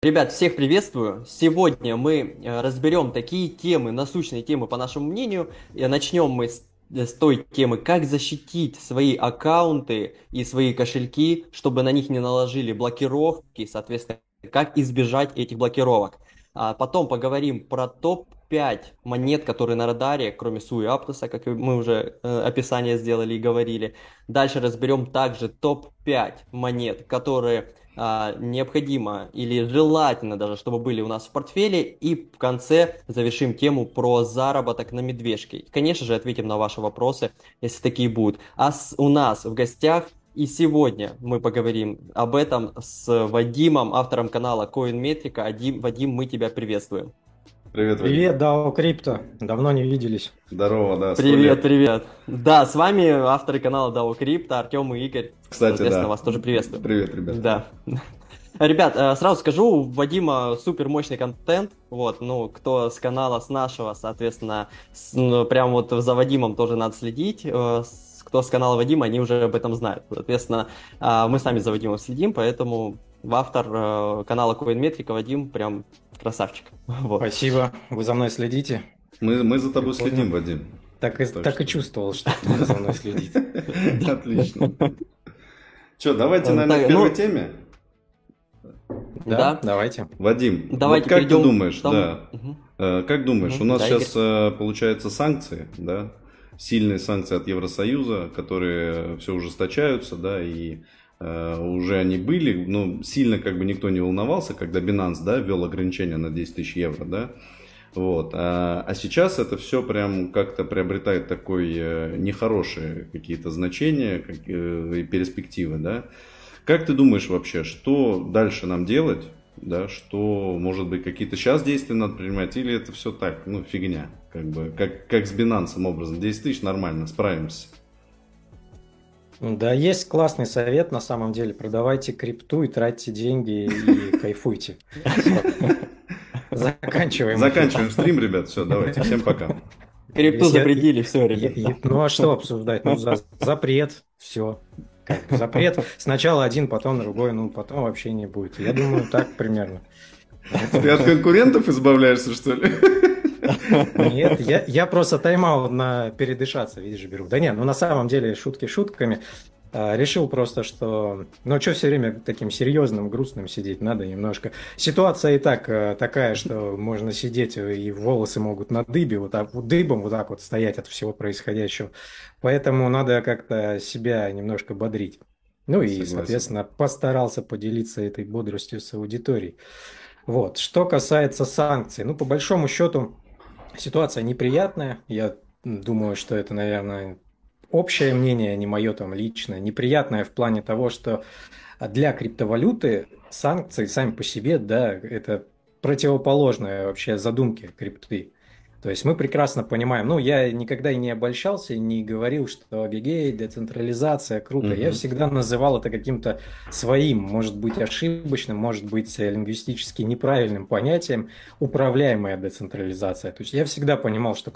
Ребят, всех приветствую. Сегодня мы разберем такие темы, насущные темы, по нашему мнению. И начнем мы с той темы, как защитить свои аккаунты и свои кошельки, чтобы на них не наложили блокировки, соответственно, как избежать этих блокировок. А потом поговорим про топ-5 монет, которые на радаре, кроме Суи и Аптоса, как мы уже описание сделали и говорили. Дальше разберем также топ-5 монет, которые необходимо или желательно даже, чтобы были у нас в портфеле. И в конце завершим тему про заработок на медвежке. И, конечно же, ответим на ваши вопросы, если такие будут. У нас в гостях и сегодня мы поговорим об этом с Вадимом, автором канала CoinMetrica. Вадим, мы тебя приветствуем. Привет, Вадим. Привет, DAO Крипто. Давно не виделись. Здорово, да, 100 лет. Привет, привет. Да, с вами авторы канала DAO Crypto, Артем и Игорь. Кстати, Соответственно, да. вас тоже приветствую. Привет, ребят. Да. Ребят, сразу скажу, у Вадима супер мощный контент, вот, ну, кто с канала, с нашего, соответственно, прям вот за Вадимом тоже надо следить, кто с канала Вадима, они уже об этом знают, соответственно, мы сами за Вадимом следим, поэтому автор канала CoinMetrica Вадим прям красавчик, вот. Спасибо, вы за мной следите. Мы за тобой Прикольно. следим, Вадим. Так и чувствовал, что вы за мной следите. Отлично. Че, давайте, наверное, Так, к первой ну, теме. Да, Давайте. Вадим, давайте вот как ты перейдем думаешь, к тому. да, Мгм. как думаешь, у нас Да, сейчас Игорь? получается санкции, да, сильные санкции от Евросоюза, которые все ужесточаются, да, и уже они были, но сильно как бы никто не волновался, когда Binance, да, ввел ограничения на 10 тысяч евро, да, вот, а сейчас это все прям как-то приобретает такой нехорошие какие-то значения и перспективы, да. Как ты думаешь вообще, что дальше нам делать, да, что, может быть, какие-то сейчас действия надо принимать, или это все так, ну, фигня, как бы, как с Binance образом, 10 тысяч нормально, справимся. Да, есть классный совет, на самом деле. Продавайте крипту и тратьте деньги и кайфуйте. Все. Заканчиваем. Заканчиваем стрим, ребят, все, давайте, всем пока. Крипту Если- запретили, все, ребят. Ну а что обсуждать? Ну, запрет, все. Запрет. Сначала один, потом другой, ну потом вообще не будет. Я думаю, так примерно. Ты от конкурентов избавляешься, что ли? Нет, я просто тайм-аут на передышаться, видишь, беру. Да нет, ну на самом деле шутки шутками. Решил просто, что... Ну, что все время таким серьезным, грустным сидеть? Надо немножко... Ситуация и так такая, что можно сидеть, и волосы могут на дыбе, вот так вот дыбом вот так вот стоять от всего происходящего. Поэтому надо как-то себя немножко бодрить. Ну и, Согласен. соответственно, постарался поделиться этой бодростью с аудиторией. Вот. Что касается санкций, ну, по большому счету, ситуация неприятная. Я думаю, что это, наверное, общее мнение, не мое там личное, неприятное в плане того, что для криптовалюты санкции сами по себе, да, это противоположное вообще задумке крипты. То есть мы прекрасно понимаем, ну, я никогда и не обольщался, не говорил, что гегей, децентрализация, круто. Я Мгм. всегда называл это каким-то своим, может быть, ошибочным, может быть, лингвистически неправильным понятием управляемая децентрализация. То есть я всегда понимал, что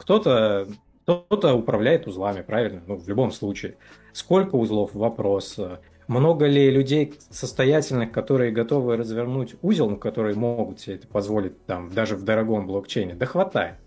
кто-то управляет узлами, правильно? Ну, в любом случае. Сколько узлов? Вопрос. Много ли людей состоятельных, которые готовы развернуть узел, которые могут себе это позволить там, даже в дорогом блокчейне? Да хватает.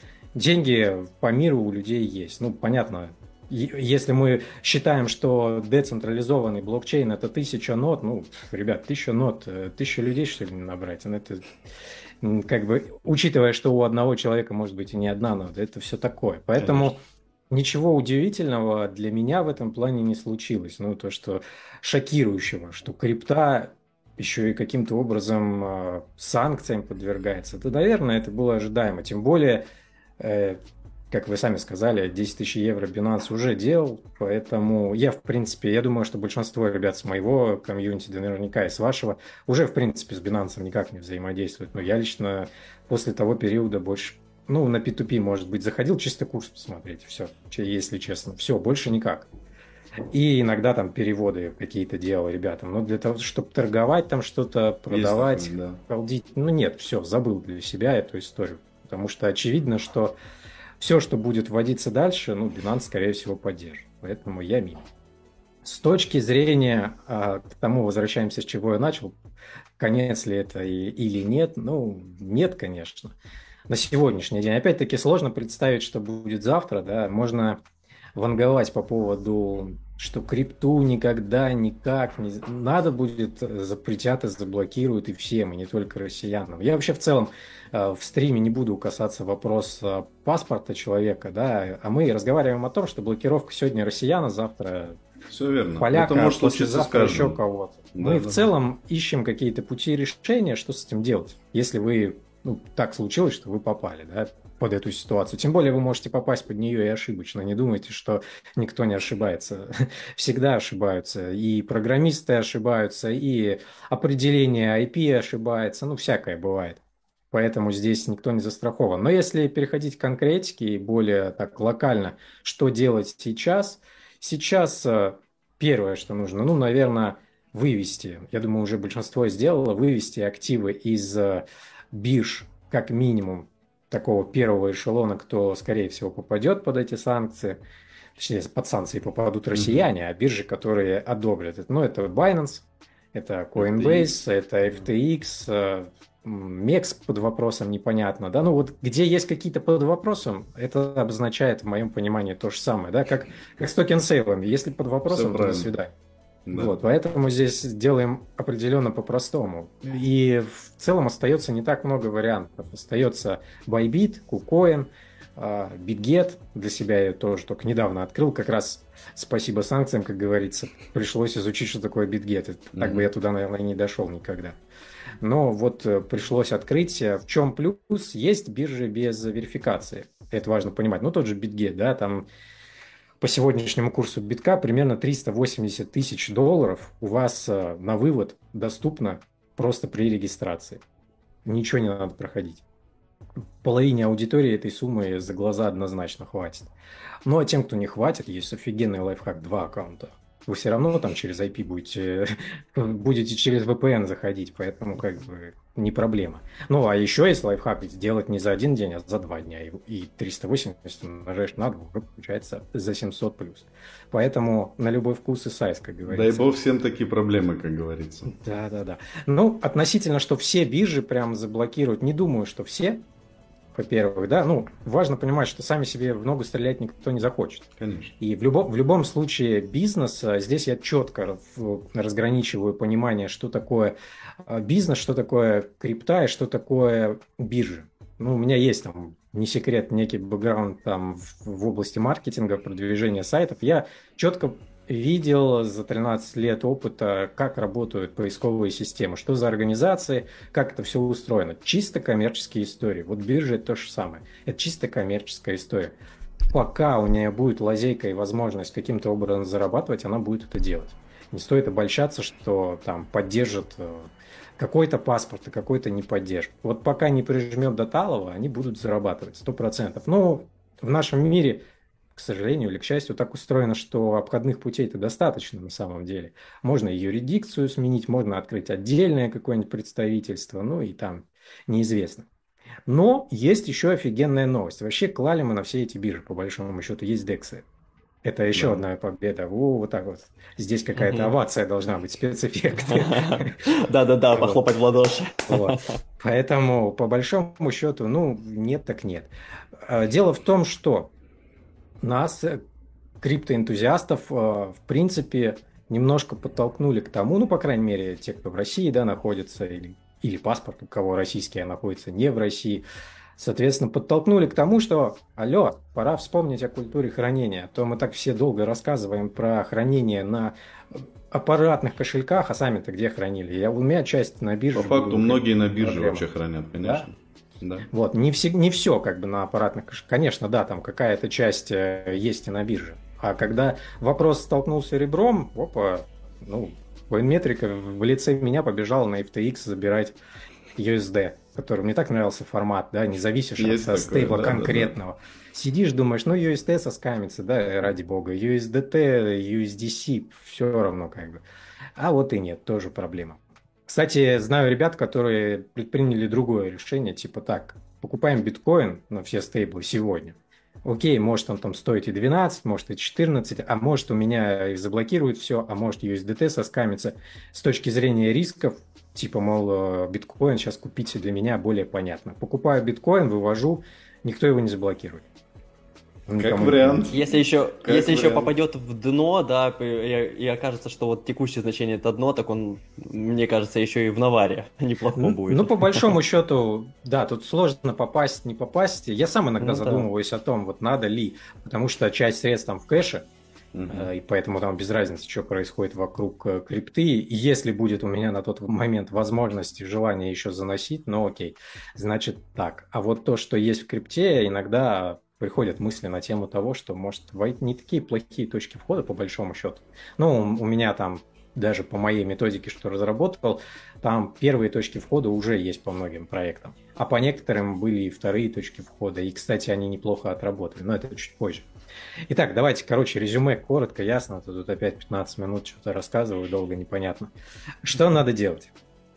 Деньги по миру у людей есть. Ну, понятно, если мы считаем, что децентрализованный блокчейн это 1000 нод, ну, ребят, 1000 нод, 1000 людей, что ли, набрать? Ну, это как бы, учитывая, что у одного человека может быть и не одна нода, это все такое. Конечно. Поэтому ничего удивительного для меня в этом плане не случилось. Ну, то, что шокирующего, что крипта еще и каким-то образом санкциям подвергается. Это, наверное, это было ожидаемо. Тем более, э, как вы сами сказали, 10 тысяч евро Binance уже делал, поэтому я, в принципе, я думаю, что большинство ребят с моего комьюнити, да наверняка и с вашего, уже, в принципе, с Binance никак не взаимодействуют. Но я лично после того периода больше, ну, на P2P, может быть, заходил чисто курс посмотреть, все, если честно, все, больше никак. И иногда там переводы какие-то делал ребятам, но для того, чтобы торговать там что-то, Есть такое, продавать, да. халдить, ну нет, все, забыл для себя эту историю. Потому что очевидно, что все, что будет вводиться дальше, ну, Binance, скорее всего, поддержит. Поэтому я мимо. С точки зрения, к тому возвращаемся, с чего я начал, Конец ли это или нет? Ну, нет, конечно. На сегодняшний день. Опять-таки сложно представить, что будет завтра, да. Можно ванговать по поводу, что крипту никогда, никак не надо будет, запретят и заблокируют и всем, и не только россиянам. Я вообще в целом в стриме не буду касаться вопроса паспорта человека, да, а мы разговариваем о том, что блокировка сегодня россияна, завтра Все верно. Это поляка, а может случиться с послезавтра еще каждым. кого-то. Да, Мы да, в да. целом ищем какие-то пути решения, что с этим делать, если вы, ну, так случилось, что вы попали, да, под эту ситуацию. Тем более вы можете попасть под нее и ошибочно. Не думайте, что никто не ошибается. Всегда ошибаются. И программисты ошибаются, и определение IP ошибается. Ну, всякое бывает. Поэтому здесь никто не застрахован. Но если переходить к конкретике и более так локально, что делать сейчас? Сейчас первое, что нужно, ну, наверное, вывести, я думаю, уже большинство сделало, вывести активы из бирж как минимум такого первого эшелона, кто, скорее всего, попадет под эти санкции. Точнее, под санкции попадут Мгм. россияне, а биржи, которые одобрят это. Ну, это Binance, это FTX. Coinbase, это FTX, MEX под вопросом непонятно, да, ну вот где есть какие-то под вопросом, это обозначает в моем понимании то же самое, да, как с токен-сейлами, если под Все вопросом, то до правильно. свидания. Да. Вот, поэтому здесь делаем определенно по-простому. И в целом остается не так много вариантов. Остается Bybit, KuCoin, BitGet. Для себя я тоже только недавно открыл. Как раз спасибо санкциям, как говорится, пришлось изучить, что такое BitGet. Так бы я Мгм. туда, наверное, не дошел никогда. Но вот пришлось открыть. В чем плюс? Есть биржи без верификации. Это важно понимать. Ну, тот же BitGet, да, там по сегодняшнему курсу битка примерно 380 тысяч долларов у вас на вывод доступно просто при регистрации. Ничего не надо проходить. Половине аудитории этой суммы за глаза однозначно хватит. Ну а тем, кто не хватит, есть офигенный лайфхак: 2 аккаунта. Вы все равно там через IP будете через VPN заходить, поэтому как бы не проблема. Ну а еще есть лайфхак: сделать не за один день, а за 2 дня. И 380 умножаешь на 2, уже получается за 700 плюс. Поэтому на любой вкус и сайз, как Дай говорится. бог всем такие проблемы, как говорится. Да, да, да. Ну, относительно, что все биржи прям заблокируют, не думаю, что все, во-первых, да, ну, важно понимать, что сами себе в ногу стрелять никто не захочет. Конечно. И в любом случае бизнес, здесь я четко разграничиваю понимание, что такое бизнес, что такое крипта и что такое биржа. Ну, у меня есть там, не секрет, некий бэкграунд там в области маркетинга, продвижения сайтов. Я четко видел за 13 лет опыта, как работают поисковые системы, что за организации, как это все устроено. Чисто коммерческие истории. Вот биржа это то же самое. Это чисто коммерческая история. Пока у нее будет лазейка и возможность каким-то образом зарабатывать, она будет это делать. Не стоит обольщаться, что там поддержат какой-то паспорт, а какой-то не поддержит. Вот пока не прижмет до талого, они будут зарабатывать 100%. Но в нашем мире, к сожалению или к счастью, так устроено, что обходных путей-то достаточно на самом деле. Можно и юрисдикцию сменить, можно открыть отдельное какое-нибудь представительство, ну и там неизвестно. Но есть еще офигенная новость. Вообще клали мы на все эти биржи, по большому счету, есть дексы. Это еще Да. одна победа. О, вот так вот. Здесь какая-то Мгм. овация должна быть, спецэффекты. Да-да-да, Вот. похлопать в ладоши. Вот. Поэтому, по большому счету, ну, нет так нет. Дело в том, что нас, криптоэнтузиастов, в принципе, немножко подтолкнули к тому, ну, по крайней мере, те, кто в России, да, находится, или паспорт, у кого российский, а находится не в России, соответственно, подтолкнули к тому, что, алло, пора вспомнить о культуре хранения. А то мы так все долго рассказываем про хранение на аппаратных кошельках, а сами-то где хранили? У меня часть на бирже. По факту была, многие на бирже проблема. вообще хранят, Да? конечно. Да. Вот, не все как бы на аппаратных кошельках. Конечно, да, там какая-то часть есть и на бирже. А когда вопрос столкнулся ребром, опа, ну, военметрика в лице меня побежала на FTX забирать USD, которым не так нравился формат, да, не зависишь Есть от такое, стейбла да, да, да. конкретного. Сидишь, думаешь, ну, USD соскамится, да, ради бога, USDT, USDC, все равно как бы. А вот и нет, тоже проблема. Кстати, знаю ребят, которые предприняли другое решение, типа так, покупаем биткоин на все стейблы сегодня, Окей, может он там стоит и 12, может и 14, а может у меня и заблокируют все, а может USDT соскамится. С точки зрения рисков, типа, мол, биткоин сейчас купить для меня более понятно. Покупаю биткоин, вывожу, никто его не заблокирует. Как вариант. Если еще вариант. попадет в дно, да, и окажется, что вот текущее значение это дно, так он, мне кажется, еще и в наваре неплохо будет. Ну, по большому счету, да, тут сложно попасть, не попасть. Я сам иногда задумываюсь о том, вот надо ли, потому что часть средств там в кэше, и поэтому там без разницы, что происходит вокруг крипты. И если будет у меня на тот момент возможность и желание еще заносить, ну окей, значит так. А вот то, что есть в крипте, иногда приходят мысли на тему того, что, может, не такие плохие точки входа, по большому счету. Ну, у меня там даже по моей методике, что разработал, там первые точки входа уже есть по многим проектам. А по некоторым были и вторые точки входа. И, кстати, они неплохо отработали, но это чуть позже. Итак, давайте, короче, резюме коротко, ясно. Тут опять 15 минут что-то рассказываю, долго непонятно. Что надо делать?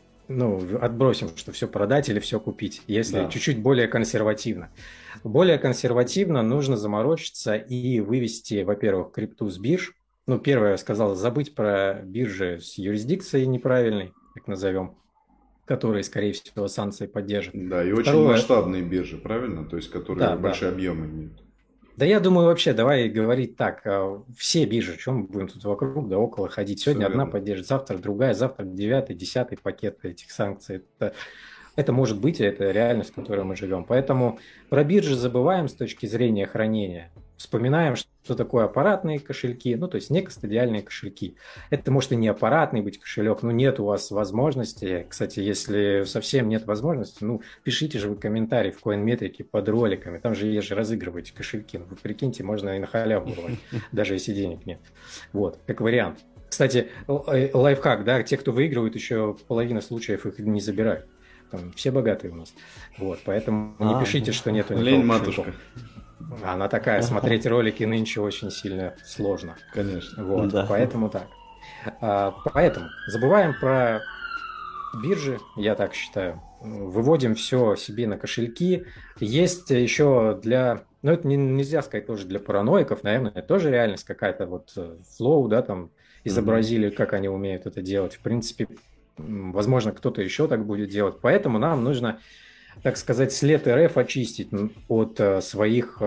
Ну, отбросим, что все продать или все купить, если чуть-чуть более консервативно. Более консервативно нужно заморочиться и вывести, во-первых, крипту с бирж. Ну, первое, я сказал, забыть про биржи с юрисдикцией неправильной, так назовем, которые, скорее всего, санкции поддержат. Да, и очень масштабные биржи, правильно? То есть, которые большие объемы имеют. Да я думаю, вообще, давай говорить так, все биржи, чем мы будем тут вокруг да около ходить. Сегодня одна поддержит, завтра другая, завтра 9-й, 10-й пакет этих санкций. Это может быть, и это реальность, в которой мы живем. Поэтому про биржи забываем с точки зрения хранения. Вспоминаем, что такое аппаратные кошельки, ну, то есть некостадиальные кошельки. Это может и не аппаратный быть кошелек, но нет у вас возможности. Кстати, если совсем нет возможности, ну, пишите же вы комментарий в CoinMetric под роликами. Там же есть же разыгрываете кошельки. Вы прикиньте, можно и на халяву урвать, даже если денег нет. Вот, как вариант. Кстати, лайфхак, да, те, кто выигрывают, еще половина случаев их не забирают. Там все богатые у нас. Вот, поэтому не пишите, что нету никакого лень матушка. Она такая, смотреть ролики нынче очень сильно сложно. Конечно. Вот, да. Поэтому так. Поэтому забываем про биржи, я так считаю. Выводим все себе на кошельки. Есть еще для... Ну, это нельзя сказать тоже для параноиков, наверное, это тоже реальность какая-то. Вот Flow, да, там изобразили, как они умеют это делать. В принципе, возможно, кто-то еще так будет делать. Поэтому нам нужно, так сказать, след РФ очистить от своих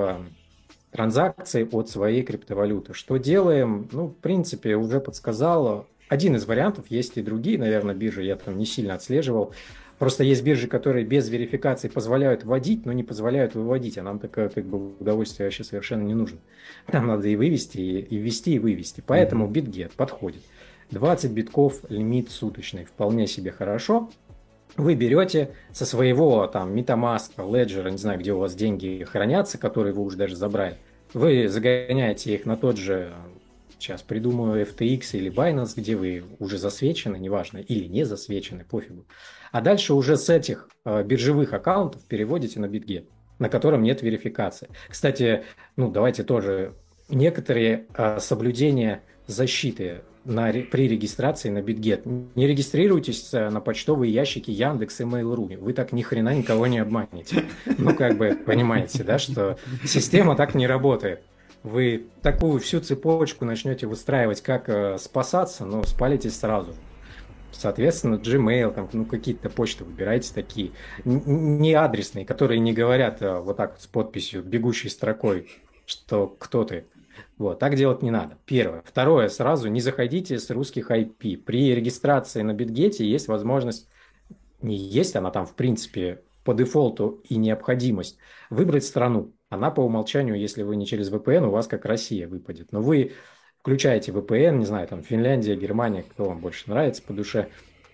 транзакций, от своей криптовалюты. Что делаем? Ну, в принципе, уже подсказал. Один из вариантов, есть и другие, наверное, биржи, я там не сильно отслеживал. Просто есть биржи, которые без верификации позволяют вводить, но не позволяют выводить, а нам такое как бы удовольствие вообще совершенно не нужно. Нам надо и вывести, и ввести, и вывести. Поэтому BitGet подходит. 20 битков лимит суточный, вполне себе хорошо. Вы берете со своего там MetaMask, Ledger, не знаю, где у вас деньги хранятся, которые вы уже даже забрали. Вы загоняете их на тот же, сейчас придумаю, FTX или Binance, где вы уже засвечены, неважно, или не засвечены, пофигу. А дальше уже с этих биржевых аккаунтов переводите на BitGet, на котором нет верификации. Кстати, ну давайте тоже некоторые соблюдения защиты при регистрации на BitGet. Не регистрируйтесь на почтовые ящики Яндекс и Mail.ru. Вы так ни хрена никого не обманете. Ну, как бы, понимаете, да, что система так не работает. Вы такую всю цепочку начнете выстраивать, как спасаться, но спалитесь сразу. Соответственно, Gmail, там, ну, какие-то почты выбирайте такие, не адресные, которые не говорят вот так вот с подписью, бегущей строкой, что кто ты. Вот, так делать не надо. Первое. Второе, сразу не заходите с русских IP. При регистрации на BitGet есть возможность, не есть, она там в принципе по дефолту и необходимость выбрать страну. Она по умолчанию, если вы не через VPN, у вас как Россия выпадет. Но вы включаете VPN, не знаю, там Финляндия, Германия, кто вам больше нравится по душе,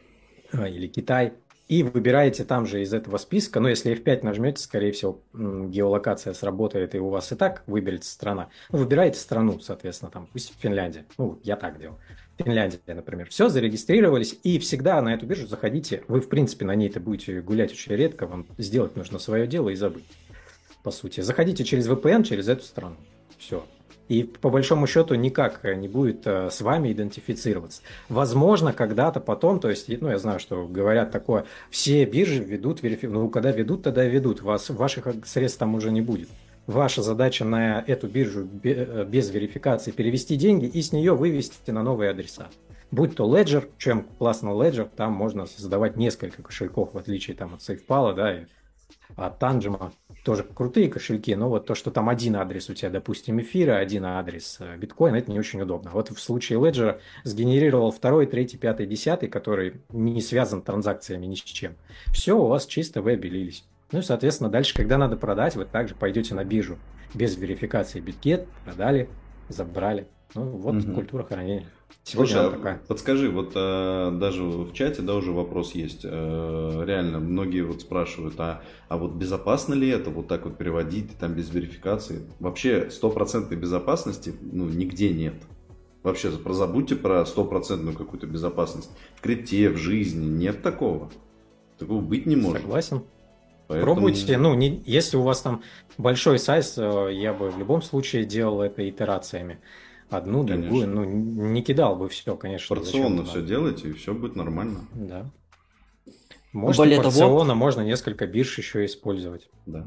или Китай, и выбираете там же из этого списка, но если F5 нажмете, скорее всего, геолокация сработает, и у вас и так выберется страна. Ну, выбираете страну, соответственно, там, пусть Финляндия. Ну, я так делал. Финляндия, например. Все, зарегистрировались, и всегда на эту биржу заходите. Вы, в принципе, на ней-то будете гулять очень редко, вам сделать нужно свое дело и забыть, по сути. Заходите через VPN, через эту страну. Все. И по большому счету никак не будет с вами идентифицироваться. Возможно, когда-то потом, то есть, ну, я знаю, что говорят такое, все биржи ведут верификацию. Ну, когда ведут, тогда ведут. Ваших средств там уже не будет. Ваша задача на эту биржу без верификации перевести деньги и с нее вывести на новые адреса. Будь то Ledger, чем классно Ledger, там можно создавать несколько кошельков, в отличие там, от SafePal, да, и от Tangent. Тоже крутые кошельки, но вот то, что там один адрес у тебя, допустим, эфира, один адрес биткоина, это не очень удобно. Вот в случае Ledger сгенерировал второй, третий, пятый, десятый, который не связан транзакциями ни с чем. Все, у вас чисто вы обелились. Ну и, соответственно, дальше, когда надо продать, вы также пойдете на биржу без верификации биткет, продали, забрали. Ну вот культура хранения. Сегодня Слушай, она такая. подскажи, вот даже в чате, да, уже вопрос есть. Реально, многие вот спрашивают, а вот безопасно ли это вот так вот переводить там без верификации? Вообще стопроцентной безопасности, ну, нигде нет. Вообще, забудьте про стопроцентную какую-то безопасность. В крипте, в жизни нет такого. Такого быть не может. Согласен. Поэтому... Пробуйте, ну, если у вас там большой сайз, я бы в любом случае делал это итерациями. Одну, другую, ну, не кидал бы все, конечно. Порционно все делайте, и все будет нормально. Да. Можно порционно, можно несколько бирж еще использовать. Да.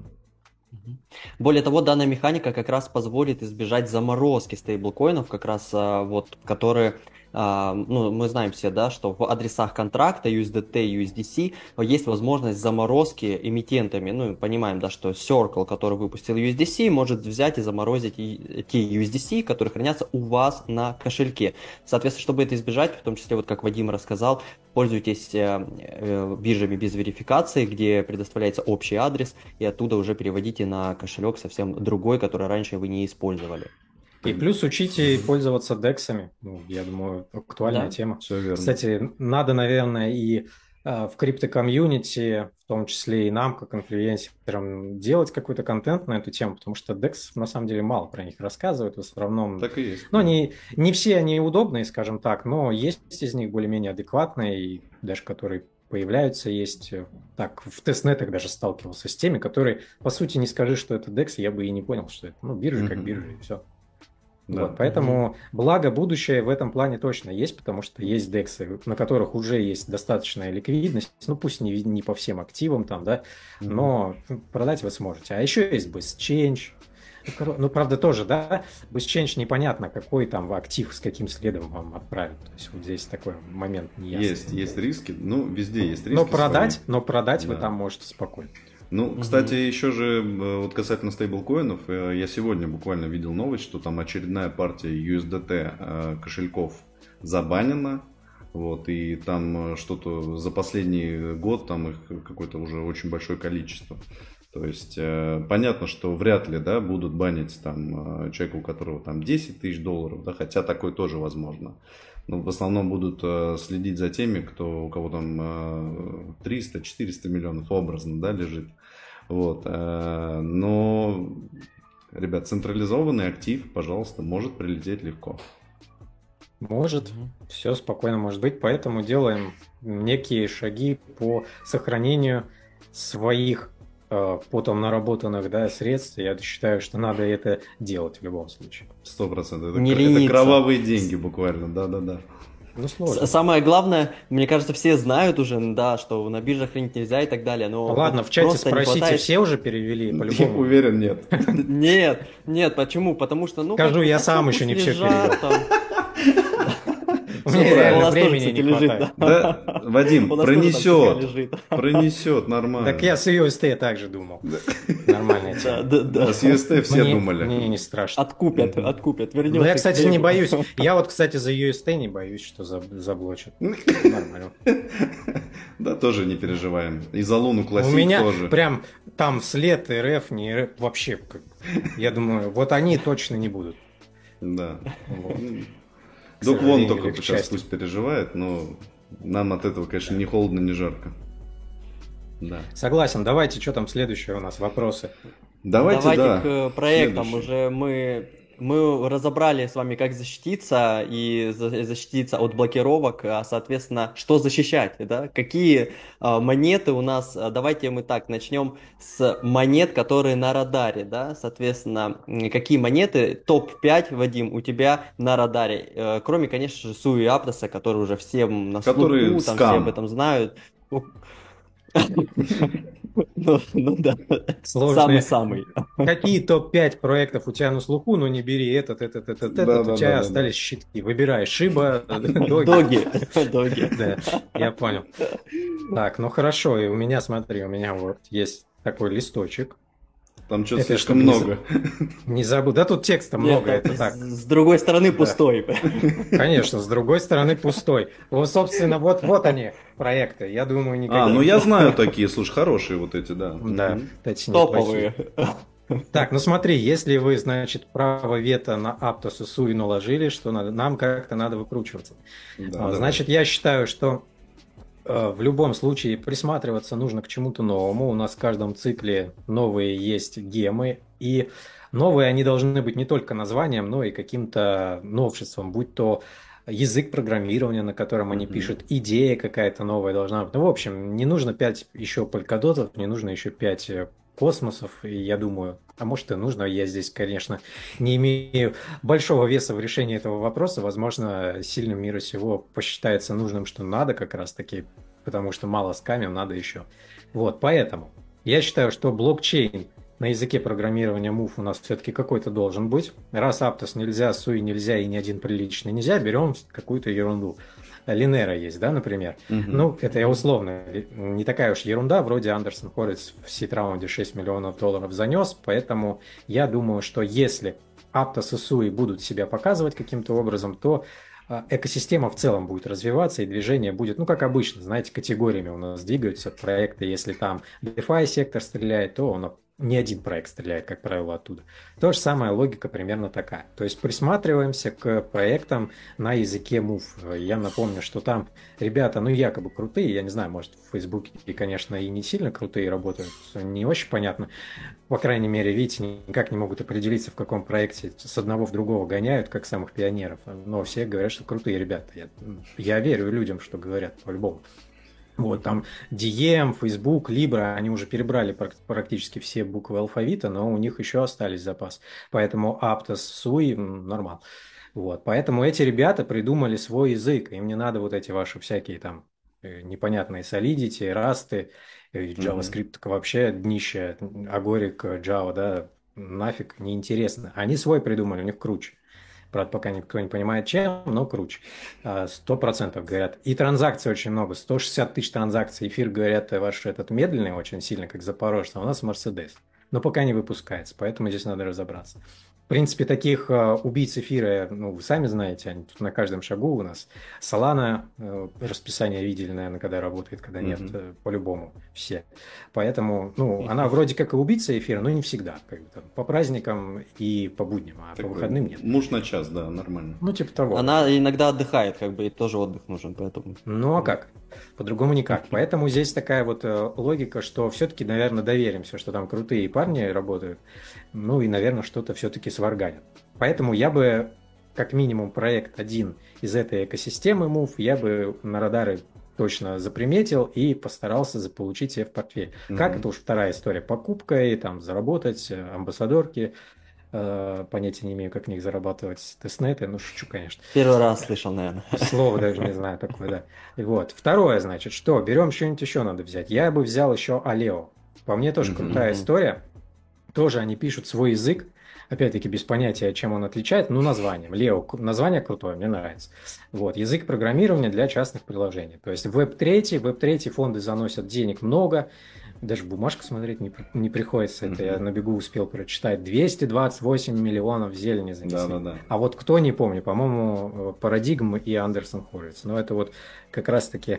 Более того, данная механика как раз позволит избежать заморозки стейблкоинов, как раз вот, которые, ну, мы знаем все, да, что в адресах контракта USDT, USDC есть возможность заморозки эмитентами. Ну, понимаем, да, что Circle, который выпустил USDC, может взять и заморозить те USDC, которые хранятся у вас на кошельке. Соответственно, чтобы это избежать, в том числе, вот как Вадим рассказал, пользуйтесь биржами без верификации, где предоставляется общий адрес, и оттуда уже переводите на кошелек совсем другой, который раньше вы не использовали. И плюс учите пользоваться дексами. Ну, я думаю, актуальная тема. Все верно. Кстати, надо, наверное, и в криптокомьюнити, в том числе и нам, как инфлюенсерам, делать какой-то контент на эту тему, потому что DEX, на самом деле, мало про них рассказывают, в основном. Так и есть. Ну, не все они удобные, скажем так, но есть из них более-менее адекватные, и даже которые появляются, есть. Так, в тестнетах даже сталкивался с теми, которые, по сути, не скажи, что это DEX, я бы и не понял, что это. Ну, биржа как биржа, и все. Да. Вот, поэтому благо будущее в этом плане точно есть, потому что есть DEX, на которых уже есть достаточная ликвидность, ну пусть не по всем активам там, да, но продать вы сможете. А еще есть BestChange, ну правда тоже, да, BestChange непонятно, какой там актив с каким следом вам отправят, то есть вот здесь такой момент неясный. Есть риски, ну везде есть риски. Но продать вы там можете спокойно. Ну, кстати, еще же, вот касательно стейблкоинов, я сегодня буквально видел новость, что там очередная партия USDT кошельков забанена, вот, и там что-то за последний год, там их какое-то уже очень большое количество. То есть, понятно, что вряд ли, да, будут банить там человека, у которого там 10 тысяч долларов, да, хотя такое тоже возможно. Но в основном будут следить за теми, у кого там 300-400 миллионов образно, да, лежит. Вот. Но, ребят, централизованный актив, пожалуйста, может прилететь легко. Может, все спокойно может быть, поэтому делаем некие шаги по сохранению своих потом наработанных, да, средств. Я считаю, что надо это делать в любом случае. 100%. Это кровавые деньги буквально, да-да-да. Ну, сложно. Самое главное, мне кажется, все знают уже, да, что на биржах хранить нельзя и так далее. Но ладно, в чате спросите, все уже перевели, по-любому. Уверен, нет. Нет, почему? Потому что, ну... Скажу, я сам еще не все перевел. У меня времени не хватает. Да, Вадим, пронесет нормально. Так я с UST также думал. Нормальная тема. Да, с UST все думали. Мне не страшно. Откупят, вернется. Ну, я, кстати, не боюсь. Я вот, кстати, за UST не боюсь, что заблочат. Нормально. Да, тоже не переживаем. И за Луну Классик тоже. У меня прям там след РФ, не РФ, вообще. Я думаю, вот они точно не будут. Да. Док Вон только сейчас пусть переживает, но нам от этого, конечно, не холодно, не жарко. Да. Согласен. Давайте, что там следующее у нас, вопросы? Давайте к проектам. Следующий. Уже мы разобрали с вами, как защититься и защититься от блокировок, а, соответственно, что защищать, да? Какие монеты у нас, давайте мы так, начнем с монет, которые на радаре, да, соответственно, какие монеты, топ-5, Вадим, у тебя на радаре, кроме, конечно же, Суи и Аптоса, которые уже всем на слуху, там все об этом знают. Ну да, самый-самый. какие топ-5 проектов у тебя на слуху, но не бери этот, у тебя остались щитки. Выбирай, Шиба, Доги. Доги. Да, я понял. Так, ну хорошо, и у меня, смотри, у меня вот есть такой листочек. Там что-то слишком много. Не забудь. Да тут текста много, это так. С другой стороны пустой. Конечно, с другой стороны пустой. Вот, собственно, вот они, проекты. Я думаю, никогда... ну я знаю такие, слушай, хорошие вот эти, да. Да, эти топовые. Так, ну смотри, если вы, значит, право вето на Aptos и SUI наложили, что нам как-то надо выкручиваться. Значит, я считаю, что в любом случае присматриваться нужно к чему-то новому. У нас в каждом цикле новые есть гемы, и новые они должны быть не только названием, но и каким-то новшеством, будь то язык программирования, на котором они пишут, идея какая-то новая должна быть. Ну, в общем, не нужно 5 еще полькодотов, не нужно еще 5 космосов, и я думаю, а может и нужно, я здесь, конечно, не имею большого веса в решении этого вопроса, возможно, сильным мира сего посчитается нужным, что надо как раз-таки, потому что мало скамим, надо еще. Вот, поэтому я считаю, что блокчейн на языке программирования Move у нас все-таки какой-то должен быть. Раз Aptos нельзя, SUI нельзя и ни один приличный нельзя, берем какую-то ерунду. Линера есть, да, например. Ну, это я условно, не такая уж ерунда, вроде Андерсон Хорец в сид-раунде $6 миллионов занес, поэтому я думаю, что если Aptos и SUI будут себя показывать каким-то образом, то экосистема в целом будет развиваться, и движение будет, ну, как обычно, знаете, категориями у нас двигаются проекты. Если там DeFi сектор стреляет, то он не один проект стреляет, как правило, оттуда. То же самое, логика примерно такая. То есть присматриваемся к проектам на языке Move. Я напомню, что там ребята, ну, якобы крутые, я не знаю, может, в Фейсбуке, конечно, и не сильно крутые работают, не очень понятно. По крайней мере, видите, никак не могут определиться, в каком проекте с одного в другого гоняют, как самых пионеров. Но все говорят, что крутые ребята. Я верю людям, что говорят по-любому. Вот, там DM, Facebook, Libra, они уже перебрали практически все буквы алфавита, но у них еще остались запас. Поэтому Aptos, SUI, нормал. Вот, поэтому эти ребята придумали свой язык. Им не надо вот эти ваши всякие там непонятные Solidity, Rust, JavaScript вообще днище, Agoric, Java, да, нафиг неинтересно. Они свой придумали, у них круче. Правда, пока никто не понимает, чем, но круче. 100% говорят. И транзакций очень много. 160 тысяч транзакций. Эфир, говорят, ваш этот медленный очень сильно, как Запорожец, а у нас Мерседес. Но пока не выпускается, поэтому здесь надо разобраться. В принципе, таких убийц эфира, ну, вы сами знаете, они тут на каждом шагу у нас. Solana, расписание видели, наверное, когда работает, когда нет, по-любому все. Поэтому, ну, она вроде как и убийца эфира, но не всегда. Как бы, там, по праздникам и по будням, а по выходным нет. Муж на час, да, нормально. Ну, типа того. Она иногда отдыхает, как бы, и тоже отдых нужен, поэтому... Ну, а как? По-другому никак. Поэтому здесь такая вот логика, что все-таки, наверное, доверимся, что там крутые парни работают. Ну и, наверное, что-то все-таки сварганят. Поэтому я бы, как минимум, проект один из этой экосистемы Move, я бы на радары точно заприметил и постарался заполучить себе в портфель. Как это уж вторая история. Покупкой, там, заработать, амбассадорки. Понятия не имею, как в них зарабатывать тестнеты, ну шучу, конечно. Первый раз слышал, наверное. Слово даже не знаю такое, да. Вот. Второе, значит, что? Берем что-нибудь еще надо взять. Я бы взял еще Aleo. По мне тоже крутая история. Тоже они пишут свой язык. Опять-таки без понятия, чем он отличает, ну названием. Leo, название крутое, мне нравится. Вот. Язык программирования для частных приложений. То есть Web3 фонды заносят денег много. Даже бумажку смотреть не приходится. Это я на бегу успел прочитать. 228 миллионов зелени занесли. Да. А вот кто не помню, по-моему, Парадигм и Андерсон Хорец. Но это вот как раз-таки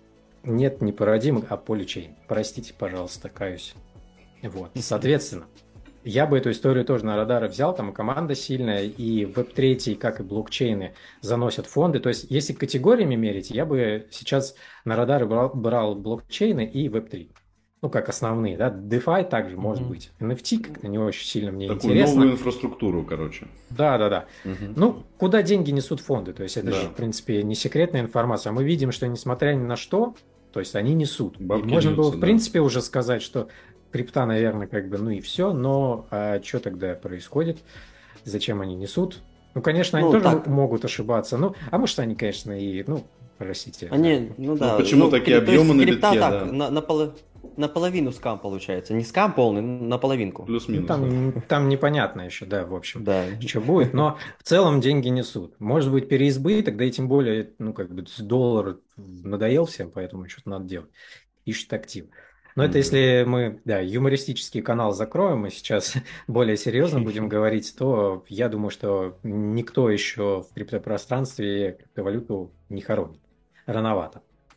нет не Парадигм, а Polychain. Простите, пожалуйста, каюсь. Вот. Соответственно, я бы эту историю тоже на радары взял. Там и команда сильная, и Web3, как и блокчейны, заносят фонды. То есть, если категориями мерить, я бы сейчас на радары брал блокчейны и Web3. Ну, как основные, да, DeFi также может быть. NFT как-то не очень сильно мне такую интересно. Новую инфраструктуру, короче. Да. Ну, куда деньги несут фонды? То есть, это же, в принципе, не секретная информация. А мы видим, что несмотря ни на что, то есть, они несут. Бабки можно льются, было, в принципе, уже сказать, что крипта, наверное, как бы, ну и все. Но что тогда происходит? Зачем они несут? Ну, конечно, они тоже могут ошибаться. Ну, а может, они, конечно, и, ну, простите. Они, ну да. Почему такие объемы на битке, так, да. наполовину скам получается. Не скам полный, наполовинку. Плюс-минус. Там непонятно еще, да, в общем, Да. что будет, но в целом деньги несут. Может быть переизбыток, да и тем более, доллар надоел всем, поэтому что-то надо делать. Ищут актив. Но это если мы, да, юмористический канал закроем и сейчас более серьезно будем говорить, то я думаю, что никто еще в криптопространстве криптовалюту не хоронит. Рановато.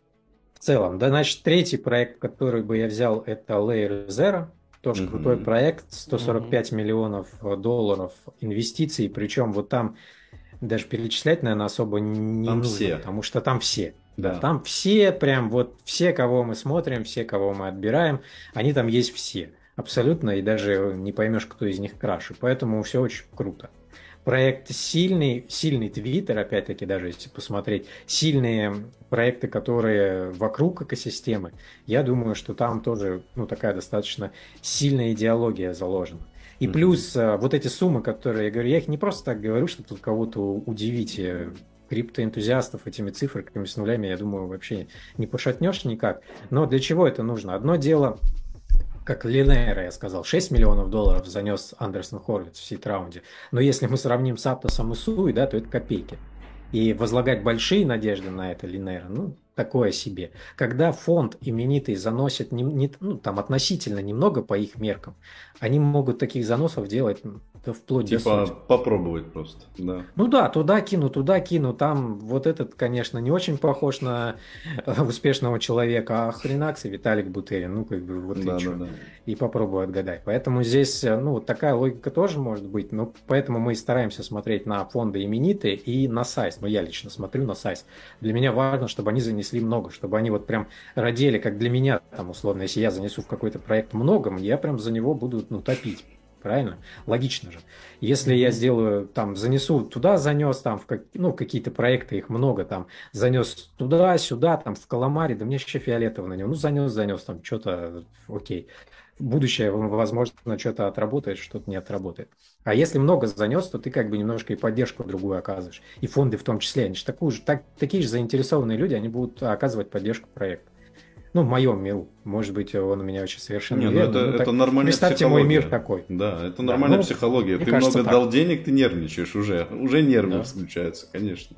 В целом, да, значит, третий проект, который бы я взял, это Layer Zero. Тоже крутой проект, 145 миллионов долларов инвестиций, причем вот там даже перечислять, наверное, особо не Там нужно, все. потому что там все. Да, Да. там все, прям вот все, кого мы смотрим, все, кого мы отбираем, они там есть все. Абсолютно, и даже не поймешь, кто из них краше. Поэтому все очень круто. Проект сильный, сильный Твиттер, опять-таки, даже если посмотреть, сильные проекты, которые вокруг экосистемы, я думаю, что там тоже, такая достаточно сильная идеология заложена. И плюс вот эти суммы, которые я говорю, я их не просто так говорю, чтобы тут кого-то удивить, криптоэнтузиастов этими цифрами с нулями, я думаю, вообще не пошатнешь никак. Но для чего это нужно? Одно дело, как Линейра, я сказал, 6 миллионов долларов занес Андерсон Хорвиц в сид-раунде. Но если мы сравним с Аптосом и Суи, да, то это копейки. И возлагать большие надежды на это Линейра, такое себе. Когда фонд именитый заносит там относительно немного по их меркам, они могут таких заносов делать вплоть до сотен. Попробовать просто, да. Да, туда кину, там вот этот, конечно, не очень похож на успешного человека, а хренакс и Виталик Бутерин, вот да, и что. Да. И попробую отгадать. Поэтому здесь, такая логика тоже может быть, но поэтому мы и стараемся смотреть на фонды именитые и на сайз. Я лично смотрю на сайз. Для меня важно, чтобы они занесли много, чтобы они вот прям родили, как для меня, там, условно, если я занесу в какой-то проект много, я прям за него буду, топить. Правильно? Логично же. Если я сделаю, занесу туда, занес, какие-то проекты, их много, занес туда-сюда, в Каламаре, да мне еще фиолетово на него. Занес, там, что-то, окей. Будущее, возможно, что-то отработает, что-то не отработает. А если много занес, то ты немножко и поддержку другую оказываешь. И фонды в том числе, они же такие же заинтересованные люди, они будут оказывать поддержку проекта. В моем миру. Может быть, он у меня очень совершенно неверный. Это нормальная представьте психология. Мой мир такой. Да, это нормальная психология. Ты много дал денег, ты нервничаешь уже. Уже нервы включаются, конечно.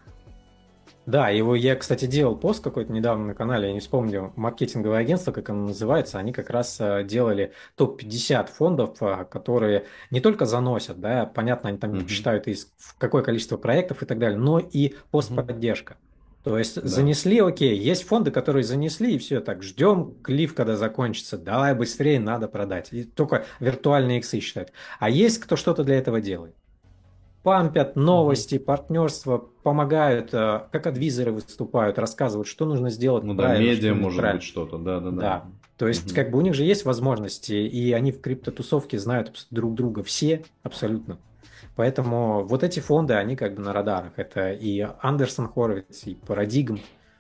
Да, я, кстати, делал пост какой-то недавно на канале, я не вспомню, маркетинговое агентство, как оно называется, они как раз делали топ-50 фондов, которые не только заносят, да, понятно, они там считают какое количество проектов и так далее, но и постподдержка. То есть занесли, окей, есть фонды, которые занесли, и все, так, ждем клифф, когда закончится, давай быстрее, надо продать. И только виртуальные иксы считают. А есть кто что-то для этого делает. Пампят новости, партнерства, помогают, как адвизоры выступают, рассказывают, что нужно сделать правильно. Медиа может быть что-то, да. То есть, у них же есть возможности, и они в криптотусовке знают друг друга все абсолютно. Поэтому вот эти фонды, они на радарах. Это и Андерсон Хорвиц, и Парадигм,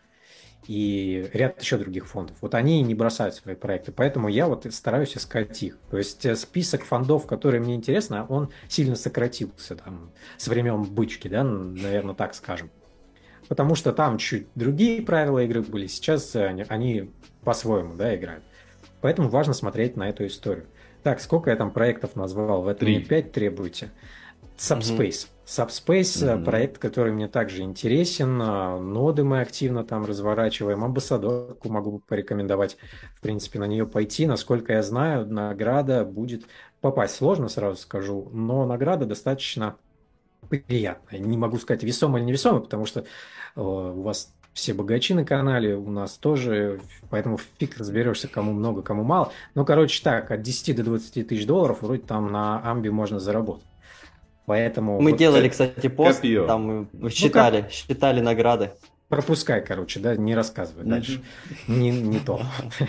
и ряд еще других фондов. Вот они не бросают свои проекты. Поэтому я стараюсь искать их. То есть список фондов, которые мне интересны, он сильно сократился с времен бычки, да, наверное, так скажем. Потому что там чуть другие правила игры были. Сейчас они по-своему, да, играют. Поэтому важно смотреть на эту историю. Так, сколько я там проектов назвал? В этом 5 требуете. Subspace. Subspace проект, который мне также интересен. Ноды мы активно там разворачиваем. Амбассадорку могу порекомендовать, в принципе, на нее пойти. Насколько я знаю, награда будет попасть сложно, сразу скажу, но награда достаточно приятная. Не могу сказать, весомая или невесомая, потому что у вас все богачи на канале, у нас тоже, поэтому фиг разберешься, кому много, кому мало. Так, от 10 до 20 тысяч долларов вроде там на Амби можно заработать. Поэтому мы делали, кстати, пост, там считали награды. Пропускай, не рассказывай дальше. Не то.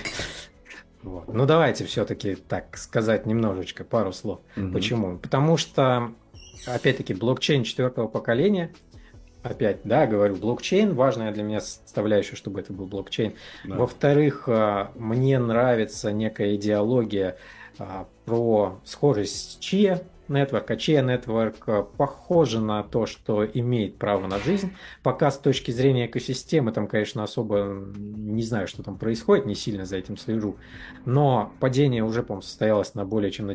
Давайте все-таки так сказать немножечко, пару слов. Почему? Потому что, опять-таки, блокчейн 4-го поколения, опять, да, говорю, блокчейн, важная для меня составляющая, чтобы это был блокчейн. Да. Во-вторых, мне нравится некая идеология про схожесть с Chia. Network, Achaia Network похоже на то, что имеет право на жизнь. Пока с точки зрения экосистемы, там, конечно, особо не знаю, что там происходит, не сильно за этим слежу. Но падение уже, по-моему, состоялось на более чем на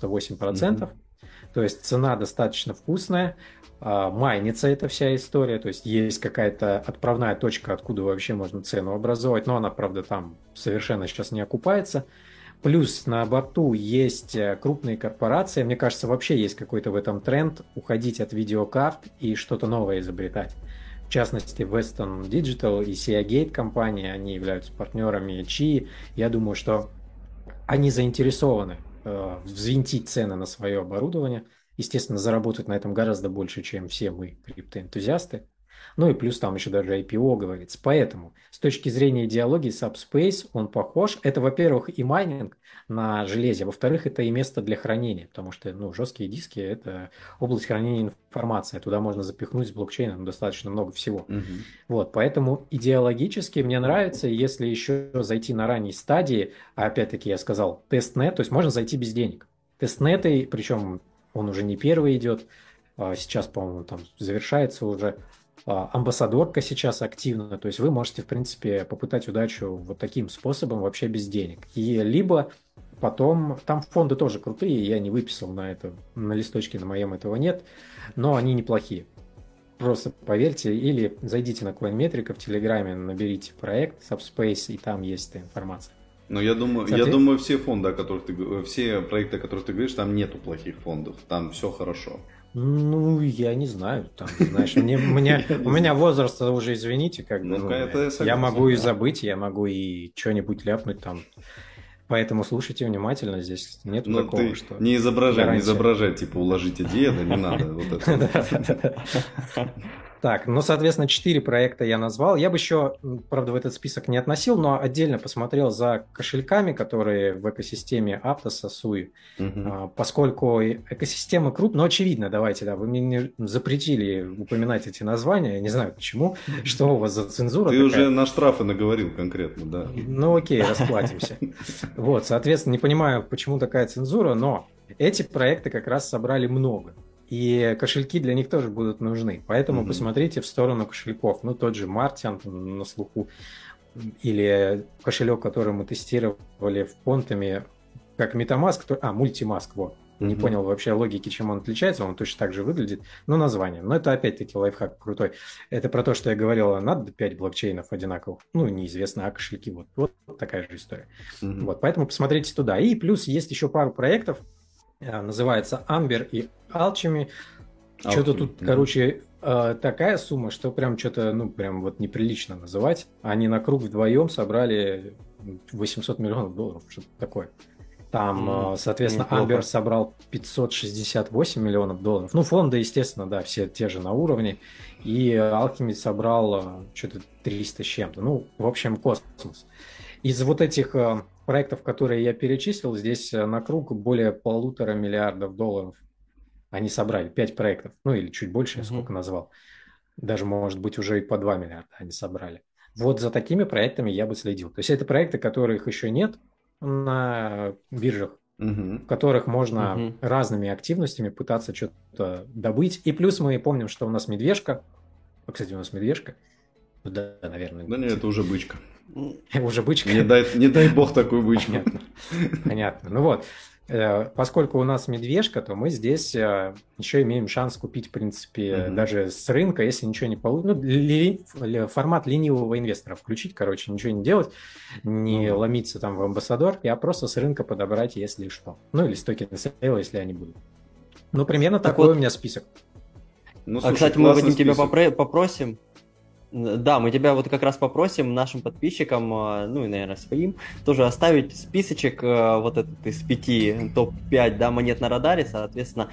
98%. То есть цена достаточно вкусная. Майнится эта вся история, то есть есть какая-то отправная точка, откуда вообще можно цену образовать, но она, правда, там совершенно сейчас не окупается. Плюс на борту есть крупные корпорации, мне кажется, вообще есть какой-то в этом тренд уходить от видеокарт и что-то новое изобретать. В частности, Western Digital и Seagate компании, они являются партнерами Qi. Я думаю, что они заинтересованы взвинтить цены на свое оборудование. Естественно, заработать на этом гораздо больше, чем все мы, криптоэнтузиасты. Ну и плюс там еще даже IPO говорится. Поэтому с точки зрения идеологии Subspace он похож. Это, во-первых, и майнинг на железе. Во-вторых, это и место для хранения. Потому что жесткие диски – это область хранения информации. Туда можно запихнуть с блокчейном достаточно много всего. Вот, поэтому идеологически мне нравится, если еще зайти на ранней стадии, а опять-таки я сказал тестнет, то есть можно зайти без денег. Тестнеты, причем он уже не первый идет, сейчас, по-моему, там завершается уже. Амбассадорка сейчас активна, то есть вы можете, в принципе, попытать удачу вот таким способом, вообще без денег. И либо потом, там фонды тоже крутые, я не выписал на листочке на моем этого нет, но они неплохие. Просто поверьте, или зайдите на Coinmetrics в Телеграме, наберите проект Subspace, и там есть эта информация. Но я думаю, все фонды, все проекты, о которых ты говоришь, там нету плохих фондов, там все хорошо. Ну, я не знаю, там, знаешь, у меня возраст уже, извините, как бы, я могу и забыть, я могу и что-нибудь ляпнуть там, поэтому слушайте внимательно, здесь нет такого, что... Не изображай, типа, уложите деда, не надо вот это. Так, ну, соответственно, 4 проекта я назвал. Я бы еще, правда, в этот список не относил, но отдельно посмотрел за кошельками, которые в экосистеме Aptos, Sui, поскольку экосистема крупная, но очевидно, давайте, да, вы мне запретили упоминать эти названия, я не знаю почему, что у вас за цензура Ты уже на штрафы наговорил конкретно, да. Ну, окей, расплатимся. Вот, соответственно, не понимаю, почему такая цензура, но эти проекты как раз собрали много. И кошельки для них тоже будут нужны. Поэтому посмотрите в сторону кошельков. Ну, тот же Martian на слуху. Или кошелек, который мы тестировали в Понтами, как MetaMask. Multimask, вот. Не понял вообще логики, чем он отличается. Он точно так же выглядит. Но название. Но это опять-таки лайфхак крутой. Это про то, что я говорил, надо 5 блокчейнов одинаковых. Ну, неизвестно, а кошельки. Вот такая же история. Вот, поэтому посмотрите туда. И плюс есть еще пару проектов. Называется Amber и Alchemy. Что-то тут, короче, такая сумма, что прям что-то, прям вот неприлично называть. Они на круг вдвоем собрали $800 миллионов, что-то такое. Там, соответственно, Amber собрал $568 миллионов. Ну, фонды, естественно, да, все те же на уровне. И Alchemy собрал что-то 300 с чем-то. Ну, в общем, космос. Из вот этих проектов, которые я перечислил, здесь на круг более $1,5 миллиарда они собрали. 5 проектов, ну или чуть больше, я сколько назвал. Даже, может быть, уже и по 2 миллиарда они собрали. Вот за такими проектами я бы следил. То есть это проекты, которых еще нет на биржах, в которых можно разными активностями пытаться что-то добыть. И плюс мы помним, что у нас медвежка. Кстати, у нас медвежка. Да, наверное. Да нет, это уже бычка. Уже бычка? Не дай бог такую бычку. Понятно. Ну вот, поскольку у нас медвежка, то мы здесь еще имеем шанс купить, в принципе, даже с рынка, если ничего не получится. Формат ленивого инвестора включить, короче, ничего не делать, не ломиться там в амбассадорке, а просто с рынка подобрать, если что. Ну или с токена сейла, если они будут. Ну, примерно такой у меня список. Кстати, мы, Вадим, тебя попросим. Да, мы тебя вот как раз попросим нашим подписчикам, ну и, наверное, своим, тоже оставить списочек вот этот из 5, топ-5, да, монет на радаре, соответственно,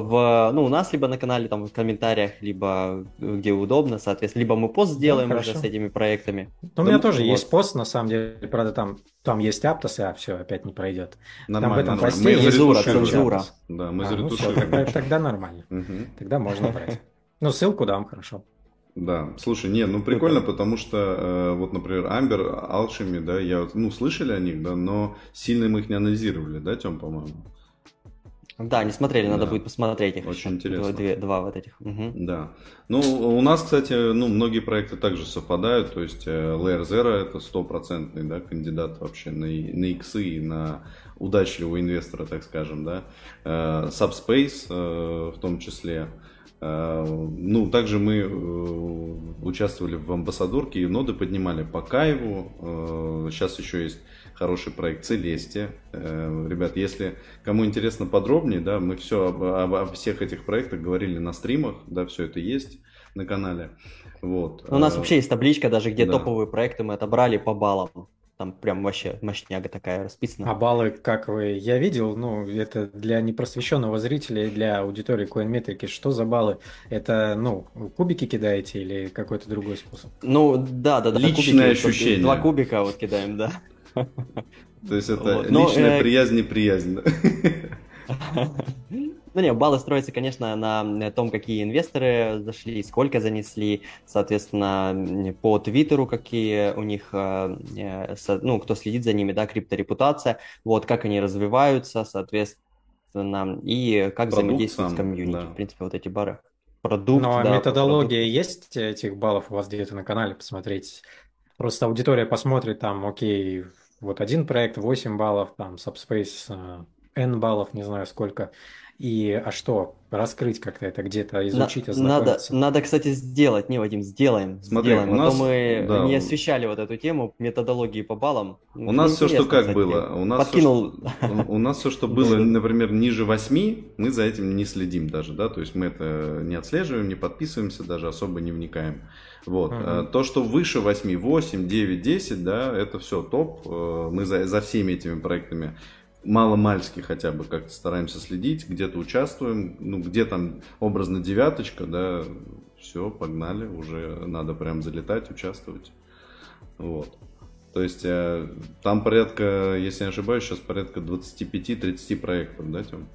у нас либо на канале, там, в комментариях, либо где удобно, соответственно, либо мы пост сделаем уже с этими проектами. У меня тоже есть пост, на самом деле, правда, там есть Aptos, все, опять не пройдет. Нормально, там в этом посте есть цензура. Да, мы заретушируем. Тогда нормально, тогда можно брать. Ну, ссылку дам, хорошо. Да, слушай, прикольно, потому что, вот, например, Amber, Alchemy, да, слышали о них, да, но сильно мы их не анализировали, да, Тём, по-моему? Да, не смотрели, надо Да. будет посмотреть их Очень еще. интересно. Два вот этих. Мгм. Да. Ну, у нас, кстати, ну, многие проекты также совпадают. То есть Layer Zero это стопроцентный, да, кандидат вообще на иксы и на удачливого инвестора, так скажем, да. Subspace в том числе. Ну, также мы участвовали в амбассадорке и ноды поднимали по Кайву. Сейчас еще есть хороший проект Целесте. Ребят, если кому интересно подробнее, да, мы все об всех этих проектах говорили на стримах, да, все это есть на канале. Вот. У нас вообще есть табличка даже, где Да. топовые проекты мы отобрали по баллам. Там прям вообще мощняга такая расписана. А баллы, как вы, я видел, ну, это для непросвещенного зрителя и для аудитории CoinMetrics, что за баллы? Это, ну, кубики кидаете или какой-то другой способ? Ну, да, Личное кубики. ощущение. 2 кубика вот кидаем, да. То есть это Вот. Но, личная приязнь, неприязнь. Ну не, баллы строятся, конечно, на том, какие инвесторы зашли, сколько занесли, соответственно, по Твиттеру, какие у них, ну, кто следит за ними, да, крипторепутация, вот, как они развиваются, соответственно, и как Продукт взаимодействовать с сам, комьюнити. да. В принципе, вот эти бары. Продукт, Ну, а да, методология продукт. есть этих баллов у вас где-то на канале посмотреть? Просто аудитория посмотрит там, окей, вот один проект 8 баллов, там Subspace N баллов, не знаю сколько. А что, раскрыть как-то это где-то, изучить, ознакомиться? Надо, кстати, сделать. Не, Вадим, сделаем. Смотри, Сделаем. у А то нас, мы да, не освещали вот эту тему методологии по баллам. у нас все, что Интересно, как кстати. было. Подкинул. У нас все, что было, например, ниже 8, мы за этим не следим даже, да, то есть мы это не отслеживаем, не подписываемся, даже особо не вникаем. Вот. То, что выше 8, 8, 9, 10, да, это все топ. Мы за всеми этими проектами маломальски хотя бы как-то стараемся следить, где-то участвуем, ну, где там образно девяточка, да, все, погнали, уже надо прям залетать, участвовать. Вот. То есть там порядка, если не ошибаюсь, сейчас порядка 25-30 проектов, да, Тём?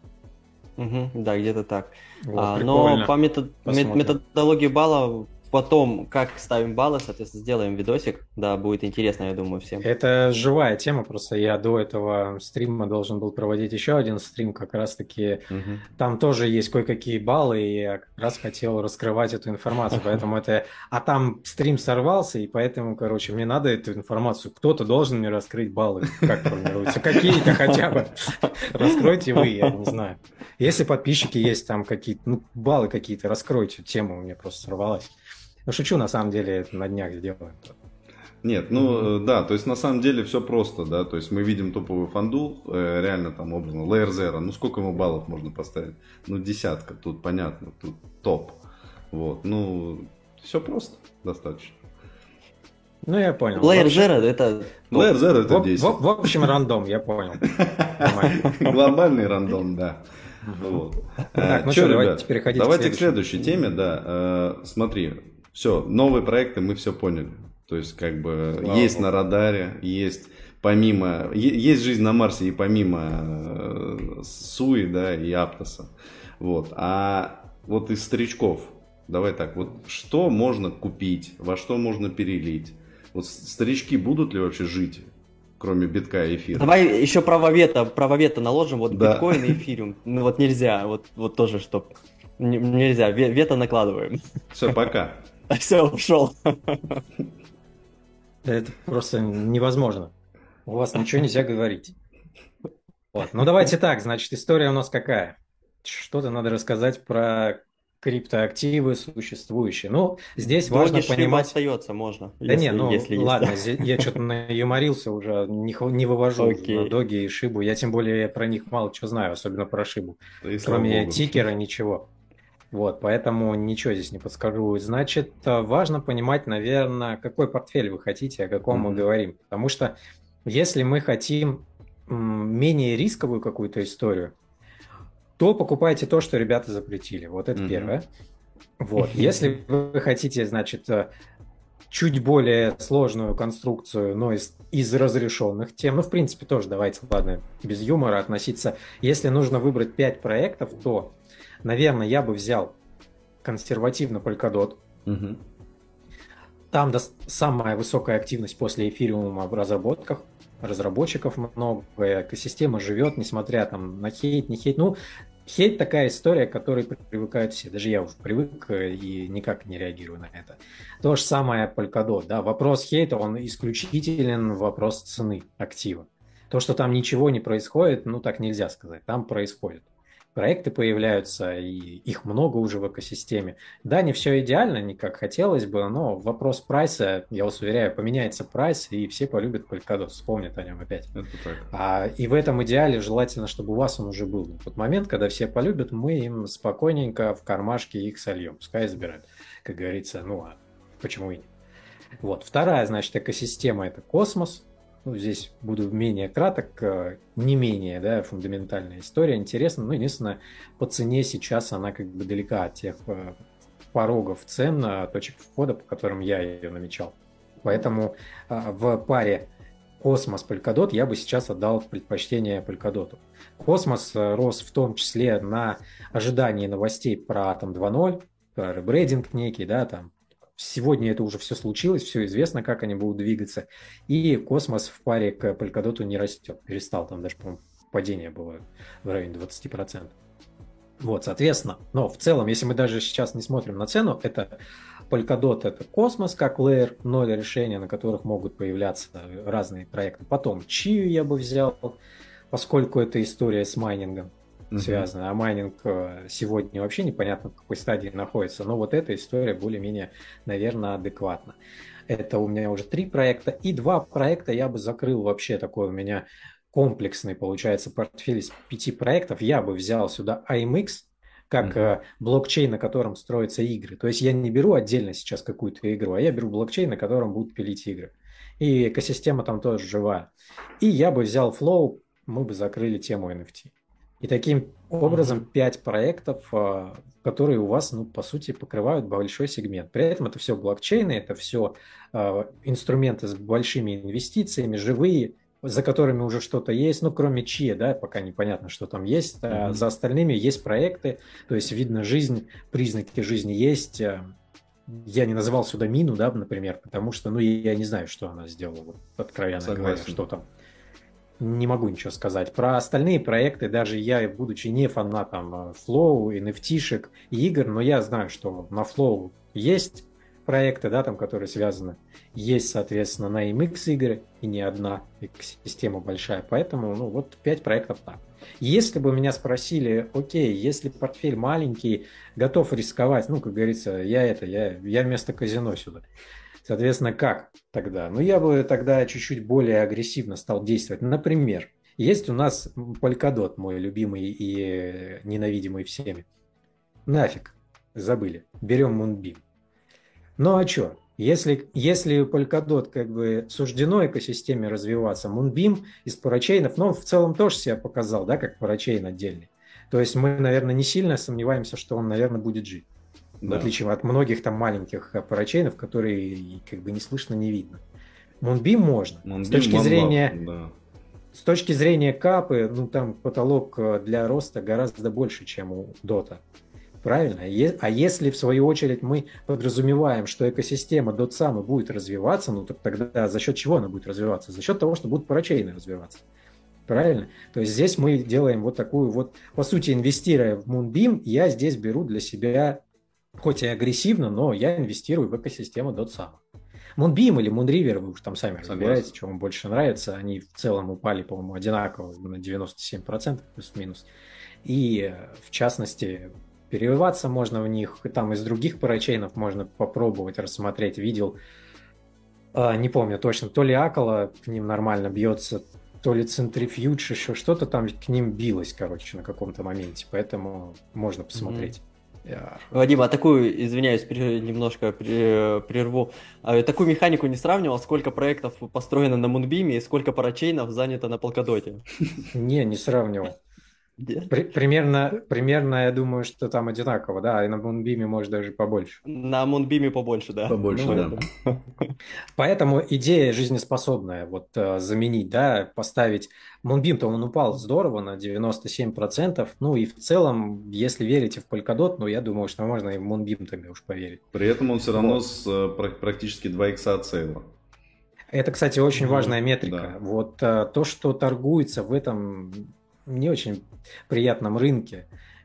Да, где-то так. Вот, Но прикольно. по Посмотрим. методологии балла, потом, как ставим баллы, соответственно, сделаем видосик. Да, будет интересно, я думаю, всем. Это живая тема, просто я до этого стрима должен был проводить еще один стрим, как раз-таки там тоже есть кое-какие баллы, и я как раз хотел раскрывать эту информацию, поэтому это... А там стрим сорвался, и поэтому, короче, мне надо эту информацию, кто-то должен мне раскрыть баллы, как формируются, какие-то хотя бы. Раскройте вы, я не знаю. Если подписчики есть там какие-то, ну, баллы какие-то, раскройте, тема у меня просто сорвалась. Ну, шучу, на самом деле, это на днях сделаем. Нет, ну да, то есть на самом деле все просто, да, то есть мы видим топовый фанду, реально там образно, Layer Zero, ну сколько ему баллов можно поставить? Ну десятка, тут понятно, тут топ, вот, ну все просто достаточно. Ну, я понял. Layer Zero это... Layer Zero это 10. В общем, рандом, я понял. Глобальный рандом, да. Вот. Так, ну Чё, что, давайте ребят, переходить давайте к к следующей теме, да. Смотри, все, новые проекты мы все поняли. То есть, как бы, Слава есть Богу. на радаре, есть помимо, есть жизнь на Марсе и помимо Суи, да, и Аптоса. Вот. А вот из старичков, давай так, вот что можно купить, во что можно перелить? Вот старички будут ли вообще жить, кроме битка и эфира? Давай еще право вето наложим, вот Да. биткоин и эфириум. Ну вот нельзя, вот тоже что. Нельзя, вето накладываем. Все, пока. Все, ушел. Это просто невозможно. У вас ничего нельзя говорить. Вот. Ну, давайте так, значит, история у нас какая? Что-то надо рассказать про криптоактивы существующие. Ну, здесь важно Доги Шиба понимать... остается, можно. Да не, ну если есть. ладно, я что-то юморился уже, не вывожу Окей. на доги и шибу. Я тем более про них мало чего знаю, особенно про шибу. Да и слава Кроме богу. тикера ничего. Вот, поэтому ничего здесь не подскажу. Значит, важно понимать, наверное, какой портфель вы хотите, о каком мы говорим. Потому что если мы хотим менее рисковую какую-то историю, то покупайте то, что ребята запретили. Вот это первое. Вот. Если вы хотите, значит, чуть более сложную конструкцию, но из разрешенных тем, ну, в принципе, тоже давайте, ладно, без юмора относиться. Если нужно выбрать 5 проектов, то, наверное, я бы взял консервативно Polkadot. Там самая высокая активность после эфириума в разработках. разработчиков много, экосистема живет, несмотря там на хейт, не хейт. Ну, хейт такая история, к которой привыкают все. Даже я уже привык и никак не реагирую на это. То же самое Polkadot. Да? Вопрос хейта, он исключителен вопрос цены актива. То, что там ничего не происходит, ну так нельзя сказать. Там происходит. Проекты появляются, и их много уже в экосистеме. Да, не все идеально, не как хотелось бы, но вопрос прайса, я вас уверяю, поменяется прайс, и все полюбят Polkadot, вспомнят о нем опять. Это так. И в этом идеале желательно, чтобы у вас он уже был. В тот момент, когда все полюбят, мы им спокойненько в кармашке их сольем. Пускай забирают, как говорится, ну а почему и нет. Вот. Вторая, значит, экосистема – это космос. Ну, здесь буду менее краток, не менее, да, фундаментальная история, интересно. Но единственное, по цене сейчас она как бы далека от тех порогов цен, точек входа, по которым я ее намечал. Поэтому в паре Космос, Polkadot я бы сейчас отдал предпочтение Polkadot. Космос рос в том числе на ожидании новостей про Atom 2.0, про ребрейдинг некий, да, там. Сегодня это уже все случилось, все известно, как они будут двигаться. И Космос в паре к Polkadot не растет. Перестал, там даже, по-моему, падение было в районе 20%. Вот, соответственно, но в целом, если мы даже сейчас не смотрим на цену, это Polkadot – это Космос, как Layer 0 решения, на которых могут появляться разные проекты. Потом Чию я бы взял, поскольку это история с майнингом связана. А майнинг сегодня вообще непонятно, в какой стадии находится. Но вот эта история более-менее, наверное, адекватна. Это у меня уже 3 проекта. И 2 проекта я бы закрыл вообще. Такой у меня комплексный, получается, портфель из 5 проектов. Я бы взял сюда AMX, как блокчейн, на котором строятся игры. То есть я не беру отдельно сейчас какую-то игру, а я беру блокчейн, на котором будут пилить игры. И экосистема там тоже живая. И я бы взял Flow, мы бы закрыли тему NFT. И таким образом 5 проектов, которые у вас, ну, по сути, покрывают большой сегмент. При этом это все блокчейны, это все инструменты с большими инвестициями, живые, за которыми уже что-то есть, ну, кроме Чьи, да, пока непонятно, что там есть. За остальными есть проекты, то есть видно жизнь, признаки жизни есть. Я не называл сюда Мину, да, например, потому что, ну, я не знаю, что она сделала, вот, откровенно говоря, что там. Не могу ничего сказать. Про остальные проекты, даже я, будучи не фанатом Flow, NFT-шек и игр, но я знаю, что на Flow есть проекты, да, там, которые связаны. Есть, соответственно, на MX игры, и не одна экосистема большая. Поэтому, ну, вот 5 проектов так. Если бы меня спросили, окей, если портфель маленький, готов рисковать, ну, как говорится, я вместо казино сюда. Соответственно, как тогда? Ну, я бы тогда чуть-чуть более агрессивно стал действовать. Например, есть у нас Polkadot, мой любимый и ненавидимый всеми. Нафиг, забыли. Берем Moonbeam. Ну, а что? Если Polkadot как бы суждено экосистеме развиваться, Moonbeam из парачейнов, ну, в целом тоже себя показал, да, как парачейн отдельный. То есть мы, наверное, не сильно сомневаемся, что он, наверное, будет жить. В отличие от многих там маленьких парачейнов, которые как бы не слышно, не видно. Moonbeam можно. С точки зрения капы, ну там потолок для роста гораздо больше, чем у Дота. Правильно? А если, в свою очередь, мы подразумеваем, что экосистема DotSam будет развиваться, ну так тогда за счет чего она будет развиваться? За счет того, что будут парачейны развиваться. Правильно? То есть здесь мы делаем вот такую вот, по сути, инвестируя в Moonbeam, я здесь беру для себя, хоть и агрессивно, но я инвестирую в экосистему DotSam. Moonbeam или Moonriver, вы уж там сами разбираете, что вам больше нравится. Они в целом упали, по-моему, одинаково на 97% плюс-минус. И, в частности, переливаться можно в них. И там из других парачейнов можно попробовать рассмотреть. Видел, не помню точно, то ли Акала к ним нормально бьется, то ли Centrifuge, еще что-то там к ним билось, короче, на каком-то моменте. Поэтому можно посмотреть. Вадим, а такую, извиняюсь, немножко прерву, такую механику не сравнивал, сколько проектов построено на Moonbeam и сколько парачейнов занято на Polkadot? Не сравнивал. Примерно, я думаю, что там одинаково, да, и на Moonbeam может даже побольше. На Moonbeam побольше, да. Побольше, да. Поэтому идея жизнеспособная, вот заменить, да, поставить Moonbeam-то он упал здорово на 97%, ну и в целом, если верите в Polkadot, ну я думаю, что можно и в Moonbeam тогда уж поверить. При этом он все равно с практически 2 икса от сейла. Это, кстати, очень важная метрика. Да. Вот то, что торгуется в этом не очень приятном рынке,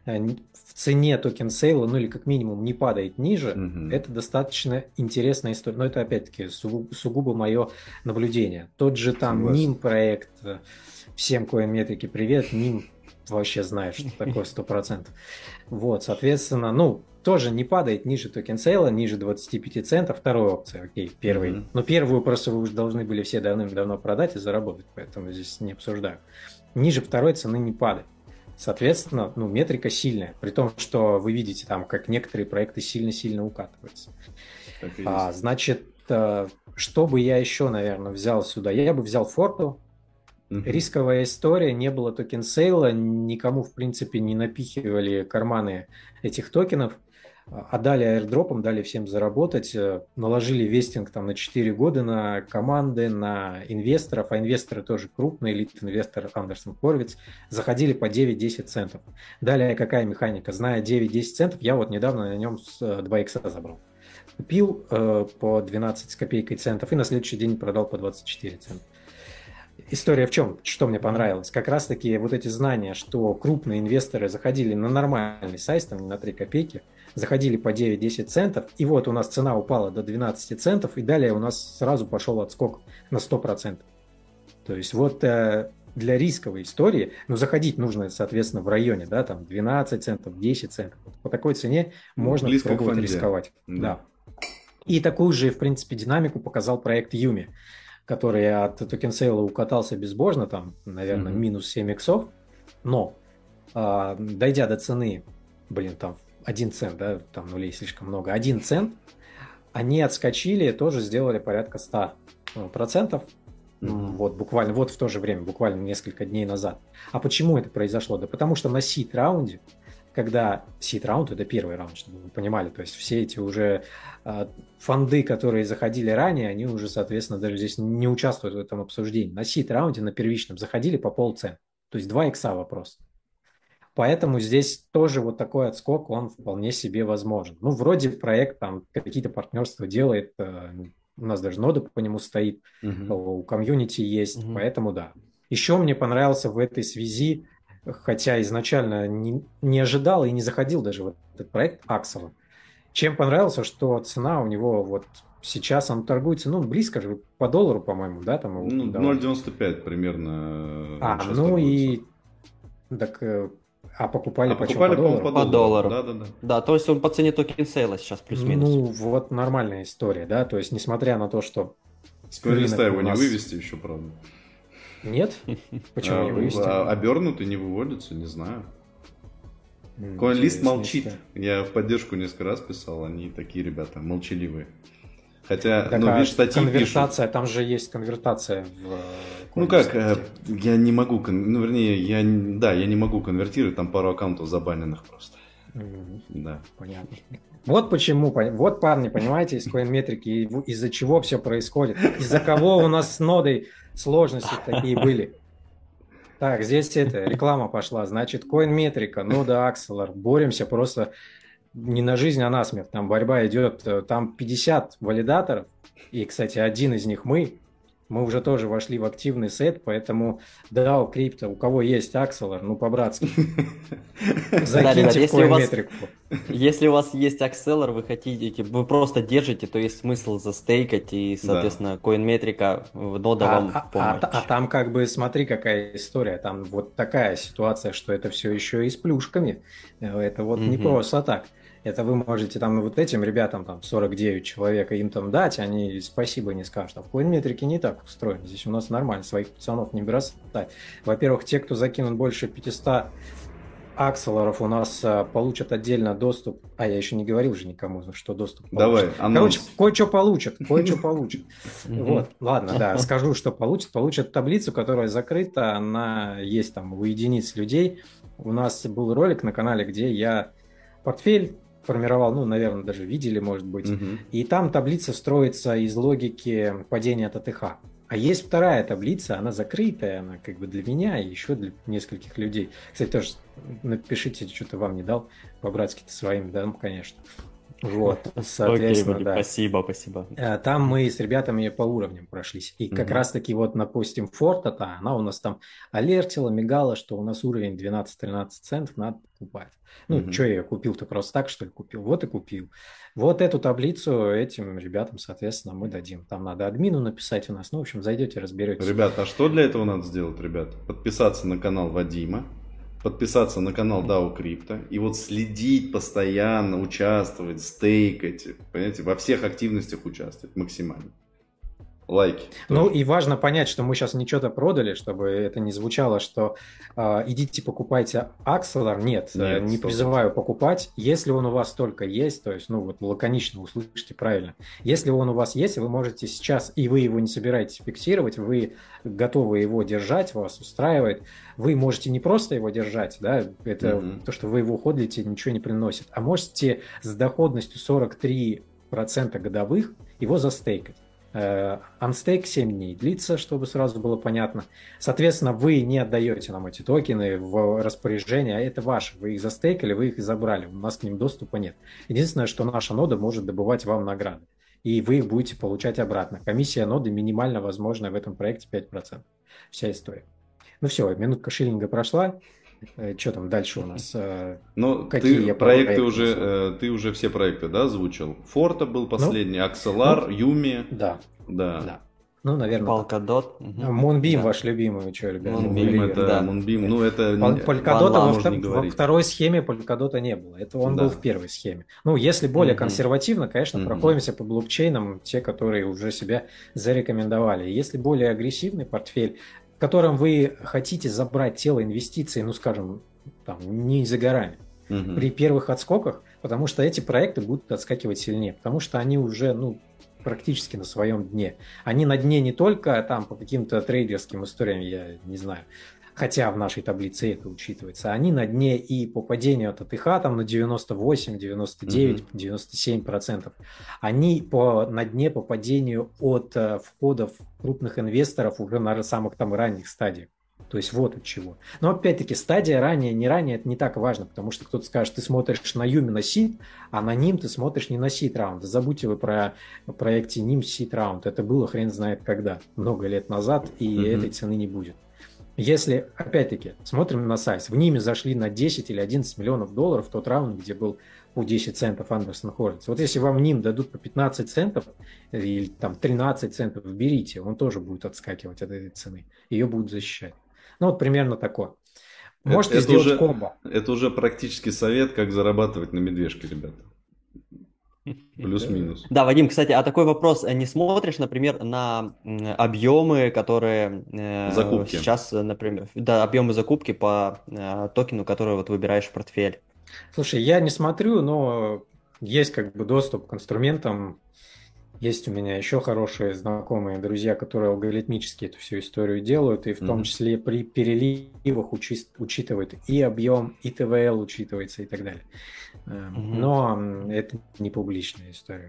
в цене токен сейла, ну или как минимум не падает ниже, Мгм. это достаточно интересная история. Но это опять-таки сугубо мое наблюдение. Тот же там Согласен. NIM проект, всем CoinMetrics привет, NIM вообще знает, что такое 100%. Вот, соответственно, ну, тоже не падает ниже токен сейла, ниже 25 центов. Второй опции, окей, первый. Мгм. Но первую просто вы уже должны были все давным-давно продать и заработать, поэтому здесь не обсуждаю. Ниже второй цены не падает. Соответственно, ну, метрика сильная, при том, что вы видите там, как некоторые проекты сильно-сильно укатываются. Так и есть. Значит, что бы я еще, наверное, взял сюда? Я бы взял Форту. Мгм. Рисковая история, не было токен сейла, никому, в принципе, не напихивали карманы этих токенов, отдали аирдропом, дали всем заработать, наложили вестинг там на 4 года на команды, на инвесторов, а инвесторы тоже крупные, элит-инвестор Андерсон Хорвиц, заходили по 9-10 центов. Далее какая механика? Зная 9-10 центов, я вот недавно на нем с 2 икса забрал. Купил по 12 с копейкой центов и на следующий день продал по 24 цента. История в чем? Что мне понравилось? Как раз-таки вот эти знания, что крупные инвесторы заходили на нормальный сайт, там не на 3 копейки, заходили по 9-10 центов, и вот у нас цена упала до 12 центов, и далее у нас сразу пошел отскок на 100%. То есть вот для рисковой истории, ну, заходить нужно, соответственно, в районе, да, там 12 центов, 10 центов. Вот по такой цене можно Близко к пробовать фонде. рисковать. Да. Да. И такую же, в принципе, динамику показал проект Юми, который от токен-сейла укатался безбожно, там, наверное, Мгм. минус 7 иксов, но дойдя до цены, там 1 цент, да, там нулей слишком много, 1 цент, они отскочили, тоже сделали порядка 100%, Мгм. вот буквально, вот в то же время, буквально несколько дней назад. А почему это произошло? Да потому что на сид-раунде, когда сид-раунд это первый раунд, чтобы вы понимали, то есть все эти уже фонды, которые заходили ранее, они уже, соответственно, даже здесь не участвуют в этом обсуждении. На сид-раунде, на первичном, заходили по полцента, то есть 2 икса вопрос. Поэтому здесь тоже вот такой отскок, он вполне себе возможен. Ну, вроде проект там какие-то партнерства делает, у нас даже нода по нему стоит, Мгм. у комьюнити есть, Мгм. поэтому да. Еще мне понравился в этой связи, хотя изначально не ожидал и не заходил даже в этот проект Axel. Чем понравился, что цена у него вот сейчас он торгуется, ну, близко же по доллару, по-моему, да, там его Ну, давали. 0,95 примерно он сейчас Ну торгуется. и так, покупали А почем? покупали, По по-моему, доллару? По доллару. Да-да-да. Да, то есть он по цене токен сейла сейчас плюс-минус. Ну, вот нормальная история, да, то есть несмотря на то, что С CoinList'а рынок его у не нас- вывести еще, правда. нет, почему не вывести? Обернутый не выводится, не знаю. CoinList Интересная молчит. история. Я в поддержку несколько раз писал, они такие ребята, молчаливые. Хотя, Так, ну, а видишь, статьи пишут. конвертация, там же есть конвертация в Ну как, CoinList. я не могу, ну вернее, я не могу конвертировать, там пару аккаунтов забаненных просто. Да. Понятно. Вот почему, вот парни, понимаете, из CoinMetrics, из-за чего все происходит, из-за кого у нас с нодой сложности такие были. Так, здесь реклама пошла, значит, CoinMetrics, нода Axelar, боремся просто не на жизнь, а на смерть, там борьба идет, там 50 валидаторов, и, кстати, один из них мы уже тоже вошли в активный сет, поэтому DAO, крипто, у кого есть Axelar, ну, по-братски, ребят, закиньте в CoinMetrics. Если у вас есть Axelar, вы хотите, вы просто держите, то есть смысл застейкать, и, соответственно, CoinMetrics нода вам в помощь. А там как бы, смотри, какая история, там вот такая ситуация, что это все еще и с плюшками, это вот не просто так. Это вы можете там вот этим ребятам, там 49 человек, им там дать, они спасибо не скажут. А в CoinMetrics не так устроено. Здесь у нас нормально, своих пацанов не бросать. Во-первых, те, кто закинут больше 500 акселеров, у нас получат отдельно доступ. А я еще не говорил же никому, что доступ получат. Давай, анонс. Короче, кое-что получат, Вот, ладно, да, скажу, что получат. Получат таблицу, которая закрыта, она есть там у единиц людей. У нас был ролик на канале, где я портфель формировал, ну, наверное, даже видели, может быть. И там таблица строится из логики падения ТТХ. А есть вторая таблица, она закрытая, она как бы для меня и еще для нескольких людей. Кстати, тоже напишите, что-то вам не дал, по-братски-то своим, да, конечно. Вот, Окей, соответственно, Вадим, да. спасибо. Там мы с ребятами по уровням прошлись. И как Мгм. раз-таки вот, допустим, Форта, она у нас там алертила, мигала, что у нас уровень 12-13 центов, надо покупать. Ну, что Мгм. я ее купил? Ты просто так, что ли, купил? Вот и купил. Вот эту таблицу этим ребятам, соответственно, мы дадим. Там надо админу написать у нас. Ну, в общем, зайдете, разберетесь. Ребят, а что для этого надо сделать, ребят? Подписаться на канал Вадима, подписаться на канал DAO Crypto и вот следить постоянно, участвовать, стейкать, понимаете, во всех активностях участвовать максимально. Лайки Ну тоже. и важно понять, что мы сейчас не что-то продали, чтобы это не звучало, что идите покупайте Axelar. Нет, Нет, не 100%. призываю покупать. Если он у вас только есть, то есть, ну вот лаконично услышите правильно. Если он у вас есть, вы можете сейчас, и вы его не собираетесь фиксировать, вы готовы его держать, вас устраивает, вы можете не просто его держать, да, это Мгм. то, что вы его ходлите, ничего не приносит, а можете с доходностью 43% годовых его застейкать. Unstake 7 дней длится, чтобы сразу было понятно. Соответственно, вы не отдаете нам эти токены в распоряжение, а это ваши. Вы их застейкали, вы их забрали. У нас к ним доступа нет. Единственное, что наша нода может добывать вам награды. И вы их будете получать обратно. Комиссия ноды минимально возможная в этом проекте 5%. Вся история. Ну все, минутка шиллинга прошла. Что там дальше у нас? Но Какие ты я проекты проекты уже, несу? ты уже все проекты, да, озвучил? Форта был Ну, последний, Axelar, Юми, да, да. да. Ну, наверное, так. Polkadot. Moonbeam Да. ваш любимый, вы что, ребята? Moonbeam, Moonbeam Привет. это да. Moonbeam, ну это Полькадота Ван можно не во говорить. второй схеме Полькадота не было. Это он был Да. в первой схеме. Ну, если более Мгм. консервативно, конечно, Мгм. проходимся по блокчейнам, те, которые уже себя зарекомендовали. Если более агрессивный портфель, в котором вы хотите забрать тело инвестиций, ну, скажем, там, не за горами, Мгм. при первых отскоках, потому что эти проекты будут отскакивать сильнее, потому что они уже, ну, практически на своем дне. Они на дне не только там по каким-то трейдерским историям, я не знаю, хотя в нашей таблице это учитывается, они на дне и по падению от АТХ там на 98, 99, 97%. Они на дне по падению от входов крупных инвесторов уже на самых там ранних стадиях. То есть вот от чего. Но опять-таки стадия ранее, не ранее, это не так важно, потому что кто-то скажет, ты смотришь на Юми на сид, а на ним ты смотришь не на сид раунд. Забудьте вы про проекте ним сид раунд. Это было хрен знает когда, много лет назад, и этой цены не будет. Если, опять-таки, смотрим на сайз, в ними зашли на 10 или 11 миллионов долларов в тот раунд, где был по 10 центов Андерсон Хорвиц. Вот если вам ним дадут по 15 центов или там 13 центов, берите, он тоже будет отскакивать от этой цены. Ее будут защищать. Ну, вот примерно такое. Можете сделать комбо. Это уже практически совет, как зарабатывать на медвежке, ребята. Плюс-минус. Да, Вадим, кстати, а такой вопрос. Не смотришь, например, на объемы, которые Закупки. сейчас, например, да, объемы закупки по токену, который вот выбираешь в портфель? Слушай, я не смотрю, но есть как бы доступ к инструментам. Есть у меня еще хорошие знакомые друзья, которые алгоритмически эту всю историю делают, и в том числе при переливах учитывают и объем, и ТВЛ учитывается и так далее. Но это не публичная история.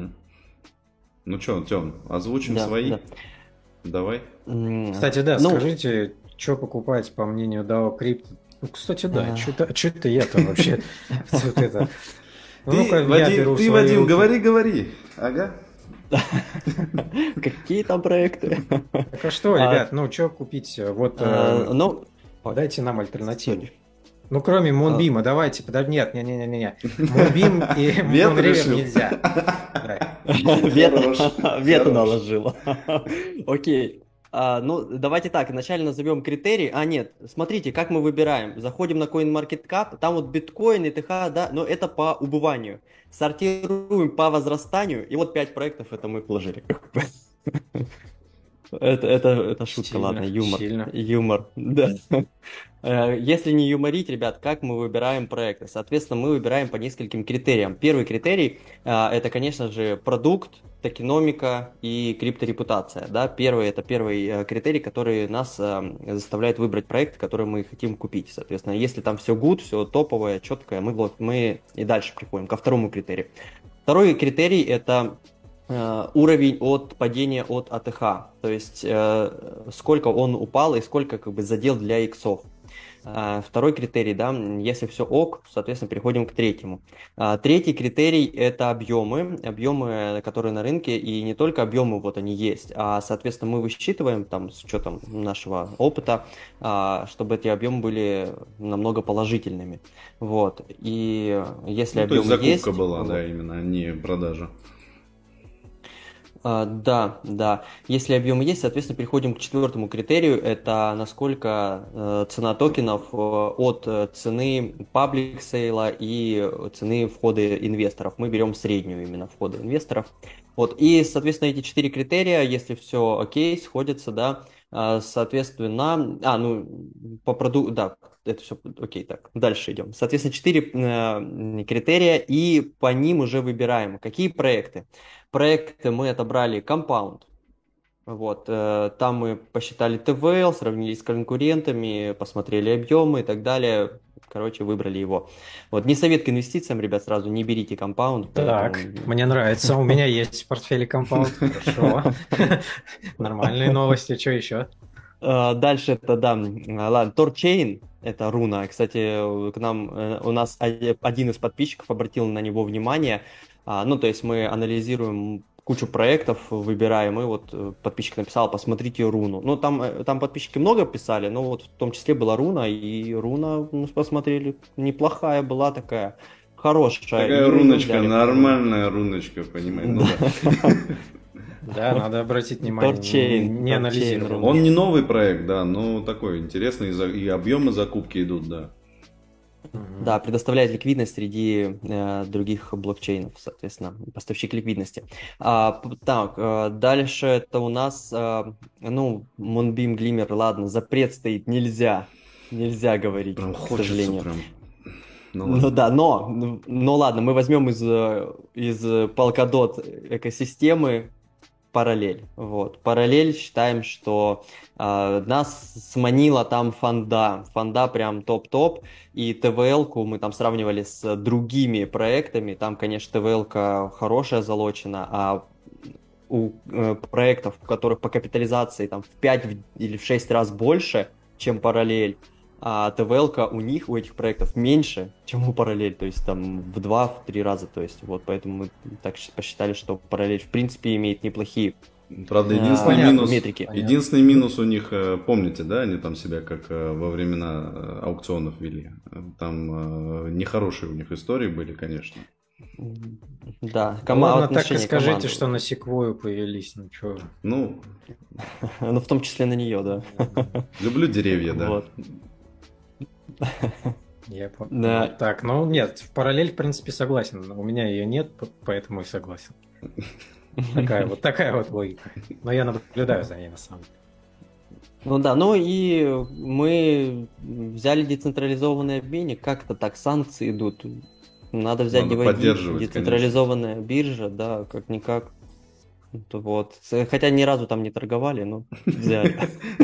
Ну что, Тём, озвучим Да, свои? да. Давай. Кстати, да, Ну, скажите, что покупать по мнению DAO Crypto? Ну, кстати, да, что это я-то вообще? Вот это. Ну-ка, я беру Ты, свои Вадим, руки. говори. Ага. какие там проекты? Так а что, ребят, ну что купить? Вот Ну, дайте нам альтернативу. sorry. Ну, кроме Moonbeam, давайте, нет, не. Moonbeam и Ветер Moonriver решил? нельзя. Да. Вето наложила. Окей. Ну, давайте так, вначале назовем критерии. Нет, смотрите, как мы выбираем. Заходим на CoinMarketCap, там вот биткоин, ЭТХ, да, но это по убыванию. Сортируем по возрастанию, и вот 5 проектов это мы вложили. Это шутка, Сильно, ладно, юмор. сильно. Юмор, да. Если не юморить, ребят, как мы выбираем проекты? Соответственно, мы выбираем по нескольким критериям. Первый критерий это, конечно же, продукт, токеномика и крипторепутация. Да? Это первый критерий, который нас заставляет выбрать проект, который мы хотим купить. Соответственно, если там все good, все топовое, четкое, мы и дальше приходим ко второму критерию. Второй критерий это уровень от падения от АТХ, то есть сколько он упал и сколько как бы задел для иксов. Второй критерий, да, если все ок, соответственно, переходим к третьему. Третий критерий – это объемы, которые на рынке, и не только объемы, вот они есть, а, соответственно, мы высчитываем там с учетом нашего опыта, чтобы эти объемы были намного положительными. Вот. И если Ну, то есть объемы закупка есть, была, вот, да, именно, а не продажа. Да, да. Если объемы есть, соответственно, переходим к четвертому критерию. Это насколько цена токенов от цены паблик сейла и цены входа инвесторов. Мы берем среднюю именно входа инвесторов. Вот. И, соответственно, эти четыре критерия, если все окей, сходятся, да, соответственно, ну, по продукту, да, это все окей, так, дальше идем. Соответственно, четыре критерия, и по ним уже выбираем, какие проекты. Проекты мы отобрали Compound. Вот, там мы посчитали ТВЛ, сравнили с конкурентами, посмотрели объемы и так далее. Короче, выбрали его. Вот, не совет к инвестициям, ребят, сразу не берите Compound. Так, Поэтому... мне нравится. У меня есть в портфеле компаунд. Хорошо. Нормальные новости. Что еще? Дальше это, да, ладно, Торчейн, это руна. Кстати, к нам, у нас один из подписчиков обратил на него внимание. Ну, то есть мы анализируем кучу проектов, выбираем, и вот подписчик написал, посмотрите руну. Ну, там подписчики много писали, но вот в том числе была руна, и руна, мы посмотрели, неплохая была такая, хорошая. Такая И руночка, взяли. нормальная руночка, понимаете? Ну, да. Да, надо обратить внимание, Торчейн, не анализировать. Торчейн. Он не новый проект, да, но такой интересный, и объемы закупки идут, да. Да, предоставляет ликвидность среди других блокчейнов, соответственно, поставщик ликвидности. Дальше это у нас, ну, Moonbeam Glimmer, ладно, запрет стоит, нельзя говорить, Прям к хочется, сожалению. прям. Ну, Ну ладно. да, но ладно, мы возьмем из Polkadot экосистемы параллель. Вот. Параллель считаем, что нас сманила там фонда. Фонда прям топ-топ. И ТВЛ-ку мы там сравнивали с другими проектами. Там, конечно, ТВЛ-ка хорошая залочена, а у проектов, у которых по капитализации там в 5 или в 6 раз больше, чем параллель, а ТВЛ-ка у этих проектов меньше, чем у параллель, то есть там в 2-3 раза, то есть вот поэтому мы так посчитали, что параллель в принципе имеет неплохие Правда, метрики. единственный минус у них, помните, да, они там себя как во времена аукционов вели. Там нехорошие у них истории были, конечно. Да, Ладно, так и отношение скажите, команды. что на секвою повелись, ну что. Ну, Ну, в том числе на нее, да. люблю деревья, да. Вот. Я понял. Да. Так, ну нет, в параллель, в принципе, согласен. У меня ее нет, поэтому и согласен. Такая вот логика. Но я наблюдаю за ней на самом деле. Ну да, ну и мы взяли децентрализованный обменник, как-то так санкции идут. Надо взять Надо DYDX, поддерживать, децентрализованная биржа, да, как-никак. Вот. Хотя ни разу там не торговали, но взяли.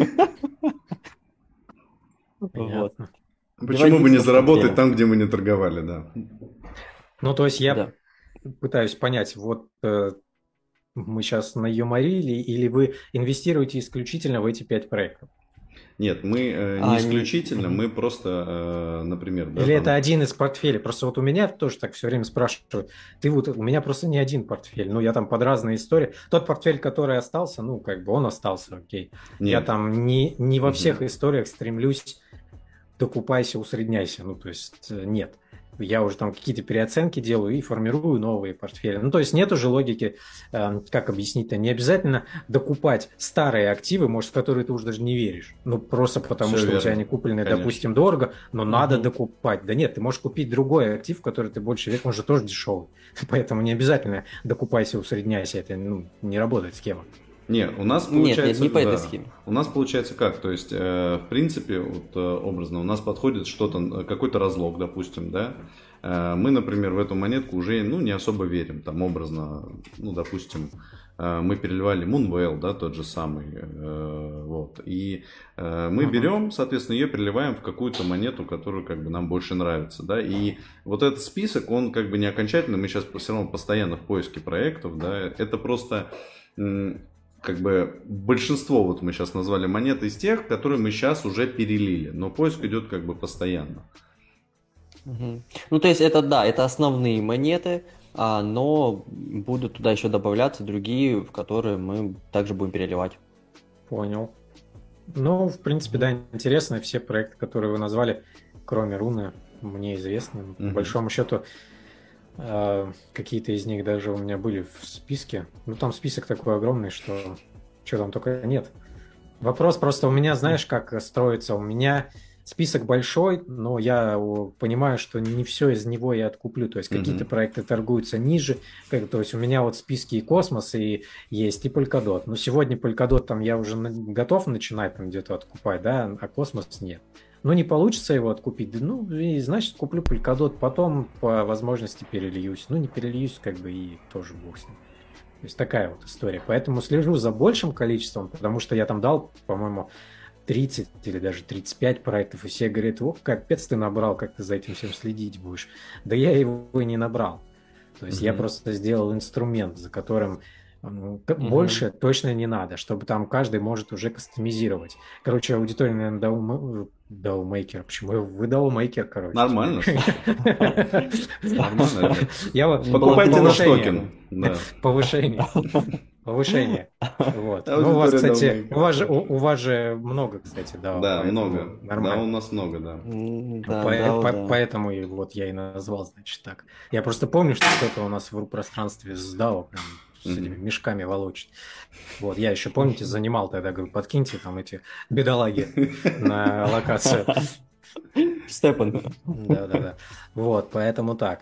Вот. Понятно. Почему бы не DYDX заработать проблема. там, где мы не торговали, да. Ну, то есть я Да. пытаюсь понять, вот мы сейчас наюморили, или вы инвестируете исключительно в эти 5 проектов? Нет, мы не исключительно, мы просто, например... Да, Или там... это один из портфелей? Просто вот у меня тоже так все время спрашивают. У меня просто не один портфель. Ну, я там под разные истории. Тот портфель, который остался, ну, как бы он остался, окей. Нет. Я там не во всех историях стремлюсь докупайся, усредняйся. Ну, то есть нет. Я уже там какие-то переоценки делаю и формирую новые портфели. Ну, то есть нет уже логики, как объяснить-то, не обязательно докупать старые активы, может, в которые ты уже даже не веришь. Ну, просто потому, Всё что верно. у тебя они куплены, Конечно. допустим, дорого, но надо докупать. Да нет, ты можешь купить другой актив, в который ты больше веришь, он же тоже дешевый. Поэтому не обязательно докупайся, усредняйся. Это не работает схема. Нет, у нас Нет, получается... не по этой да. схеме. У нас получается как? То есть, в принципе, вот, образно, у нас подходит что-то, какой-то разлог, допустим, да? Мы, например, в эту монетку уже, ну, не особо верим, там, образно, ну, допустим, мы переливали Moonwell, да, тот же самый, вот, и мы берем, соответственно, ее переливаем в какую-то монету, которую, как бы, нам больше нравится, да, и вот этот список, он, как бы, не окончательный, мы сейчас все равно постоянно в поиске проектов, да, это просто... как бы большинство, вот мы сейчас назвали монет из тех, которые мы сейчас уже перелили, но поиск идет как бы постоянно. Мгм. Ну, то есть это да, это основные монеты, но будут туда еще добавляться другие, в которые мы также будем переливать. Понял. Ну, в принципе, да, интересно. Все проекты, которые вы назвали, кроме Руны, мне известны. По большому счету, какие-то из них даже у меня были в списке. Ну, там список такой огромный, что там только нет. Вопрос просто у меня, знаешь, как строится? У меня список большой, но я понимаю, что не все из него я откуплю. То есть какие-то проекты торгуются ниже. То есть у меня вот в списке и Космос, и есть, и Polkadot. Но сегодня Polkadot там я уже готов начинать там где-то откупать, да, а Космос нет. Ну, не получится его откупить, ну, и значит, куплю Polkadot, потом по возможности перельюсь. Ну, не перельюсь, как бы, и тоже бог с ним. То есть такая вот история. Поэтому слежу за большим количеством, потому что я там дал, по-моему, 30 или даже 35 проектов, и все говорят: о, капец ты набрал, как ты за этим всем следить будешь. Да я его и не набрал. То есть я просто сделал инструмент, за которым больше точно не надо, чтобы там каждый может уже кастомизировать. Короче, аудитория, наверное, DAO-мейкер. Почему вы DAO-мейкер, короче? Нормально. Нормально. Покупайте наш токен. Повышение. Вот. Ну, у вас, кстати, у вас же много, кстати, DAO. Да, много. Да, у нас много, да. Поэтому вот я и назвал, значит, так. Я просто помню, что кто-то у нас в пространстве с DAO прям с этими мешками волочит. Вот, я еще, помните, занимал тогда, говорю, подкиньте там эти бедолаги на локацию. Степан. Да. Вот, поэтому так.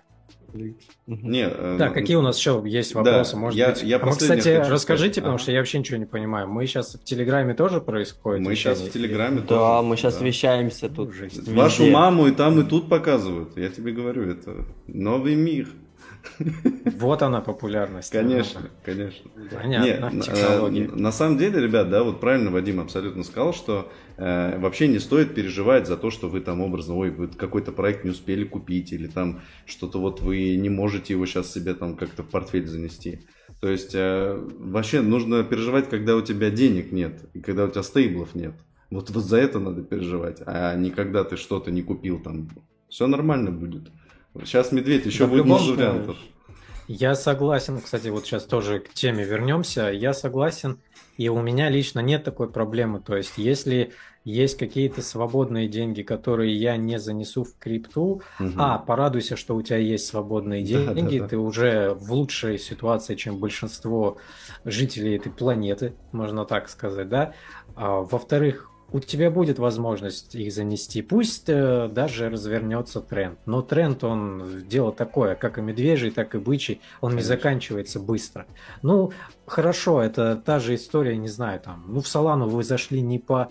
Не, так, какие у нас еще есть вопросы? Да, может быть? Кстати, расскажите, потому что я вообще ничего не понимаю. Мы сейчас в Телеграме тоже происходит? Мы сейчас в Телеграме тоже. Да, мы сейчас вещаемся тут. Вашу маму и там, и тут показывают. Я тебе говорю, это новый мир. Вот она популярность. Конечно. Понятно, технологии. На самом деле, ребят, да, вот правильно Вадим абсолютно сказал, что вообще не стоит переживать за то, что вы там образно, вы какой-то проект не успели купить, или там что-то вот вы не можете его сейчас себе там как-то в портфель занести. То есть вообще нужно переживать, когда у тебя денег нет, и когда у тебя стейблов нет. Вот за это надо переживать, а не когда ты что-то не купил там. Все нормально будет. Сейчас медведь, еще будет много вариантов. Я согласен, кстати, вот сейчас тоже к теме вернемся. Я согласен, и у меня лично нет такой проблемы. То есть, если есть какие-то свободные деньги, которые я не занесу в крипту, порадуйся, что у тебя есть свободные деньги, ты уже в лучшей ситуации, чем большинство жителей этой планеты, можно так сказать, да. Во-вторых, у тебя будет возможность их занести. Пусть даже развернется тренд. Но тренд, он дело такое, как и медвежий, так и бычий. Он не заканчивается быстро. Ну, хорошо, это та же история, не знаю, там. Ну, в Solana вы зашли не по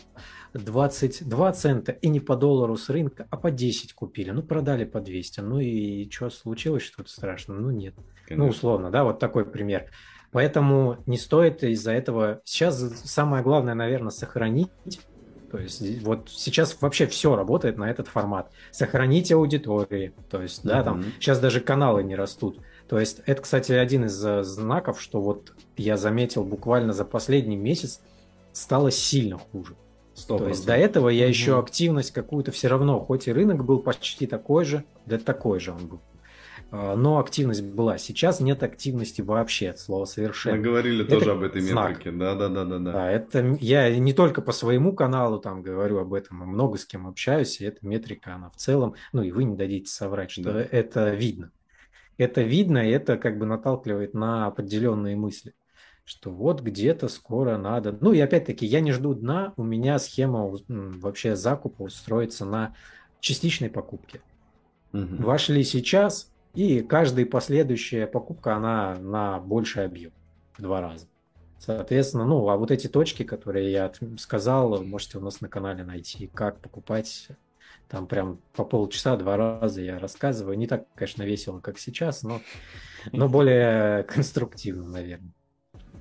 22 цента и не по доллару с рынка, а по 10 купили. Ну, продали по 200. Ну и что, случилось что-то страшное? Ну, нет. Конечно. Ну, условно, да, вот такой пример. Поэтому не стоит из-за этого... Сейчас самое главное, наверное, сохранить. То есть вот сейчас вообще все работает на этот формат. Сохранить аудитории. То есть, да, там сейчас даже каналы не растут. То есть это, кстати, один из знаков, что вот я заметил буквально за последний месяц стало сильно хуже. 100%. То есть до этого я еще активность какую-то все равно, хоть и рынок был почти такой же, да такой же он был. Но активность была. Сейчас нет активности вообще, от слова совершенно. Мы говорили это тоже об этой метрике. Да. Это я не только по своему каналу там говорю об этом, и много с кем общаюсь, и эта метрика, она в целом, ну и вы не дадите соврать, что это видно. Это видно, и это как бы наталкивает на определенные мысли, что вот где-то скоро надо. Ну и опять-таки, я не жду дна, у меня схема вообще закупа устроится на частичной покупке. Вошли сейчас, и каждая последующая покупка, она на больший объем, в 2 раза. Соответственно, ну, а вот эти точки, которые я сказал, можете у нас на канале найти, как покупать. Там прям по полчаса, 2 раза я рассказываю. Не так, конечно, весело, как сейчас, но более конструктивно, наверное.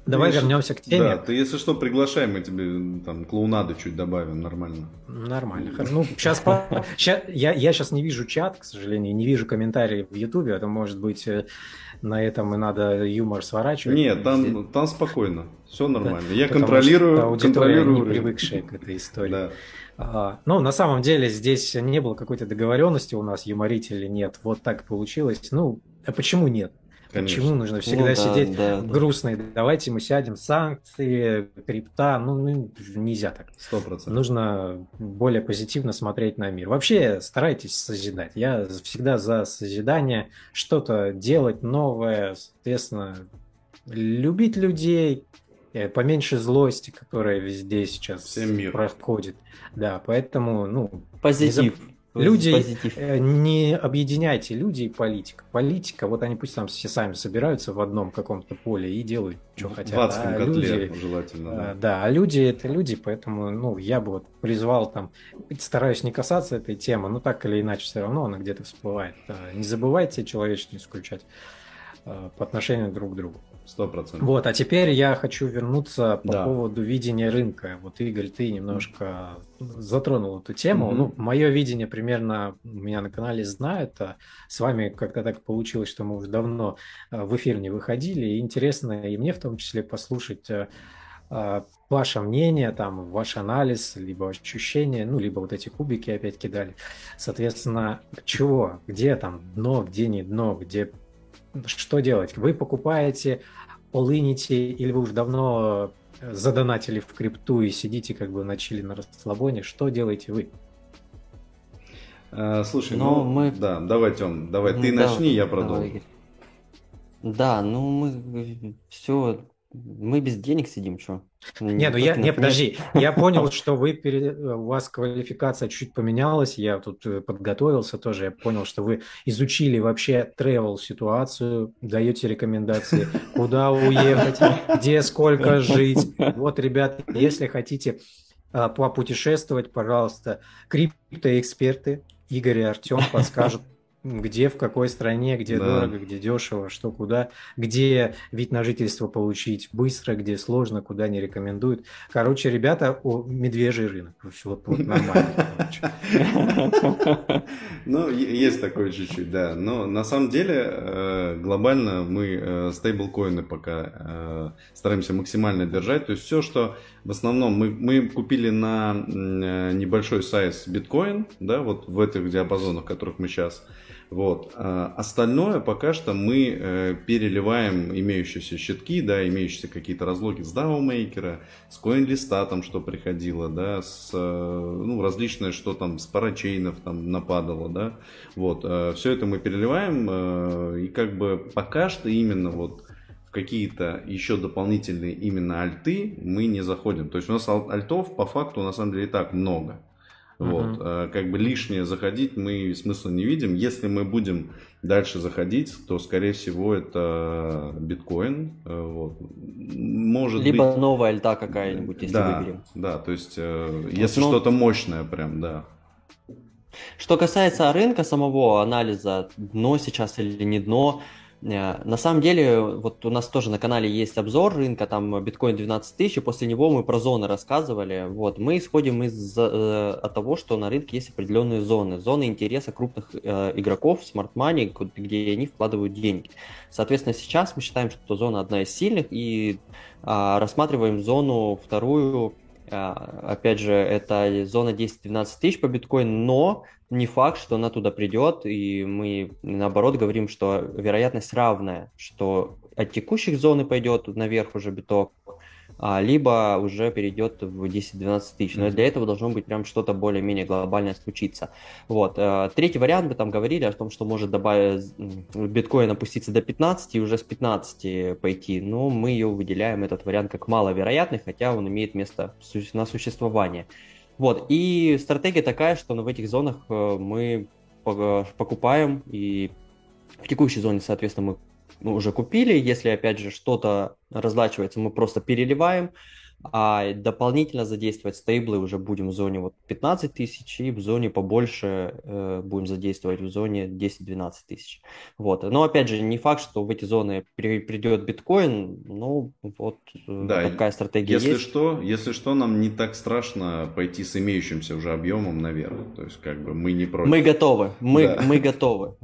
Давай вернемся к теме. Да, ты, если что, приглашай, мы тебе там клоунаду чуть добавим, нормально. Нормально. Ну, сейчас я сейчас не вижу чат, к сожалению, не вижу комментариев в Ютубе. Это может быть на этом и надо юмор сворачивать. Нет, там спокойно, все нормально. Я Потому что контролирую аудитория не рынок. привыкшая к этой истории. Да. Ну, на самом деле здесь не было какой-то договоренности у нас, юморить или нет. Вот так получилось. Ну, а почему нет? Конечно. Почему нужно всегда сидеть грустный? Давайте мы сядем, санкции, крипта. Ну, нельзя так. 100%. Нужно более позитивно смотреть на мир. Вообще старайтесь созидать. Я всегда за созидание, что-то делать новое, соответственно, любить людей, поменьше злости, которая везде сейчас проходит. Да, поэтому, ну... Позитив. Люди, позитив. Не объединяйте людей и политика. Политика, вот они пусть там все сами собираются в одном каком-то поле и делают, что хотят. В адском котле, люди, желательно. Да, а люди это люди, поэтому, ну, я бы вот призвал там, стараюсь не касаться этой темы, но так или иначе все равно она где-то всплывает. Не забывайте человечность включать по отношению друг к другу. 100%. Вот, а теперь я хочу вернуться по поводу видения рынка. Вот, Игорь, ты немножко затронул эту тему. Ну, мое видение примерно у меня на канале знают. А с вами как-то так получилось, что мы уже давно в эфир не выходили. И интересно и мне в том числе послушать ваше мнение, там, ваш анализ, либо ощущения, ну, либо вот эти кубики опять кидали. Соответственно, чего? Где там дно, где не дно, где... Что делать? Вы покупаете, полыните, или вы уже давно задонатили в крипту и сидите как бы на чили, на расслабоне? Что делаете вы? Слушай, да, давай, Тём, давай, ты начни, я продолжу. Да, ну мы все, мы без денег сидим, что? Не, подожди, я понял, что у вас квалификация чуть поменялась, я тут подготовился тоже, я понял, что вы изучили вообще travel ситуацию, даете рекомендации, куда уехать, где сколько жить. Вот, ребят, если хотите попутешествовать, пожалуйста, криптоэксперты Игорь и Артем подскажут, где, в какой стране, где дорого, где дешево, что куда, где вид на жительство получить быстро, где сложно, куда не рекомендуют. Короче, ребята, медвежий рынок. Вот нормально. Ну, есть такое чуть-чуть, да. Но на самом деле глобально мы стейблкоины пока стараемся максимально держать. То есть все, что в основном мы купили на небольшой сайз биткоин, да, вот в этих диапазонах, в которых мы сейчас. Вот. Остальное пока что мы переливаем имеющиеся щитки, да, имеющиеся какие-то разлоги с DAO-мейкера, с CoinList'а там что приходило, да, с различное, что там с парачейнов там нападало, да. Вот. Все это мы переливаем, и как бы пока что именно вот в какие-то еще дополнительные именно альты мы не заходим. То есть у нас альтов по факту на самом деле и так много. Вот, как бы лишнее заходить мы смысла не видим. Если мы будем дальше заходить, то, скорее всего, это биткоин. Вот. Может либо быть... новая альта какая-нибудь, если выберем. Да, то есть, если что-то мощное прям, да. Что касается рынка самого, анализа, дно сейчас или не дно, на самом деле, вот у нас тоже на канале есть обзор рынка, там биткоин 12 тысяч, и после него мы про зоны рассказывали. Вот, мы исходим от того, что на рынке есть определенные зоны интереса крупных игроков, smart money, где они вкладывают деньги. Соответственно, сейчас мы считаем, что зона одна из сильных, и рассматриваем зону вторую. Опять же, это зона 10-12 тысяч по биткоину, но не факт, что она туда придет, и мы наоборот говорим, что вероятность равная, что от текущих зоны пойдет наверх уже биток, либо уже перейдет в 10-12 тысяч. Но для этого должно быть прям что-то более-менее глобальное случиться. Вот. Третий вариант, мы там говорили о том, что может добавить биткоин опуститься до 15 и уже с 15 пойти. Но мы ее выделяем, этот вариант, как маловероятный, хотя он имеет место на существование. Вот. И стратегия такая, что в этих зонах мы покупаем, и в текущей зоне, соответственно, мы уже купили. Если, опять же, что-то разлачивается, мы просто переливаем. а дополнительно задействовать стейблы уже будем в зоне вот 15 тысяч, и в зоне побольше будем задействовать в зоне 10-12 тысяч. Вот. Но опять же, не факт, что в эти зоны придет биткоин, ну вот Да, такая стратегия есть. если что, нам не так страшно пойти с имеющимся уже объемом наверх. То есть, как бы мы не Мы против. готовы, Да. мы готовы.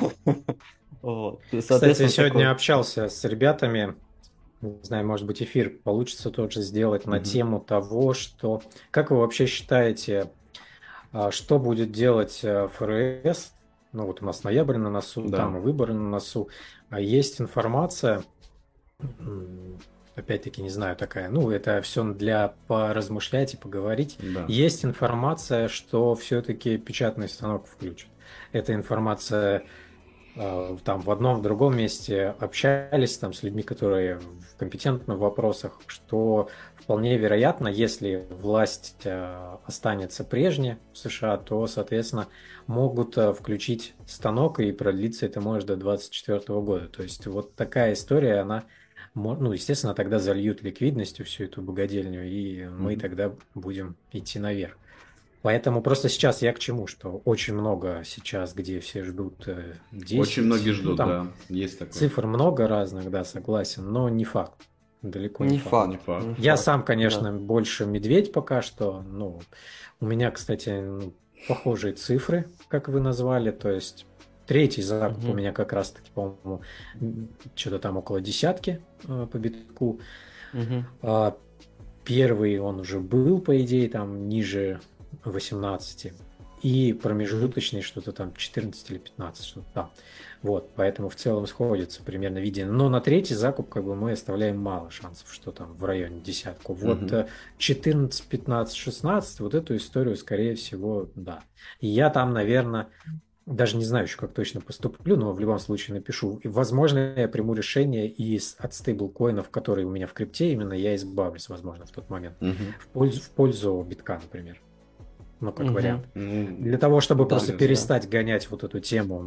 Вот. Кстати, я Соответственно, сегодня такой. общался с ребятами, не знаю, может быть, эфир получится тоже сделать на Мгм. тему того, что... Как вы вообще считаете, что будет делать ФРС? Ну, вот у нас ноябрь на носу, Да. там и выборы на носу. А есть информация, опять-таки, не знаю, такая, ну, это все для поразмышлять и поговорить. Да. Есть информация, что все-таки печатный станок включат. Эта информация там в одном, в другом месте общались там с людьми, которые компетентны в вопросах, что вполне вероятно, если власть останется прежней в США, то, соответственно, могут включить станок, и продлиться это может до 2024 года. То есть вот такая история, она, ну, естественно, тогда зальют ликвидностью всю эту богадельню, и мы Мгм. тогда будем идти наверх. Поэтому просто сейчас я к чему, что очень много сейчас, где все ждут Очень многие 10, ну ждут, там да. Есть такое. цифр много разных, да, согласен, но не факт, далеко не Не факт. Не факт, не факт. Я факт, сам, да. конечно, больше медведь пока что, ну, у меня, кстати, ну, похожие цифры, как вы назвали, то есть третий закуп у Мгм. меня как раз-таки, по-моему, что-то там около десятки по битку. Мгм. А Первый он уже был, по идее, там ниже 18. И Мгм. промежуточный что-то там 14 или 15, что-то там. Вот, поэтому в целом сходится примерно видение. Но на третий закуп как бы мы оставляем мало шансов, что там в районе десятку. Вот Мгм. 14, 15, 16, вот эту историю, скорее всего, да. И я там, наверное, даже не знаю еще, как точно поступлю, но в любом случае напишу. И, возможно, я приму решение и от стейблкоинов, которые у меня в крипте, именно я избавлюсь, возможно, в тот момент. Мгм. В пользу битка, например. Ну, как Мгм. вариант. Ну, Для того, чтобы Да, просто интересно. да. перестать гонять вот эту тему.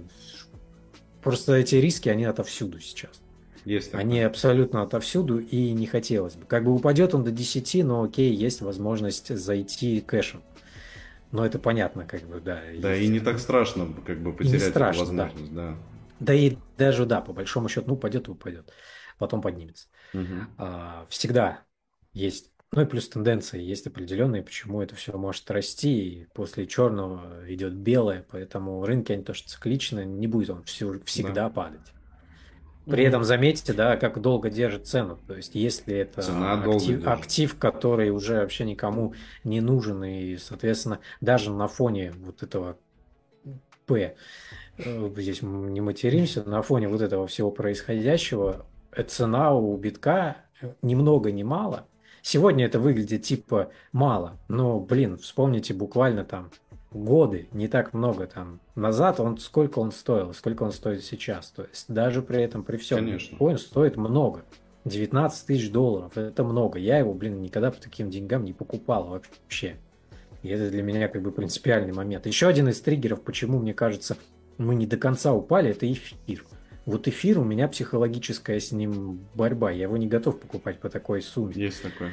Просто эти риски, они отовсюду сейчас. Есть Они такое. абсолютно отовсюду, и не хотелось бы. Как бы упадет он до 10, но окей, есть возможность зайти кэшем. Но это понятно, как бы, да. Да, и не так страшно, как бы, И не потерять эту страшно, да. возможность, да. Да и даже, да, по большому счету, ну, упадет и упадет. Потом поднимется. Мгм. Всегда есть, ну и плюс тенденции есть определенные, почему это все может расти, и после черного идет белое, поэтому рынки, они тоже цикличны, не будет он Да. всегда падать. При Мгм. этом заметьте, да, как долго держит цену. То есть, если Цена это долго актив, держит. актив, который уже вообще никому не нужен, и, соответственно, даже на фоне вот этого П, здесь мы не материмся, на фоне вот этого всего происходящего, цена у битка ни много ни мало. Сегодня это выглядит типа мало, но, блин, вспомните буквально там годы, не так много там назад, сколько он стоил, сколько он стоит сейчас. То есть даже при этом, при всем, Конечно. биткоин стоит много. 19 тысяч долларов, это много. Я его, блин, никогда по таким деньгам не покупал вообще. И это для меня как бы принципиальный момент. Еще один из триггеров, почему, мне кажется, мы не до конца упали, это эфир. Вот эфир, у меня психологическая с ним борьба. Я его не готов покупать по такой сумме. Есть такое.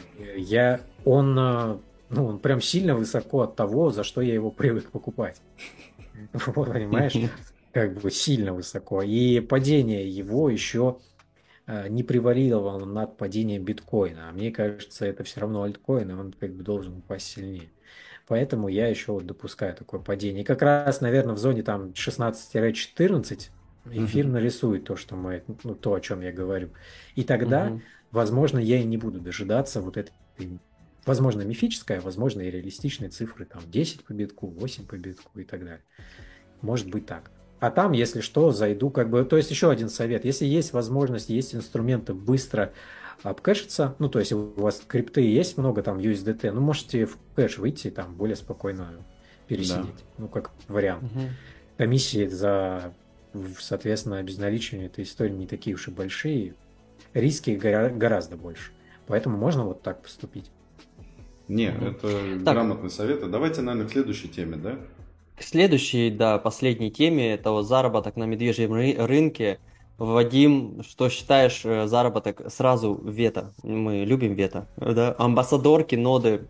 Он прям сильно высоко от того, за что я его привык покупать. Вот, понимаешь? Как бы сильно высоко. И падение его еще не превалировало над падением биткоина. А мне кажется, это все равно альткоин, и он как бы должен упасть сильнее. Поэтому я еще вот допускаю такое падение. И как раз, наверное, в зоне там 16-14 эфир Мгм. нарисует то, что ну, то, о чем я говорю. И тогда, Мгм. возможно, я и не буду дожидаться вот этой, возможно, мифической, а возможно, и реалистичной цифры, там, 10 по битку, 8 по битку и так далее. Может быть так. А там, если что, зайду как бы... То есть еще один совет. Если есть возможность, есть инструменты быстро обкэшиться, ну, то есть у вас крипты есть много, там, USDT, ну, можете в кэш выйти и там более спокойно Да. пересидеть. Ну, как вариант. Мгм. Комиссии соответственно, обезналичивание этой истории не такие уж и большие. Риски гораздо больше. Поэтому можно вот так поступить. Не, Мгм. это Так, грамотный совет. А давайте, наверное, к следующей теме, да? к следующей, да, последней теме, это вот заработок на медвежьем рынке. Вадим, что считаешь заработок сразу вето? Мы любим вето, да? Амбассадорки, ноды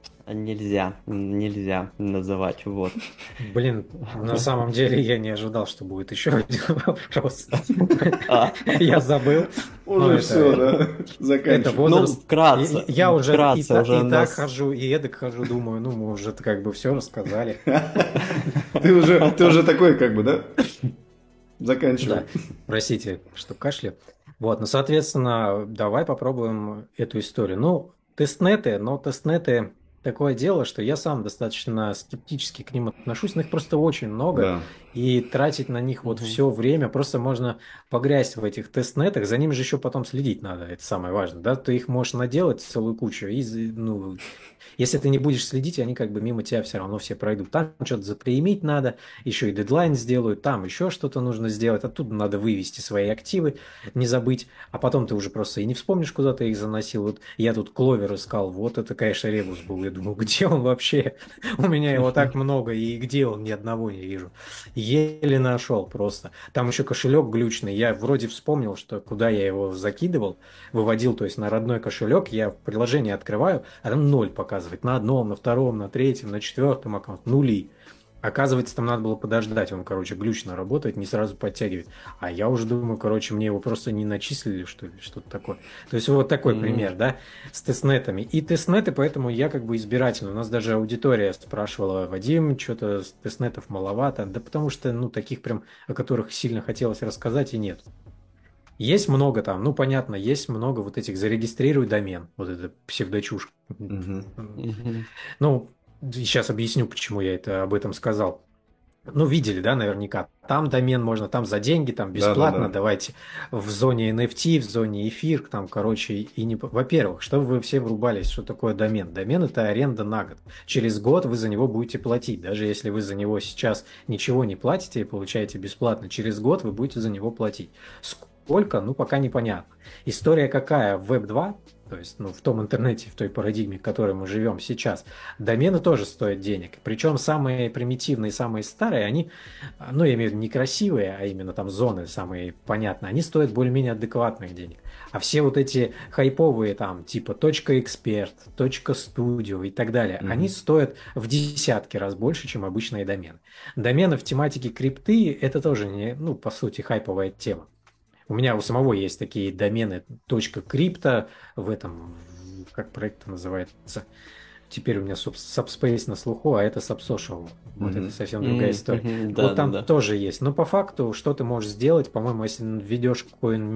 нельзя называть, вот. Блин, на самом деле я не ожидал, что будет еще один вопрос. А, Я забыл. Ну, Уже все, да? это Заканчиваем. ну, возраст. вкратце, Я уже вкратце уже и так нас... хожу, и эдак хожу, думаю, ну, мы уже как бы все рассказали. Ты уже такой, как бы, да? Да, Заканчивай. простите, что кашля. Вот, ну, соответственно, давай попробуем эту историю. Ну, тестнеты такое дело, что я сам достаточно скептически к ним отношусь, но их просто очень много, Да. и тратить на них вот Мгм. все время, просто можно погрязть в этих тестнетах, за ними же еще потом следить надо, это самое важное, да, ты их можешь наделать целую кучу, и, ну, если ты не будешь следить, они как бы мимо тебя все равно все пройдут. Там что-то заклеймить надо, еще и дедлайн сделают, там еще что-то нужно сделать, оттуда надо вывести свои активы, не забыть, а потом ты уже просто и не вспомнишь, куда ты их заносил. Вот я тут кловер искал, вот это, конечно, ребус был. Я думаю, где он вообще? У меня его так много, и где он? Ни одного не вижу. Еле нашел просто. Там еще кошелек глючный. Я вроде вспомнил, что куда я его закидывал, выводил, то есть на родной кошелек, я в приложении открываю, а там ноль показывает. На одном, на втором, на третьем, на четвертом аккаунте. Нули. Оказывается, там надо было подождать, он, короче, глючно работает, не сразу подтягивает. А я уже думаю, короче, мне его просто не начислили, что ли, что-то такое. То есть вот такой пример, да, с тестнетами. И тестнеты, поэтому я как бы избирательный. У нас даже аудитория спрашивала: Вадим, что-то тестнетов маловато. Да потому что, ну, таких прям, о которых сильно хотелось рассказать, и нет. Есть много там, ну, понятно, есть много вот этих «зарегистрируй домен», вот это псевдочушь. Мгм. Мгм. Ну, сейчас объясню, почему я это об этом сказал. Ну, видели, да, наверняка. Там домен можно, там за деньги, там бесплатно, Да-да-да. давайте в зоне NFT, в зоне эфир, там, короче, и не... Во-первых, чтобы вы все врубались, что такое домен? Домен – это аренда на год. Через год вы за него будете платить. Даже если вы за него сейчас ничего не платите и получаете бесплатно, через год вы будете за него платить. Сколько? Ну, пока непонятно. История какая? В Web 2, то есть, ну, в том интернете, в той парадигме, в которой мы живем сейчас, домены тоже стоят денег. Причем самые примитивные, самые старые, они, ну, я имею в виду некрасивые, а именно там зоны самые понятные, они стоят более-менее адекватных денег. А все вот эти хайповые там, типа .эксперт, .студио и так далее, они стоят в десятки раз больше, чем обычные домены. Домены в тематике крипты – это тоже, не, ну, по сути, хайповая тема. У меня у самого есть такие домены .крипто в этом, как проект называется. Теперь у меня Subspace на слуху, а это Subsocial. Вот это совсем другая история. Да, Вот да, там да. тоже есть. Но по факту, что ты можешь сделать, по-моему, если введешь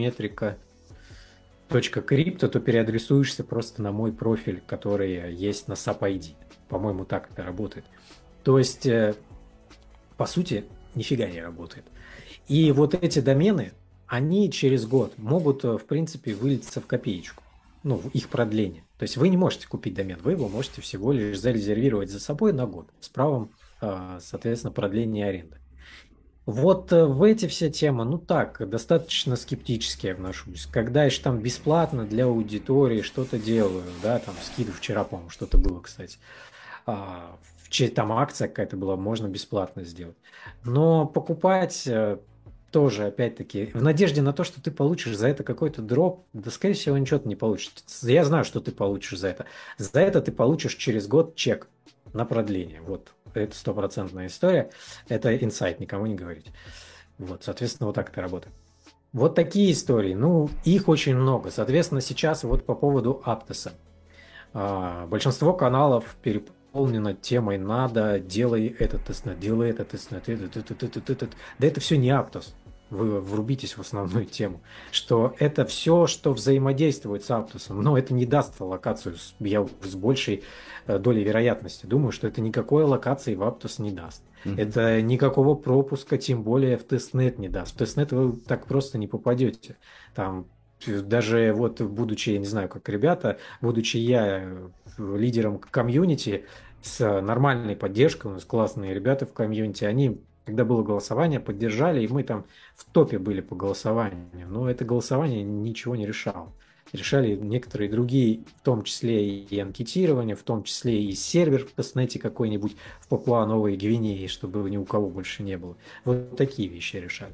coinmetrica.crypto, то переадресуешься просто на мой профиль, который есть на SAP-ID. По-моему, так это работает. То есть, по сути, нифига не работает. И вот эти домены, они через год могут, в принципе, вылиться в копеечку. Ну, в их продление. То есть вы не можете купить домен, вы его можете всего лишь зарезервировать за собой на год с правом, соответственно, продления аренды. Вот в эти все темы, ну так, достаточно скептически я отношусь. Когда я же там бесплатно для аудитории что-то делаю, да, там скидку вчера, по-моему, что-то было, кстати. Там акция какая-то была, можно бесплатно сделать. Но покупать тоже, опять-таки, в надежде на то, что ты получишь за это какой-то дроп, да, скорее всего, ничего ты не получишь. Я знаю, что ты получишь за это. За это ты получишь через год чек на продление. Вот, это стопроцентная история. Это инсайт, никому не говорить. Вот, соответственно, вот так это работает. Вот такие истории. Ну, их очень много. Соответственно, сейчас вот по поводу Аптоса. Большинство каналов переполнено темой «надо», «делай этот тестнет», «делай этот тестнет», этот. Да это все не Аптос. Вы врубитесь в основную тему, что это все, что взаимодействует с Аптосом, но это не даст локацию, я с большей долей вероятности думаю, что это никакой локации в Аптос не даст. Это никакого пропуска, тем более в тестнет не даст. В тестнет вы так просто не попадете. Там даже вот будучи, я не знаю, как ребята, будучи я лидером комьюнити с нормальной поддержкой, у нас классные ребята в комьюнити, они, когда было голосование, поддержали, и мы там в топе были по голосованию. Но это голосование ничего не решало. Решали некоторые другие, в том числе и анкетирование, в том числе и сервер в тестнете какой-нибудь в Папуа-Новой Гвинее, чтобы ни у кого больше не было. Вот такие вещи решали.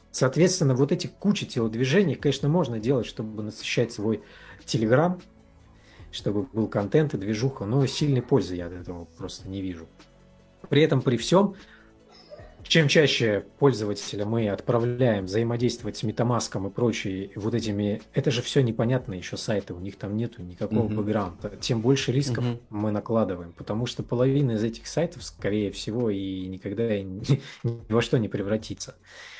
Соответственно, вот эти кучи телодвижений, конечно, можно делать, чтобы насыщать свой Telegram, чтобы был контент и движуха, но сильной пользы я от этого просто не вижу. При этом, при всем, чем чаще пользователя мы отправляем взаимодействовать с MetaMask и прочей вот этими, это же все непонятно еще сайты, у них там нету никакого бэкграунда, тем больше рисков мы накладываем, потому что половина из этих сайтов, скорее всего, и никогда ни во что не превратится.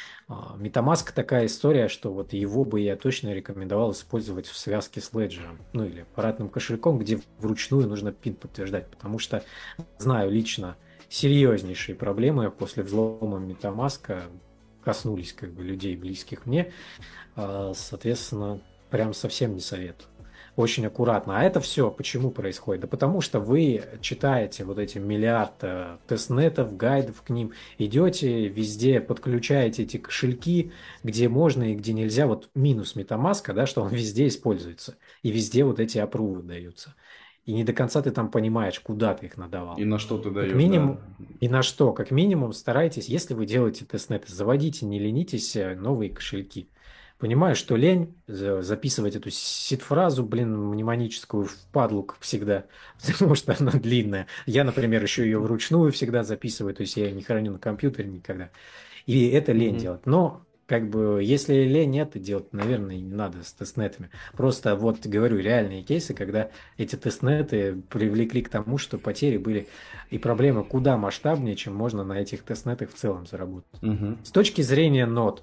MetaMask такая история, что вот его бы я точно рекомендовал использовать в связке с Ledger, ну или аппаратным кошельком, где вручную нужно пин подтверждать, потому что знаю лично, серьезнейшие проблемы после взлома MetaMask коснулись как бы людей, близких мне. Соответственно, прям совсем не советую. Очень аккуратно. А это все почему происходит? Да потому что вы читаете вот эти миллиард тестнетов, гайдов к ним, идете везде, подключаете эти кошельки, где можно и где нельзя. Вот минус MetaMask, да, что он везде используется. И везде вот эти апрувы даются. И не до конца ты там понимаешь, куда ты их надавал. И на что ты даешь, Как минимум, да. и на что? Как минимум старайтесь, если вы делаете тестнеты, заводите, не ленитесь новые кошельки. Понимаю, что лень записывать эту сид-фразу, блин, мнемоническую в падлу, как всегда, потому что она длинная. Я, например, еще ее вручную всегда записываю, то есть я ее не храню на компьютере никогда. И это лень делать. Но как бы, если лень это делать, наверное, и не надо с тестнетами. Просто вот говорю, реальные кейсы, когда эти тестнеты привлекли к тому, что потери были и проблемы куда масштабнее, чем можно на этих тестнетах в целом заработать. С точки зрения нод,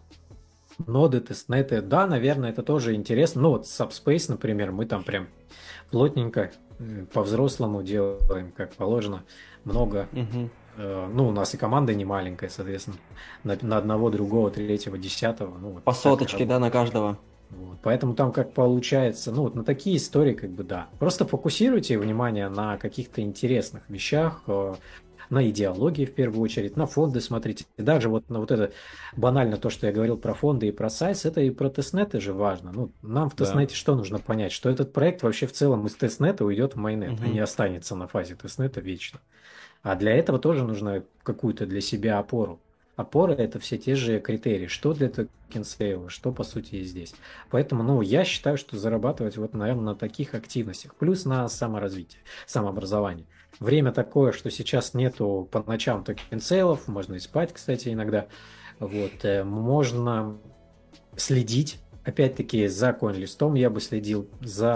ноды, тестнеты, да, наверное, это тоже интересно. Ну вот Subspace, например, мы там прям плотненько по-взрослому делаем, как положено, много. Ну, у нас и команда не маленькая, соответственно, на одного, другого, третьего, десятого. Ну, вот по соточке, да, на каждого. Вот. Поэтому там как получается, ну вот на такие истории как бы да. Просто фокусируйте внимание на каких-то интересных вещах, на идеологии в первую очередь, на фонды смотрите. И даже вот на вот это банально то, что я говорил про фонды и про сайз, это и про тестнеты же важно. Ну, нам в тестнете что нужно понять? Что этот проект вообще в целом из тестнета уйдет в майнет, а не останется на фазе тестнета вечно. А для этого тоже нужно какую-то для себя опору. Опора – это все те же критерии, что для токен сейла, что по сути и здесь. Поэтому, ну, я считаю, что зарабатывать вот, наверное, на таких активностях, плюс на саморазвитие, самообразование. Время такое, что сейчас нету по ночам токен сейлов, можно и спать, кстати, иногда. Вот, можно следить, опять-таки, за коин-листом я бы следил,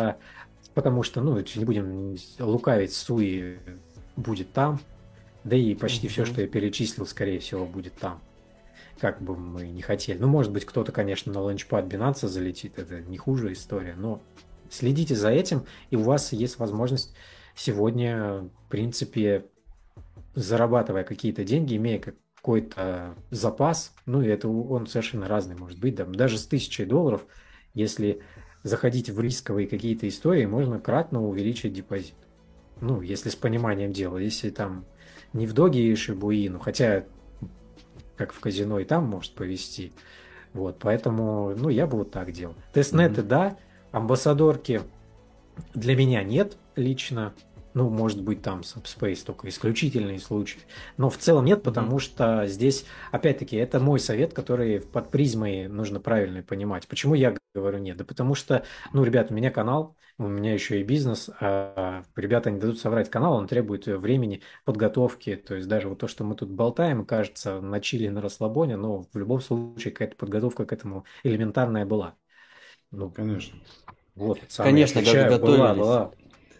потому что, ну, не будем лукавить, Суи будет там. Да и почти все, что я перечислил, скорее всего, будет там. Как бы мы не хотели. Ну, может быть, кто-то, конечно, на ланчпад Binance залетит. Это не хуже история. Но следите за этим, и у вас есть возможность сегодня, в принципе, зарабатывая какие-то деньги, имея какой-то запас, ну, и это он совершенно разный может быть. Да, даже с $1000, если заходить в рисковые какие-то истории, можно кратно увеличить депозит. Ну, если с пониманием дела. Если там не в доге и шибуи, ну, хотя, как в казино, и там может повезти. Вот, поэтому, ну, я бы вот так делал. Тестнеты, да, амбассадорки для меня нет лично. Ну, может быть, там Subspace только исключительные случаи. Но в целом нет, потому что здесь, опять-таки, это мой совет, который под призмой нужно правильно понимать. Почему я говорю нет? Да потому что, ну, ребят, у меня канал, у меня еще и бизнес. А ребята не дадут соврать канал, он требует времени, подготовки. То есть даже вот то, что мы тут болтаем, кажется, на чили, на расслабоне, но в любом случае какая-то подготовка к этому элементарная была. Ну, конечно. Вот, Конечно, готовились. была.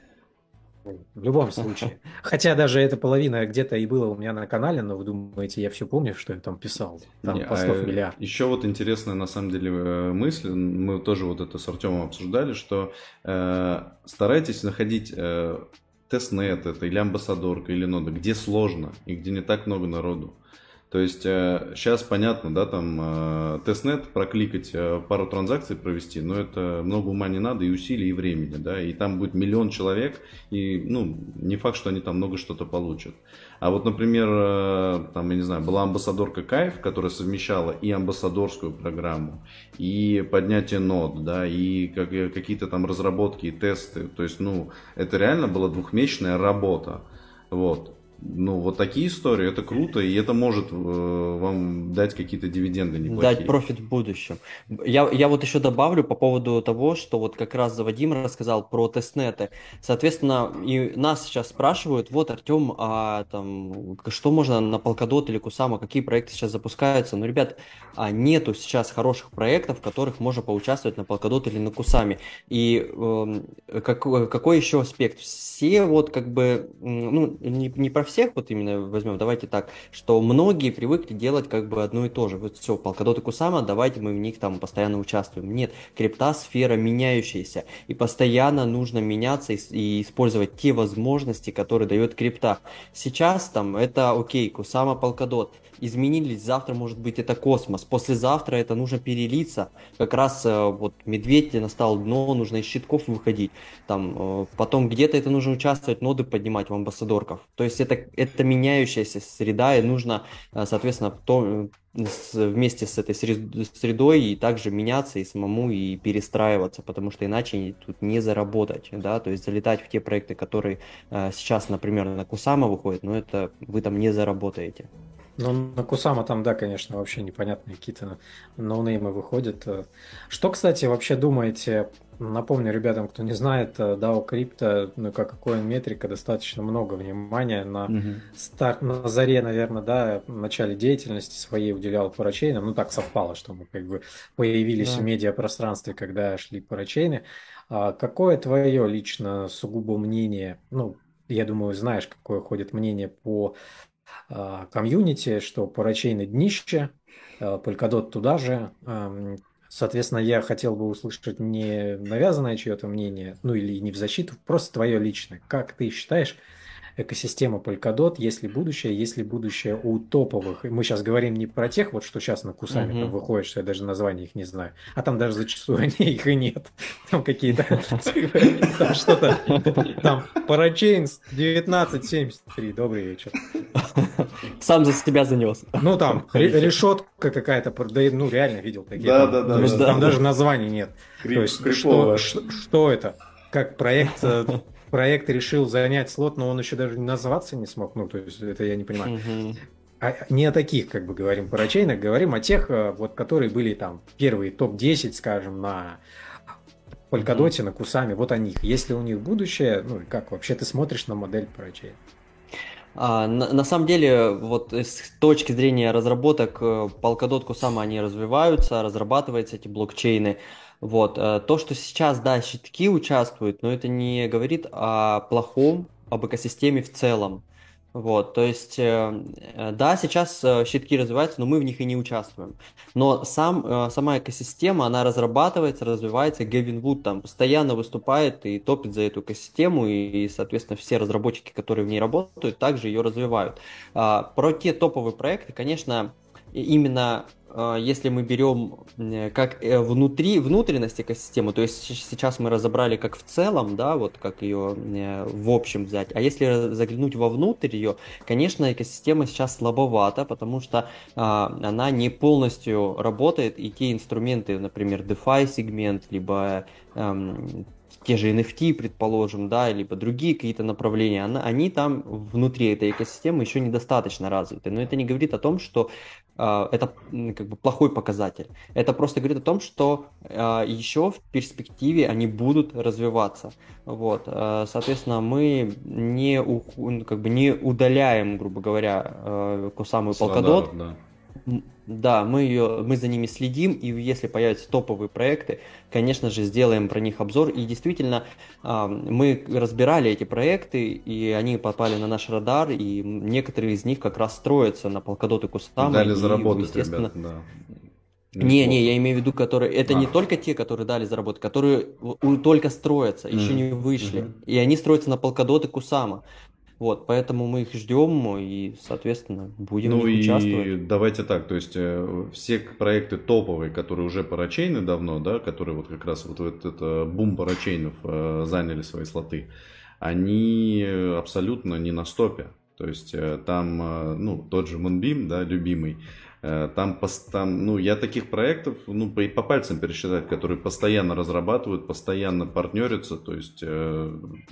В любом случае. Хотя даже эта половина где-то и было у меня на канале, но вы думаете, я все помню, что я там писал? Там постов миллиард. Еще вот интересная на самом деле мысль, мы тоже вот это с Артемом обсуждали, что старайтесь находить тестнет это или амбассадорка или нода, где сложно и где не так много народу. То есть сейчас понятно, да, там тестнет, прокликать, пару транзакций провести, но это много ума не надо, и усилий, и времени, да, и там будет 1 000 000 человек, и, ну, не факт, что они там много что-то получат. А вот, например, там, я не знаю, была амбассадорка Кайф, которая совмещала и амбассадорскую программу, и поднятие нод, да, и какие-то там разработки и тесты, то есть, ну, это реально была 2-месячная работа, вот. ну, вот такие истории, это круто, и это может вам дать какие-то дивиденды Дать неплохие. профит в будущем. Я вот еще добавлю по поводу того, что вот как раз Вадим рассказал про тестнеты. Соответственно, и нас сейчас спрашивают, вот, Артем, а там, что можно на Polkadot или Kusama, какие проекты сейчас запускаются? Ну, ребят, нету сейчас хороших проектов, в которых можно поучаствовать на Polkadot или на Kusama. И какой еще аспект? Все вот как бы, ну, не про всех вот именно возьмем, давайте так, что многие привыкли делать как бы одно и то же. Вот все, Polkadot и Kusama, давайте мы в них там постоянно участвуем. Нет, крипта сфера меняющаяся, и постоянно нужно меняться и использовать те возможности, которые дает крипта. Сейчас там это окей, Kusama, Polkadot. Изменились, завтра может быть это космос, послезавтра это нужно перелиться, как раз вот медведь настал дно, нужно из щитков выходить, там, потом где-то это нужно участвовать, ноды поднимать в амбассадорках, то есть это меняющаяся среда, и нужно, соответственно, вместе с этой средой и также меняться и самому и перестраиваться, потому что иначе тут не заработать, да, то есть залетать в те проекты, которые сейчас, например, на Kusama выходят, но это вы там не заработаете. Ну, на Кусама там, да, конечно, вообще непонятные какие-то ноунеймы выходят. Что, кстати, вообще думаете? Напомню ребятам, кто не знает, DAO Crypto, ну, как CoinMetrica, достаточно много внимания на заре, наверное, да, в начале деятельности своей уделял парачейнам. Ну, так совпало, что мы как бы появились в Да. медиапространстве, когда шли парачейны. Какое твое лично сугубо мнение? Ну, я думаю, знаешь, какое ходит мнение по комьюнити, что парачейны днище, Polkadot туда же. Соответственно, я хотел бы услышать не навязанное чье-то мнение, ну или не в защиту, просто твое личное. Как ты считаешь, экосистема Polkadot, есть ли будущее у топовых? И мы сейчас говорим не про тех, вот что сейчас на Кусами там Мгм. выходит, что я даже название их не знаю, а там даже зачастую их и нет. Там какие-то цифры, там что-то, там Parachains 1973, добрый вечер. Сам за себя занес. Ну, там решетка какая-то, да, ну, реально видел такие. Да, Там, да, да, то есть, да. там даже названий нет. То есть, Криповая. что это? Как проект решил занять слот, но он еще даже называться не смог. Ну, то есть, это я не понимаю. Мгм. Не о таких, как бы, говорим парачейнах, говорим о тех, вот, которые были там первые топ-10, скажем, на Polkadot, на Кусами, вот о них. Есть ли у них будущее? Ну, и как вообще ты смотришь на модель парачейна? На самом деле, вот с точки зрения разработок, Polkadot, Kusama, они развиваются, разрабатываются эти блокчейны. Вот, то, что сейчас, да, щитки участвуют, но это не говорит о плохом, об экосистеме в целом. Вот, то есть, да, сейчас щитки развиваются, но мы в них и не участвуем. Но сама экосистема, она разрабатывается, развивается. Гевин Вуд там постоянно выступает и топит за эту экосистему, соответственно, все разработчики, которые в ней работают, также ее развивают. Про те топовые проекты, конечно, именно если мы берем как внутренность экосистемы, то есть сейчас мы разобрали как в целом, да, вот как ее в общем взять, а если заглянуть вовнутрь ее, конечно, экосистема сейчас слабовата, потому что она не полностью работает, и те инструменты, например, DeFi сегмент, либо те же NFT, предположим, да, либо другие какие-то направления, они там внутри этой экосистемы еще недостаточно развиты. Но это не говорит о том, что это как бы плохой показатель. Это просто говорит о том, что еще в перспективе они будут развиваться. Вот. Соответственно, мы как бы не удаляем, грубо говоря, Kusama и Polkadot. Да. Да, мы за ними следим, и если появятся топовые проекты, конечно же, сделаем про них обзор. И действительно, мы разбирали эти проекты, и они попали на наш радар, и некоторые из них как раз строятся на Polkadot и Kusama. Дали и, заработать, естественно, ребята, да. не, я имею в виду, которые... Это не только те, которые дали заработать, которые только строятся, еще не вышли. И они строятся на Polkadot и Kusama. Вот, поэтому мы их ждем и, соответственно, будем в них участвовать. Ну и давайте так, то есть все проекты топовые, которые уже парачейны давно, да, которые вот как раз вот это бум парачейнов заняли свои слоты, они абсолютно не на стопе. То есть там, ну, тот же Moonbeam, да, любимый, там, ну, я таких проектов, ну, по пальцам пересчитать, которые постоянно разрабатывают, постоянно партнерятся, то есть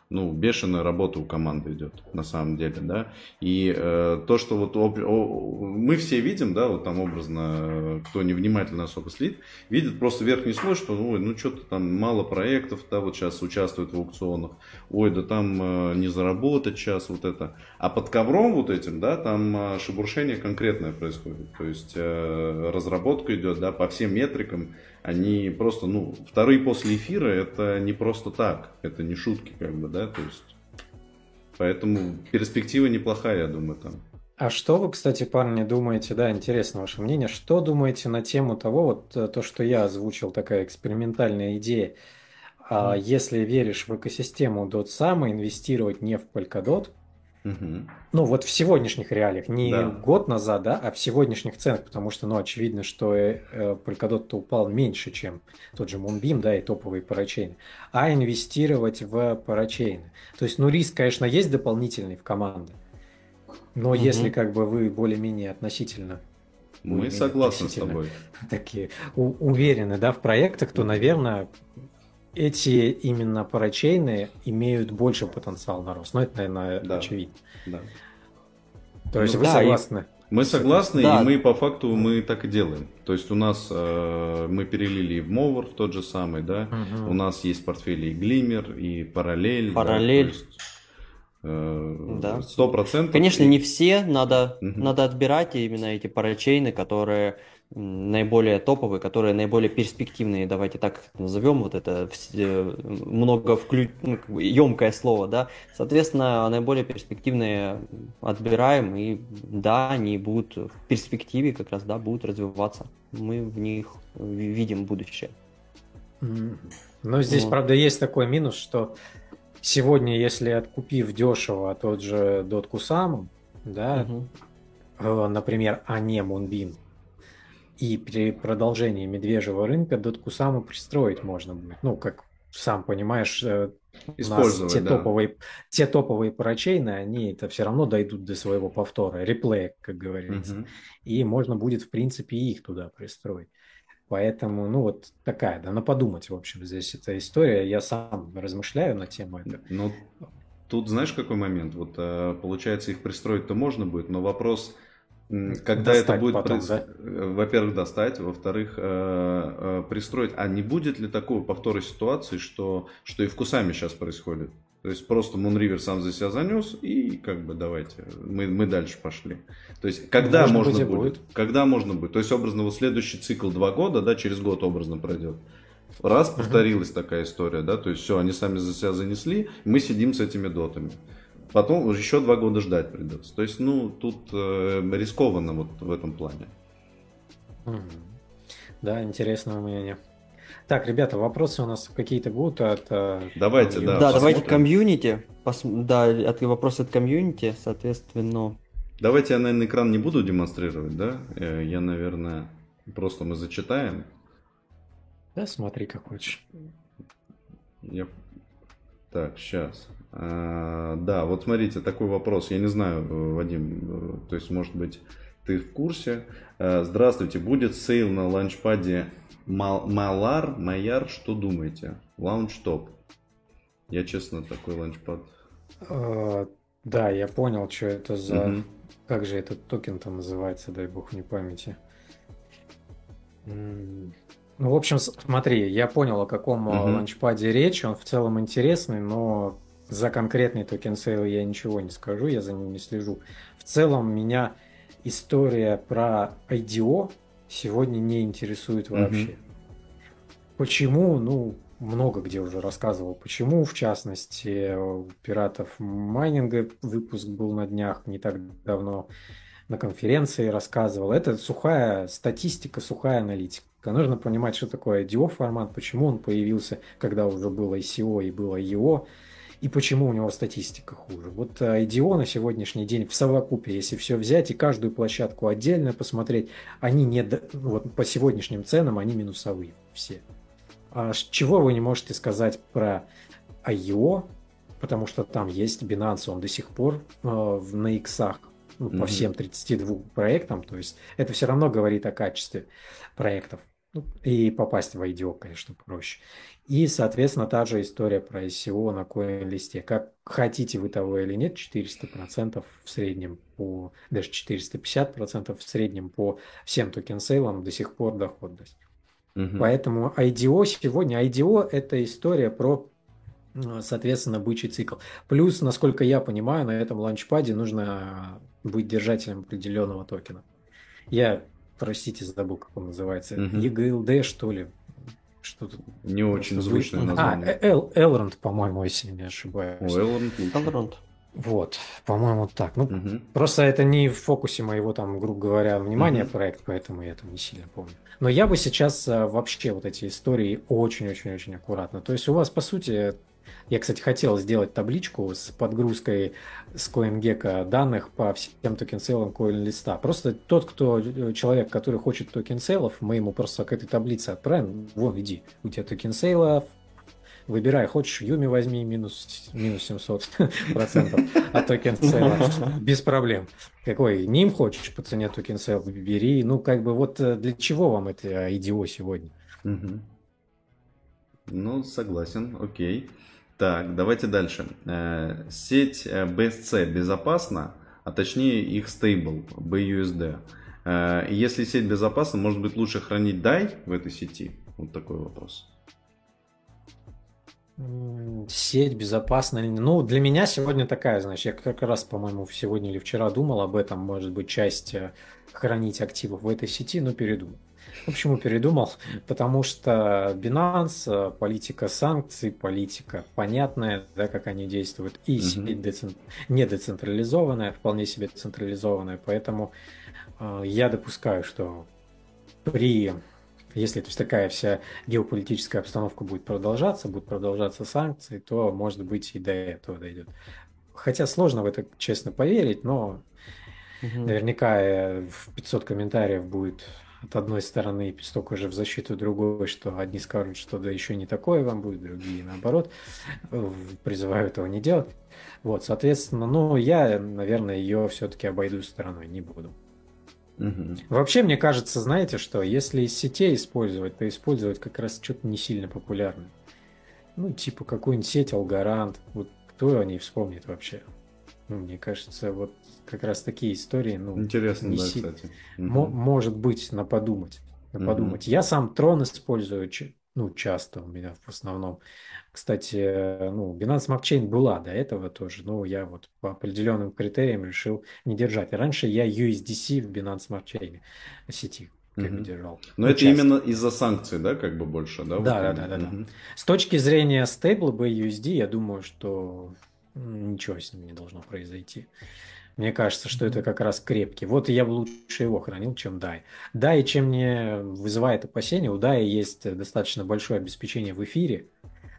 ну, бешеная работа у команды идет, на самом деле, да. И то, что вот мы все видим, да, вот там образно, кто невнимательно особо следит, видит просто верхний слой, что, ой, ну, что-то там мало проектов, да, вот сейчас участвуют в аукционах, ой, да там не заработать сейчас вот это. А под ковром вот этим, да, там шебуршение конкретное происходит, то есть разработка идет, да, по всем метрикам. Они просто, ну, вторые после эфира это не просто так, это не шутки, как бы, да, то есть, поэтому перспектива неплохая, я думаю, там. А что вы, кстати, парни, думаете, да, интересно ваше мнение, что думаете на тему того, вот то, что я озвучил, такая экспериментальная идея, если веришь в экосистему DotSama, инвестировать не в Polkadot, Мгм. ну вот в сегодняшних реалиях, не Да, год назад, да, а в сегодняшних ценах, потому что, ну, очевидно, что Polkadot-то упал меньше, чем тот же Moonbeam, да, и топовые парачейны, а инвестировать в парачейны. То есть, ну, риск, конечно, есть дополнительный в команды, но если Мгм. как бы вы более-менее относительно, мы согласны с тобой. такие уверены, да, в проектах, то, наверное, эти именно парачейны имеют больше потенциал на рост. Но это, наверное, Да, очевидно. да. То есть Ну, вы Да, и согласны? мы согласны, и да, мы по факту мы так и делаем. То есть у нас мы перелили и в Mover в тот же самый, да. У Мгм. нас есть в портфеле и Глиммер, и Параллель, да. То параллель, есть да. 100%. Конечно, не все, Мгм. надо отбирать именно эти парачейны, которые наиболее топовые, которые наиболее перспективные, давайте так их назовем, вот это ну, как бы емкое слово, да. Соответственно, наиболее перспективные отбираем, и да, они будут в перспективе как раз, да, будут развиваться. Мы в них видим будущее. Мгм. Но здесь, Вот. правда, есть такой минус, что сегодня, если откупив дешево тот же Dot Kusama, да, Мгм. например, а не Moonbeam, и при продолжении медвежьего рынка Dot Kusama пристроить можно будет. Ну, как сам понимаешь, у нас Использовать, да. те топовые парачейны, они это все равно дойдут до своего повтора, реплея, как говорится. Мгм. И можно будет, в принципе, и их туда пристроить. Поэтому, ну, вот такая, да, на подумать, в общем, здесь эта история. Я сам размышляю на тему этой. Ну, тут знаешь, какой момент? Вот получается, их пристроить-то можно будет, но вопрос, когда это Достать будет, потом, да? во-первых, достать, во-вторых, пристроить. А не будет ли такого повтора ситуации, что и в Кусами сейчас происходит? То есть просто Moonriver сам за себя занес, и как бы давайте, мы дальше пошли. То есть когда Может быть, можно и будет? будет. Когда можно будет? То есть образно вот следующий цикл 2 года, да, через год образно пройдет. Раз Мгм. повторилась такая история, да, то есть все, они сами за себя занесли, мы сидим с этими дотами. Потом уже еще 2 года ждать придется. То есть, ну, тут рискованно вот в этом плане. Мгм. Да, интересное мнение. Так, ребята, вопросы у нас какие-то будут от Давайте, да, Да, давайте посмотрим. комьюнити. Да, вопросы от комьюнити, соответственно. Давайте я, наверное, экран не буду демонстрировать, да? Я, наверное, просто мы зачитаем. Да, смотри, как хочешь. Я... Так, сейчас. Да, вот смотрите, такой вопрос. Я не знаю, Вадим, то есть, может быть, ты в курсе. Здравствуйте, будет сейл на ланчпаде Майяр, что думаете? Лаунчтоп. Я, честно, такой ланчпад. Да, я понял, что это за... Мгм. Как же этот токен-то называется, дай бог мне памяти. Ну, в общем, смотри, я понял, о каком Мгм. ланчпаде речь. Он в целом интересный, но за конкретный токен сейл я ничего не скажу, я за ним не слежу. В целом меня история про IDO сегодня не интересует вообще. Мгм. Почему? Ну, много где уже рассказывал, почему. В частности, у пиратов майнинга выпуск был на днях, не так давно на конференции рассказывал. Это сухая статистика, сухая аналитика. Нужно понимать, что такое IDO формат, почему он появился, когда уже было ICO и было IEO, и почему у него статистика хуже. Вот IDO на сегодняшний день в совокупе, если все взять и каждую площадку отдельно посмотреть, они не, вот по сегодняшним ценам они минусовые все. А чего вы не можете сказать про IEO, потому что там есть Binance, он до сих пор на иксах, ну, по Мгм. всем 32 проектам, то есть это все равно говорит о качестве проектов. Ну, и попасть в IDO, конечно, проще. И, соответственно, та же история про ICO на CoinList. Как хотите вы того или нет, 400% в среднем по, даже 450% в среднем по всем токен-сейлам до сих пор доходность. Мгм. Поэтому IDO сегодня, IDO это история про, соответственно, бычий цикл. Плюс, насколько я понимаю, на этом ланчпаде нужно быть держателем определенного токена. Я, простите, забыл, как он называется. Мгм. EGLD, что ли? Что тут Не просто очень вы... звучное название. Элронд, по-моему, если не ошибаюсь. О, Элронд лучше. Elrond. Вот, по-моему, так. Ну, Мгм. просто это не в фокусе моего, там, грубо говоря, внимания Мгм. проект, поэтому я там не сильно помню. Но я бы сейчас вообще вот эти истории очень-очень-очень аккуратно. То есть у вас, по сути, я, кстати, хотел сделать табличку с подгрузкой с CoinGecko данных по всем токен-сейлам CoinList. Просто тот, человек, который хочет токен-сейлов, мы ему просто к этой таблице отправим. Вон, иди, у тебя токен-сейлов, выбирай, хочешь Юми возьми минус 700%, а токен сейла без проблем. Какой ним хочешь по цене токен сейл, бери. Ну, как бы вот для чего вам это IDO сегодня? Мгм. Ну, согласен, окей. Так, давайте дальше. Сеть BSC безопасна, а точнее их стейбл BUSD. Если сеть безопасна, может быть лучше хранить DAI в этой сети? Вот такой вопрос. Сеть безопасна или нет? Ну, для меня сегодня такая, значит, я как раз, по-моему, сегодня или вчера думал об этом, может быть, часть хранить активов в этой сети, но передумал. Ну, почему передумал? Потому что Binance, политика санкций, политика понятная, да, как они действуют, и сеть Мгм. не децентрализованная, вполне себе централизованная, поэтому я допускаю, что при если то есть такая вся геополитическая обстановка будет будут продолжаться санкции, то, может быть, и до этого дойдет. Хотя сложно в это, честно, поверить, но Мгм. наверняка в 500 комментариев будет от одной стороны столько же в защиту другой, что одни скажут, что да еще не такое вам будет, другие наоборот призываю этого не делать. Вот, соответственно, ну, я, наверное, ее все-таки обойду стороной, не буду. Мгм. Вообще, мне кажется, знаете что, если из сетей использовать, то использовать как раз что-то не сильно популярное. Ну, типа какую-нибудь сеть Алгорант. Вот кто о ней вспомнит вообще? Ну, мне кажется, вот как раз такие истории, ну, Интересно, не да, сильно. кстати. Мгм. Может быть, на подумать. На Мгм. подумать. Я сам Трон использую, ну, часто у меня в основном. Кстати, ну, Binance Smart Chain была до этого тоже, но я вот по определенным критериям решил не держать. Раньше я USDC в Binance Smart Chain сети как бы Мгм. держал. Но Ну, это часть. именно из-за санкций, да, как бы больше, да, вот Да, да, да, именно. да, да. Мгм. С точки зрения стейбла BUSD, я думаю, что ничего с ним не должно произойти. Мне кажется, что это Мгм. как раз крепкий. Вот я бы лучше его хранил, чем DAI. DAI, чем мне вызывает опасения, у DAI есть достаточно большое обеспечение в эфире.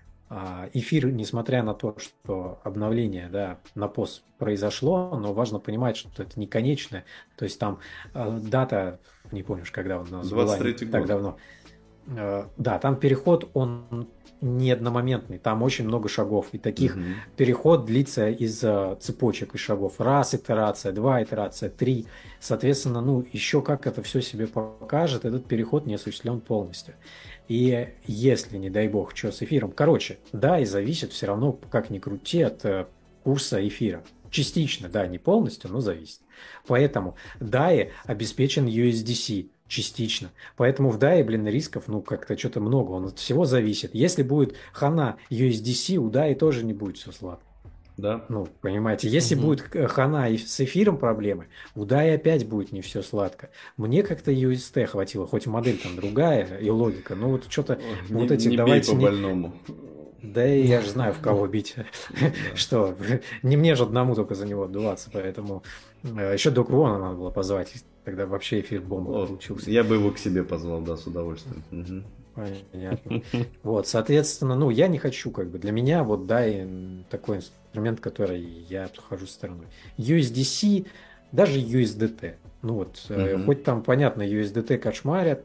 Эфир, несмотря на то, что обновление, да, на пост произошло, но важно понимать, что это не конечное. То есть там дата, не помнишь, когда у нас была, не 23-й так год. давно. Да, там переход, он не одномоментный, там очень много шагов, и таких Мгм. переход длится из цепочек и шагов. Раз итерация, два итерация, три. Соответственно, ну, еще как это все себе покажет, этот переход не осуществлен полностью. И если, не дай бог, что с эфиром, короче, да, и зависит все равно, как ни крути, от курса эфира. Частично, да, не полностью, но зависит. Поэтому DAI обеспечен USDC частично. Поэтому в DAI, блин, рисков, ну, как-то что-то много, он от всего зависит. Если будет хана USDC, у DAI тоже не будет все сладко. Да. Ну, понимаете, если Мгм. будет хана с эфиром проблемы, у DAI опять будет не все сладко. Мне как-то UST хватило, хоть модель там другая и логика, но вот что-то Ой, вот эти не бей давайте по не... больному. Да и я же знаю, в кого бить. Да. Что, не мне же одному только за него отдуваться, поэтому еще Док Вона надо было позвать, тогда вообще эфир бомба О, получился. я бы его к себе позвал, да, с удовольствием. Мгм. Понятно. Вот, соответственно, ну, я не хочу, как бы, для меня вот, да, и такой инструмент, который я обхожу стороной. USDC, даже USDT. Ну вот, Мгм. хоть там, понятно, USDT кошмарят,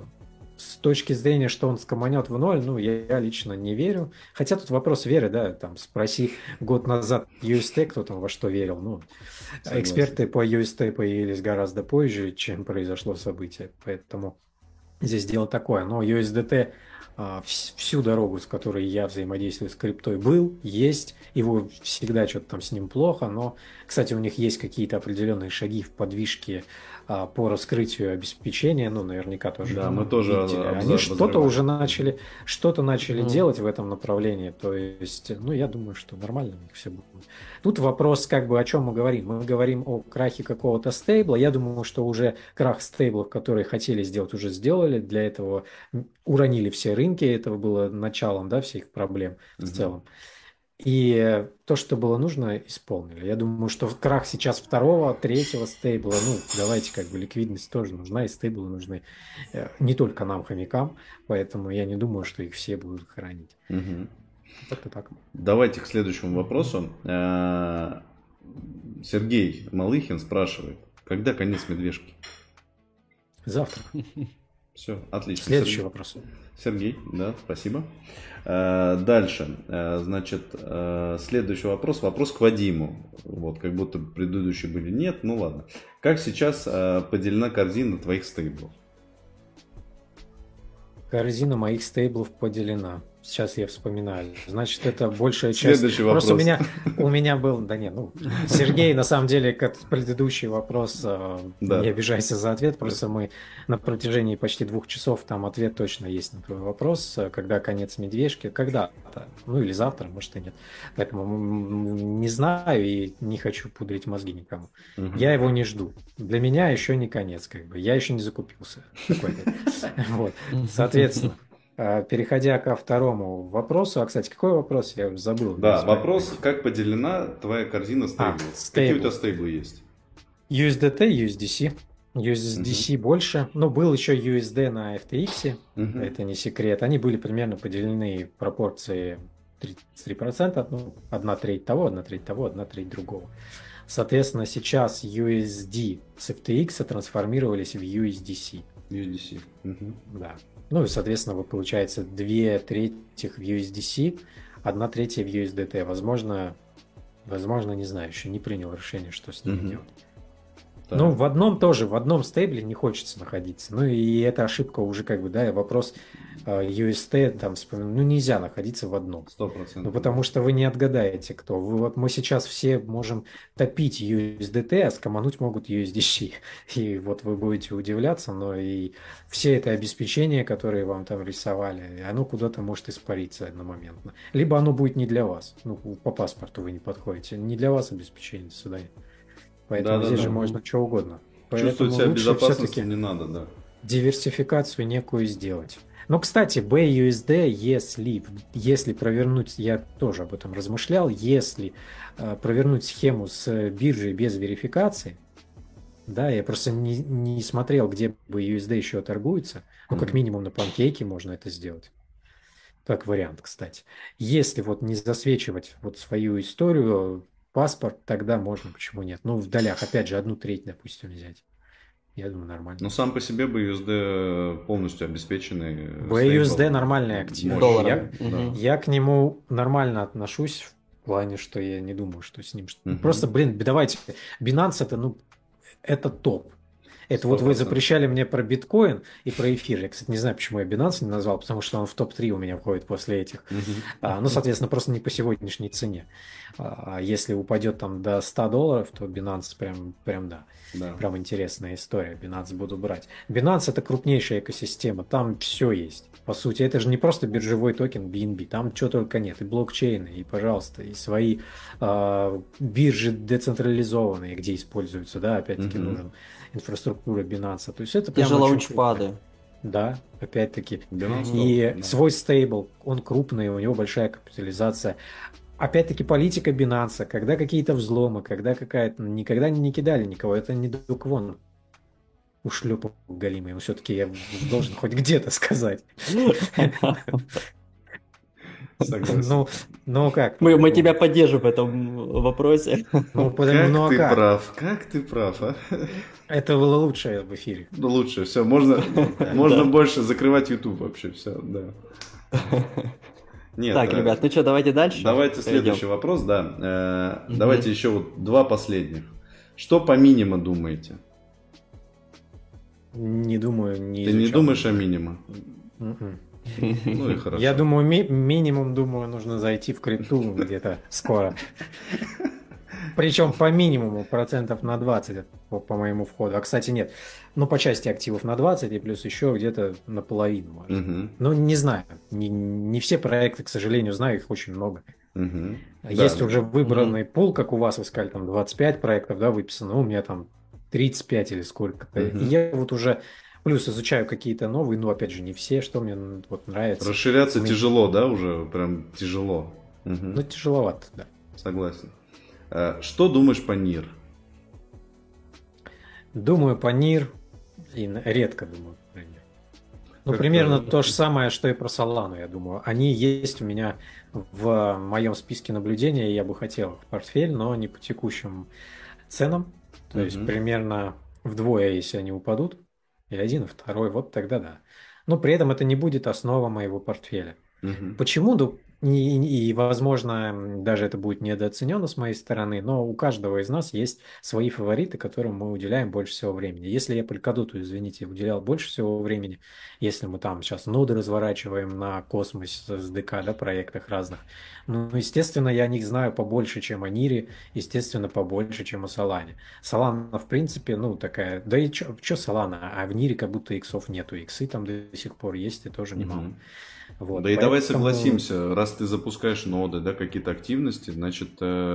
с точки зрения, что он скоманет в ноль, ну, я лично не верю. Хотя тут вопрос веры, да, там, спроси год назад UST, кто там во что верил, ну, Согласен. эксперты по UST появились гораздо позже, чем произошло событие, поэтому Здесь дело такое, но USDT всю дорогу, с которой я взаимодействую с криптой, был, есть, его всегда что-то там с ним плохо, но, кстати, у них есть какие-то определенные шаги в подвижке по раскрытию обеспечения, ну, наверняка тоже Да, мы тоже видели. Они что-то уже начали делать в этом направлении, то есть, ну, я думаю, что нормально у них все будет. Тут вопрос, как бы, о чем мы говорим. Мы говорим о крахе какого-то стейбла. Я думаю, что уже крах стейблов, которые хотели сделать, уже сделали. Для этого уронили все рынки. Это было началом, да, всех проблем в целом. И то, что было нужно, исполнили. Я думаю, что крах сейчас второго, третьего стейбла, ну, давайте, как бы, ликвидность тоже нужна, и стейблы нужны не только нам, хомякам, поэтому я не думаю, что их все будут хранить. Как-то так. Давайте к следующему вопросу. Сергей Малыхин спрашивает, когда конец медвежки? Завтра. Все, отлично. Следующий вопрос. Сергей, да, спасибо. Дальше, значит, следующий вопрос. Вопрос к Вадиму. Вот, как будто предыдущие были нет, ну ладно. Как сейчас поделена корзина твоих стейблов? Корзина моих стейблов поделена. Сейчас я вспоминаю. Значит, это большая часть. Следующий вопрос. Просто у меня был, да нет, ну, Сергей, на самом деле, как предыдущий вопрос, не обижайся за ответ, просто мы на протяжении почти 2 часов, там ответ точно есть на твой вопрос, когда конец медвежки, когда-то, ну или завтра, может и нет. Поэтому не знаю и не хочу пудрить мозги никому. Я его не жду. Для меня еще не конец, как бы, я еще не закупился. Вот, соответственно. Переходя ко второму вопросу, а, кстати, какой вопрос? Я забыл. Да, вопрос, как поделена твоя корзина стейблов? Какие у тебя стейблы есть? USDT, USDC. USDC больше, но был еще USD на FTX, это не секрет. Они были примерно поделены в пропорции 33%, ну, 1/3 того, 1/3 того, 1/3 другого. Соответственно, сейчас USD с FTX трансформировались в USDC. USDC. Да. Ну и, соответственно, вы, получается, 2/3 в USDC, 1/3 в USDT. Возможно, не знаю, еще не принял решение, что с ними делать. Так. Ну, в одном стейбле не хочется находиться. Ну и эта ошибка уже как бы, да, вопрос UST, там, ну нельзя находиться в одном. 100%. Ну, потому что вы не отгадаете, кто. Вот мы сейчас все можем топить USDT, а скомануть могут USDC. И вот вы будете удивляться, но и все это обеспечение, которое вам там рисовали, оно куда-то может испариться одномоментно. Либо оно будет не для вас. Ну, по паспорту вы не подходите. Не для вас обеспечение сюда. Поэтому здесь же можно что угодно. Чувствовать себя безопасности не надо, да. Диверсификацию некую сделать. Но, кстати, BUSD, если провернуть, я тоже об этом размышлял, если провернуть схему с биржей без верификации, да, я просто не смотрел, где BUSD еще торгуется, но как минимум на панкейке можно это сделать. Как вариант, кстати. Если вот не засвечивать вот свою историю, паспорт, тогда можно, почему нет. Ну, в долях, опять же, 1/3, допустим, взять. Я думаю, нормально. Но сам по себе BUSD полностью обеспеченный. BUSD нормальный актив. Доллар. Я к нему нормально отношусь в плане, что я не думаю, что с ним... Просто, блин, давайте, Binance это топ. Это 100%. Вот вы запрещали мне про биткоин и про эфир. Я, кстати, не знаю, почему я Binance не назвал, потому что он в топ-3 у меня входит после этих. Ну, соответственно, просто не по сегодняшней цене. Если упадет там до $100, то Binance прям да. Прям интересная история. Binance буду брать. Binance это крупнейшая экосистема. Там все есть. По сути, это же не просто биржевой токен BNB. Там чего только нет. И блокчейны, и, пожалуйста, и свои биржи децентрализованные, где используются, да, опять-таки нужен инфраструктура Binance. То есть это прям же лаунчпады. Да, опять-таки. И свой стейбл, он крупный, у него большая капитализация. Опять-таки политика Binance, когда какие-то взломы, когда какая-то... Никогда не кидали никого, это не Дуквон ушлепок галимый. Все-таки я должен хоть где-то сказать. Ну как? Мы тебя поддержим в этом вопросе. Как ты прав, а? Это было лучшее в эфире. Ну лучше, все, можно больше закрывать YouTube вообще, все, да. Нет, так, ребят, ну что, давайте дальше. Давайте следующий вопрос, да. Давайте еще вот 2 последних. Что по минимуму думаете? Не думаю, не Ты не изучал. думаешь о минима? Мгм. Ну и хорошо. Я думаю, минимум, думаю, нужно зайти в крипту где-то скоро. Причем по минимуму процентов на 20 по моему входу. А, кстати, нет. Ну, по части активов на 20 и плюс еще где-то наполовину, может. Мгм. Ну, не знаю. Не все проекты, к сожалению, знаю, их очень много. Мгм. Есть Да. уже выбранный пул, как у вас, вы сказали, там 25 проектов, да, выписано. У меня там 35 или сколько-то. И Мгм. я вот уже плюс изучаю какие-то новые, но опять же не все, что мне вот нравится. Расширяться Мне- тяжело, да, уже прям тяжело. Мгм. Ну, тяжеловато, да. Согласен. Что думаешь по НИР? Думаю по НИР и редко думаю про НИР. Ну, Как-то- примерно то же самое, что и про Solana, я думаю. Они есть у меня в моем списке наблюдения, и я бы хотел их в портфель, но не по текущим ценам. То есть Мгм. примерно вдвое, если они упадут, и один, и второй, вот тогда да. Но при этом это не будет основа моего портфеля. Мгм. Почему? Да, и, возможно, даже это будет недооценено с моей стороны, но у каждого из нас есть свои фавориты, которым мы уделяем больше всего времени. Если я Polkadot, извините, уделял больше всего времени, если мы там сейчас ноды разворачиваем на космос с ДК, да, проектах разных, ну, естественно, я о них знаю побольше, чем о Нире, естественно, побольше, чем о Солане. Солана, в принципе, ну, такая, да и чё Солана, а в Нире как будто иксов нету, иксы там до сих пор есть и тоже немало. Мгм. Вот, Да и давай поэтому... согласимся, раз ты запускаешь ноды, да, какие-то активности, значит,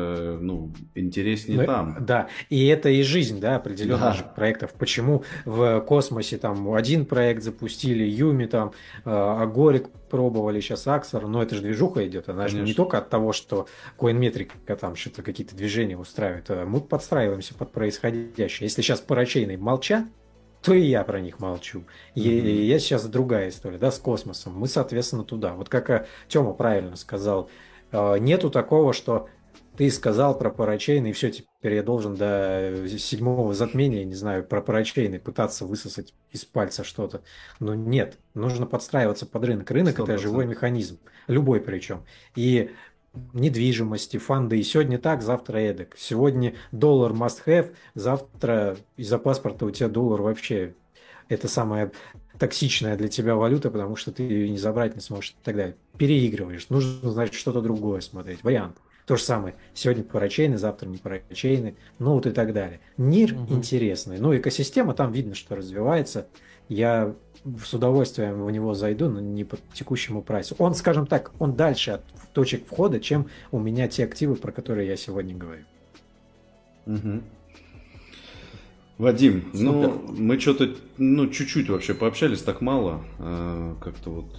ну, интереснее Ну, там. да, и это и жизнь, да, определенных Да. же проектов. Почему в космосе там один проект запустили, Юми там, Агорик пробовали, сейчас Аксор, но это же движуха идет, она же не Конечно. только от того, что Coinmetrica там что-то, какие-то движения устраивает, мы подстраиваемся под происходящее. Если сейчас парачейны молчат, то и я про них молчу. И Мгм. я сейчас другая история, да, с космосом. Мы, соответственно, туда. Вот как Тёма правильно сказал, нету такого, что ты сказал про парачейны, и все, теперь я должен до седьмого затмения, не знаю, про парачейны пытаться высосать из пальца что-то. Но нет, нужно подстраиваться под рынок. Рынок – это живой 100%. механизм, любой причем. И недвижимости, фонды. И сегодня так, завтра эдак. Сегодня доллар must have, завтра из-за паспорта у тебя доллар вообще это самая токсичная для тебя валюта, потому что ты ее не забрать не сможешь и так далее. Переигрываешь. Нужно, значит, что-то другое смотреть. Вариант. То же самое. Сегодня парачейны, завтра не парачейны, ну вот и так далее. Мир интересный. Ну, экосистема, там видно, что развивается. Я с удовольствием в него зайду, но не по текущему прайсу. Он, скажем так, он дальше от точек входа, чем у меня те активы, про которые я сегодня говорю. Мгм. Вадим, ну, Супер. мы что-то, ну, чуть-чуть вообще пообщались, так мало, как-то вот.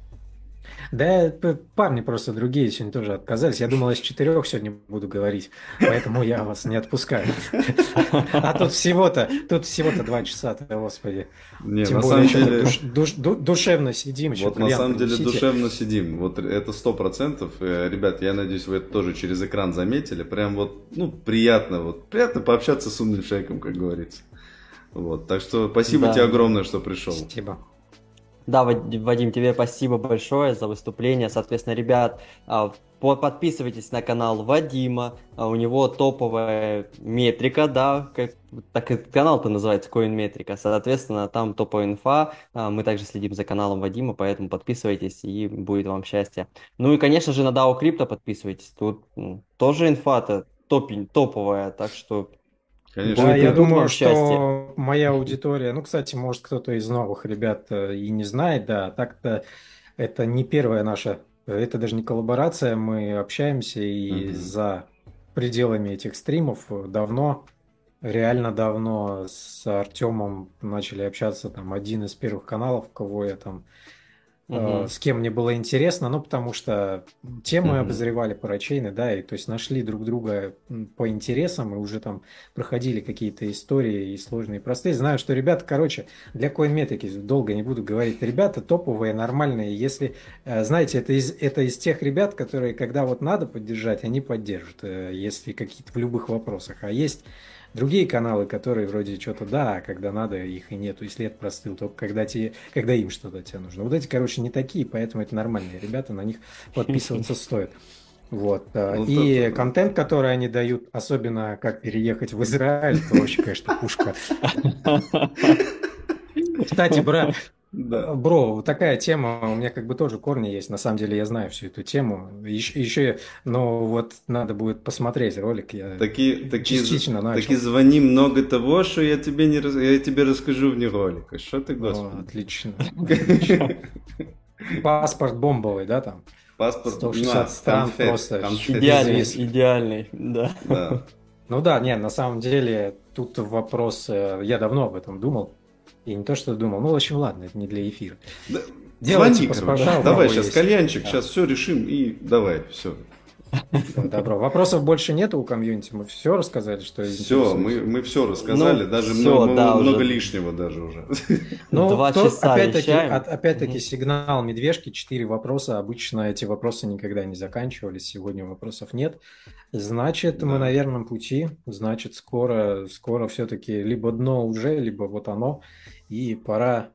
Да, парни просто другие сегодня тоже отказались. Я думал, я с 4 сегодня буду говорить, поэтому я вас не отпускаю. А тут всего-то 2 часа, господи. Не, Тем на более, самом еще деле, душевно сидим, еще вот на кальян самом деле принесите. душевно сидим, вот это 100%. Ребят, я надеюсь, вы это тоже через экран заметили, прям вот, ну, приятно пообщаться с умным человеком, как говорится. Вот, так что спасибо Да. тебе огромное, что пришел. Спасибо. Да, Вадим, тебе спасибо большое за выступление. Соответственно, ребят, подписывайтесь на канал Вадима. У него топовая метрика, да, так и канал-то называется Coinmetrica. Соответственно, там топовая инфа. Мы также следим за каналом Вадима, поэтому подписывайтесь, и будет вам счастье. Ну и, конечно же, на DAO Crypto подписывайтесь. Тут тоже инфа-то топовая, так что Конечно. Да, я будет думаю, вам счастье. что моя аудитория, ну, кстати, может, кто-то из новых ребят и не знает, да, так-то это не первая наша, это даже не коллаборация, мы общаемся и Мгм. за пределами этих стримов давно, реально давно с Артемом начали общаться, там, один из первых каналов, кого я там Мгм. с кем мне было интересно, ну, потому что темы Мгм. обозревали парачейны, да, и то есть нашли друг друга по интересам и уже там проходили какие-то истории и сложные, и простые. Знаю, что ребята, короче, для Coinmetrica, долго не буду говорить, ребята топовые, нормальные, если, знаете, это из тех ребят, которые, когда вот надо поддержать, они поддержат, если какие-то в любых вопросах, а есть другие каналы, которые вроде что-то да, а когда надо, их и нету, и след простыл, только когда им что-то тебе нужно. Вот эти, короче, не такие, поэтому это нормальные ребята, на них подписываться стоит. Вот. Вот И это да. контент, который они дают, особенно как переехать в Израиль, это вообще, конечно, пушка. Кстати, Да. бро, вот такая тема, у меня как бы тоже корни есть. На самом деле я знаю всю эту тему. Еще, но вот надо будет посмотреть ролик. Я частично начал. Таки звони много того, что я тебе я тебе расскажу вне ролика. Что ты, господи? Отлично. Паспорт бомбовый, да, там? Паспорт 160 стран просто. Идеальный, да. Ну да, нет, на самом деле тут вопрос, я давно об этом думал. И не то, что думал, ну, в общем, ладно, это не для эфира. Да, звони, короче. Давай сейчас кальянчик, сейчас все решим и давай, все. Добро. Вопросов больше нету у комьюнити? Мы все рассказали, что все, мы все рассказали, даже много лишнего даже уже. Ну, 2 часа опять-таки сигнал медвежки, 4 вопроса. Обычно эти вопросы никогда не заканчивались, сегодня вопросов нет. Значит, мы на верном пути, значит, скоро все-таки либо дно уже, либо вот оно. И пора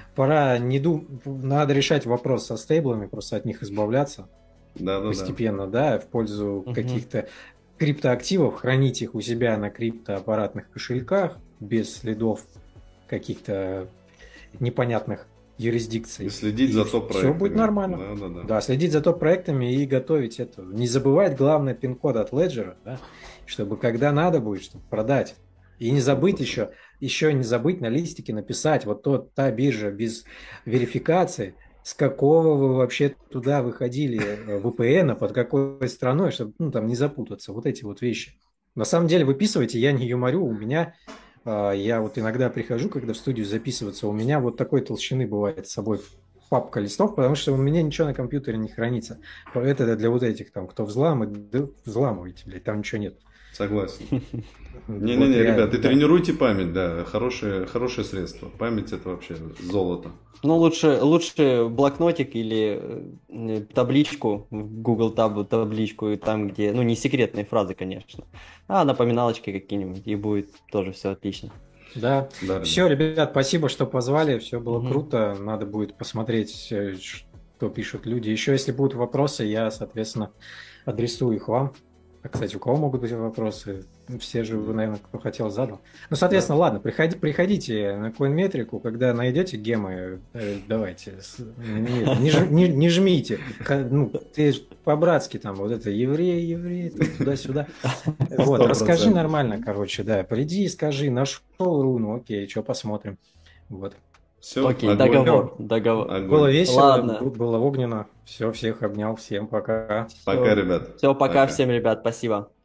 надо решать вопрос со стейблами, просто от них избавляться. Постепенно, да, в пользу каких-то криптоактивов, хранить их у себя на криптоаппаратных кошельках без следов каких-то непонятных юрисдикций. И следить за топ-проектами. Все будет нормально. Да, следить за топ-проектами и готовить это. Не забывать, главное, пин-код от Ledger, да, чтобы когда надо будет, чтобы продать. И не забыть еще не забыть на листике написать вот та биржа без верификации, с какого вы вообще туда выходили VPN, под какой страной, чтобы там не запутаться. Вот эти вот вещи. На самом деле выписывайте, я не юморю, у меня, я вот иногда прихожу, когда в студию записываться, у меня вот такой толщины бывает с собой папка листов, потому что у меня ничего на компьютере не хранится. Это для вот этих там, кто взламывает, да взламывайте, блядь, там ничего нет. Согласен. Не-не-не, ребят, и тренируйте память, да, хорошее средство. Память это вообще золото. Ну, лучше блокнотик или табличку, в Google табличку, и там, где, ну, не секретные фразы, конечно, а напоминалочки какие-нибудь, и будет тоже все отлично. Да. Все, ребят, спасибо, что позвали, все было круто, надо будет посмотреть, что пишут люди. Еще, если будут вопросы, я, соответственно, адресую их вам. Кстати, у кого могут быть вопросы? Все же вы, наверное, кто хотел, задал. Ну, соответственно, ладно, приходите на Coinmetric, когда найдете гемы, давайте, не жмите. Ну, ты по-братски там, вот это еврей, туда-сюда. Вот, расскажи нормально, короче, да, приди и скажи, нашел руну, окей, что посмотрим. Вот. Все, окей, договор. Было весело, ладно. Было огненно. Все, всех обнял, всем пока. Пока, ребят. Все, пока всем, ребят, спасибо.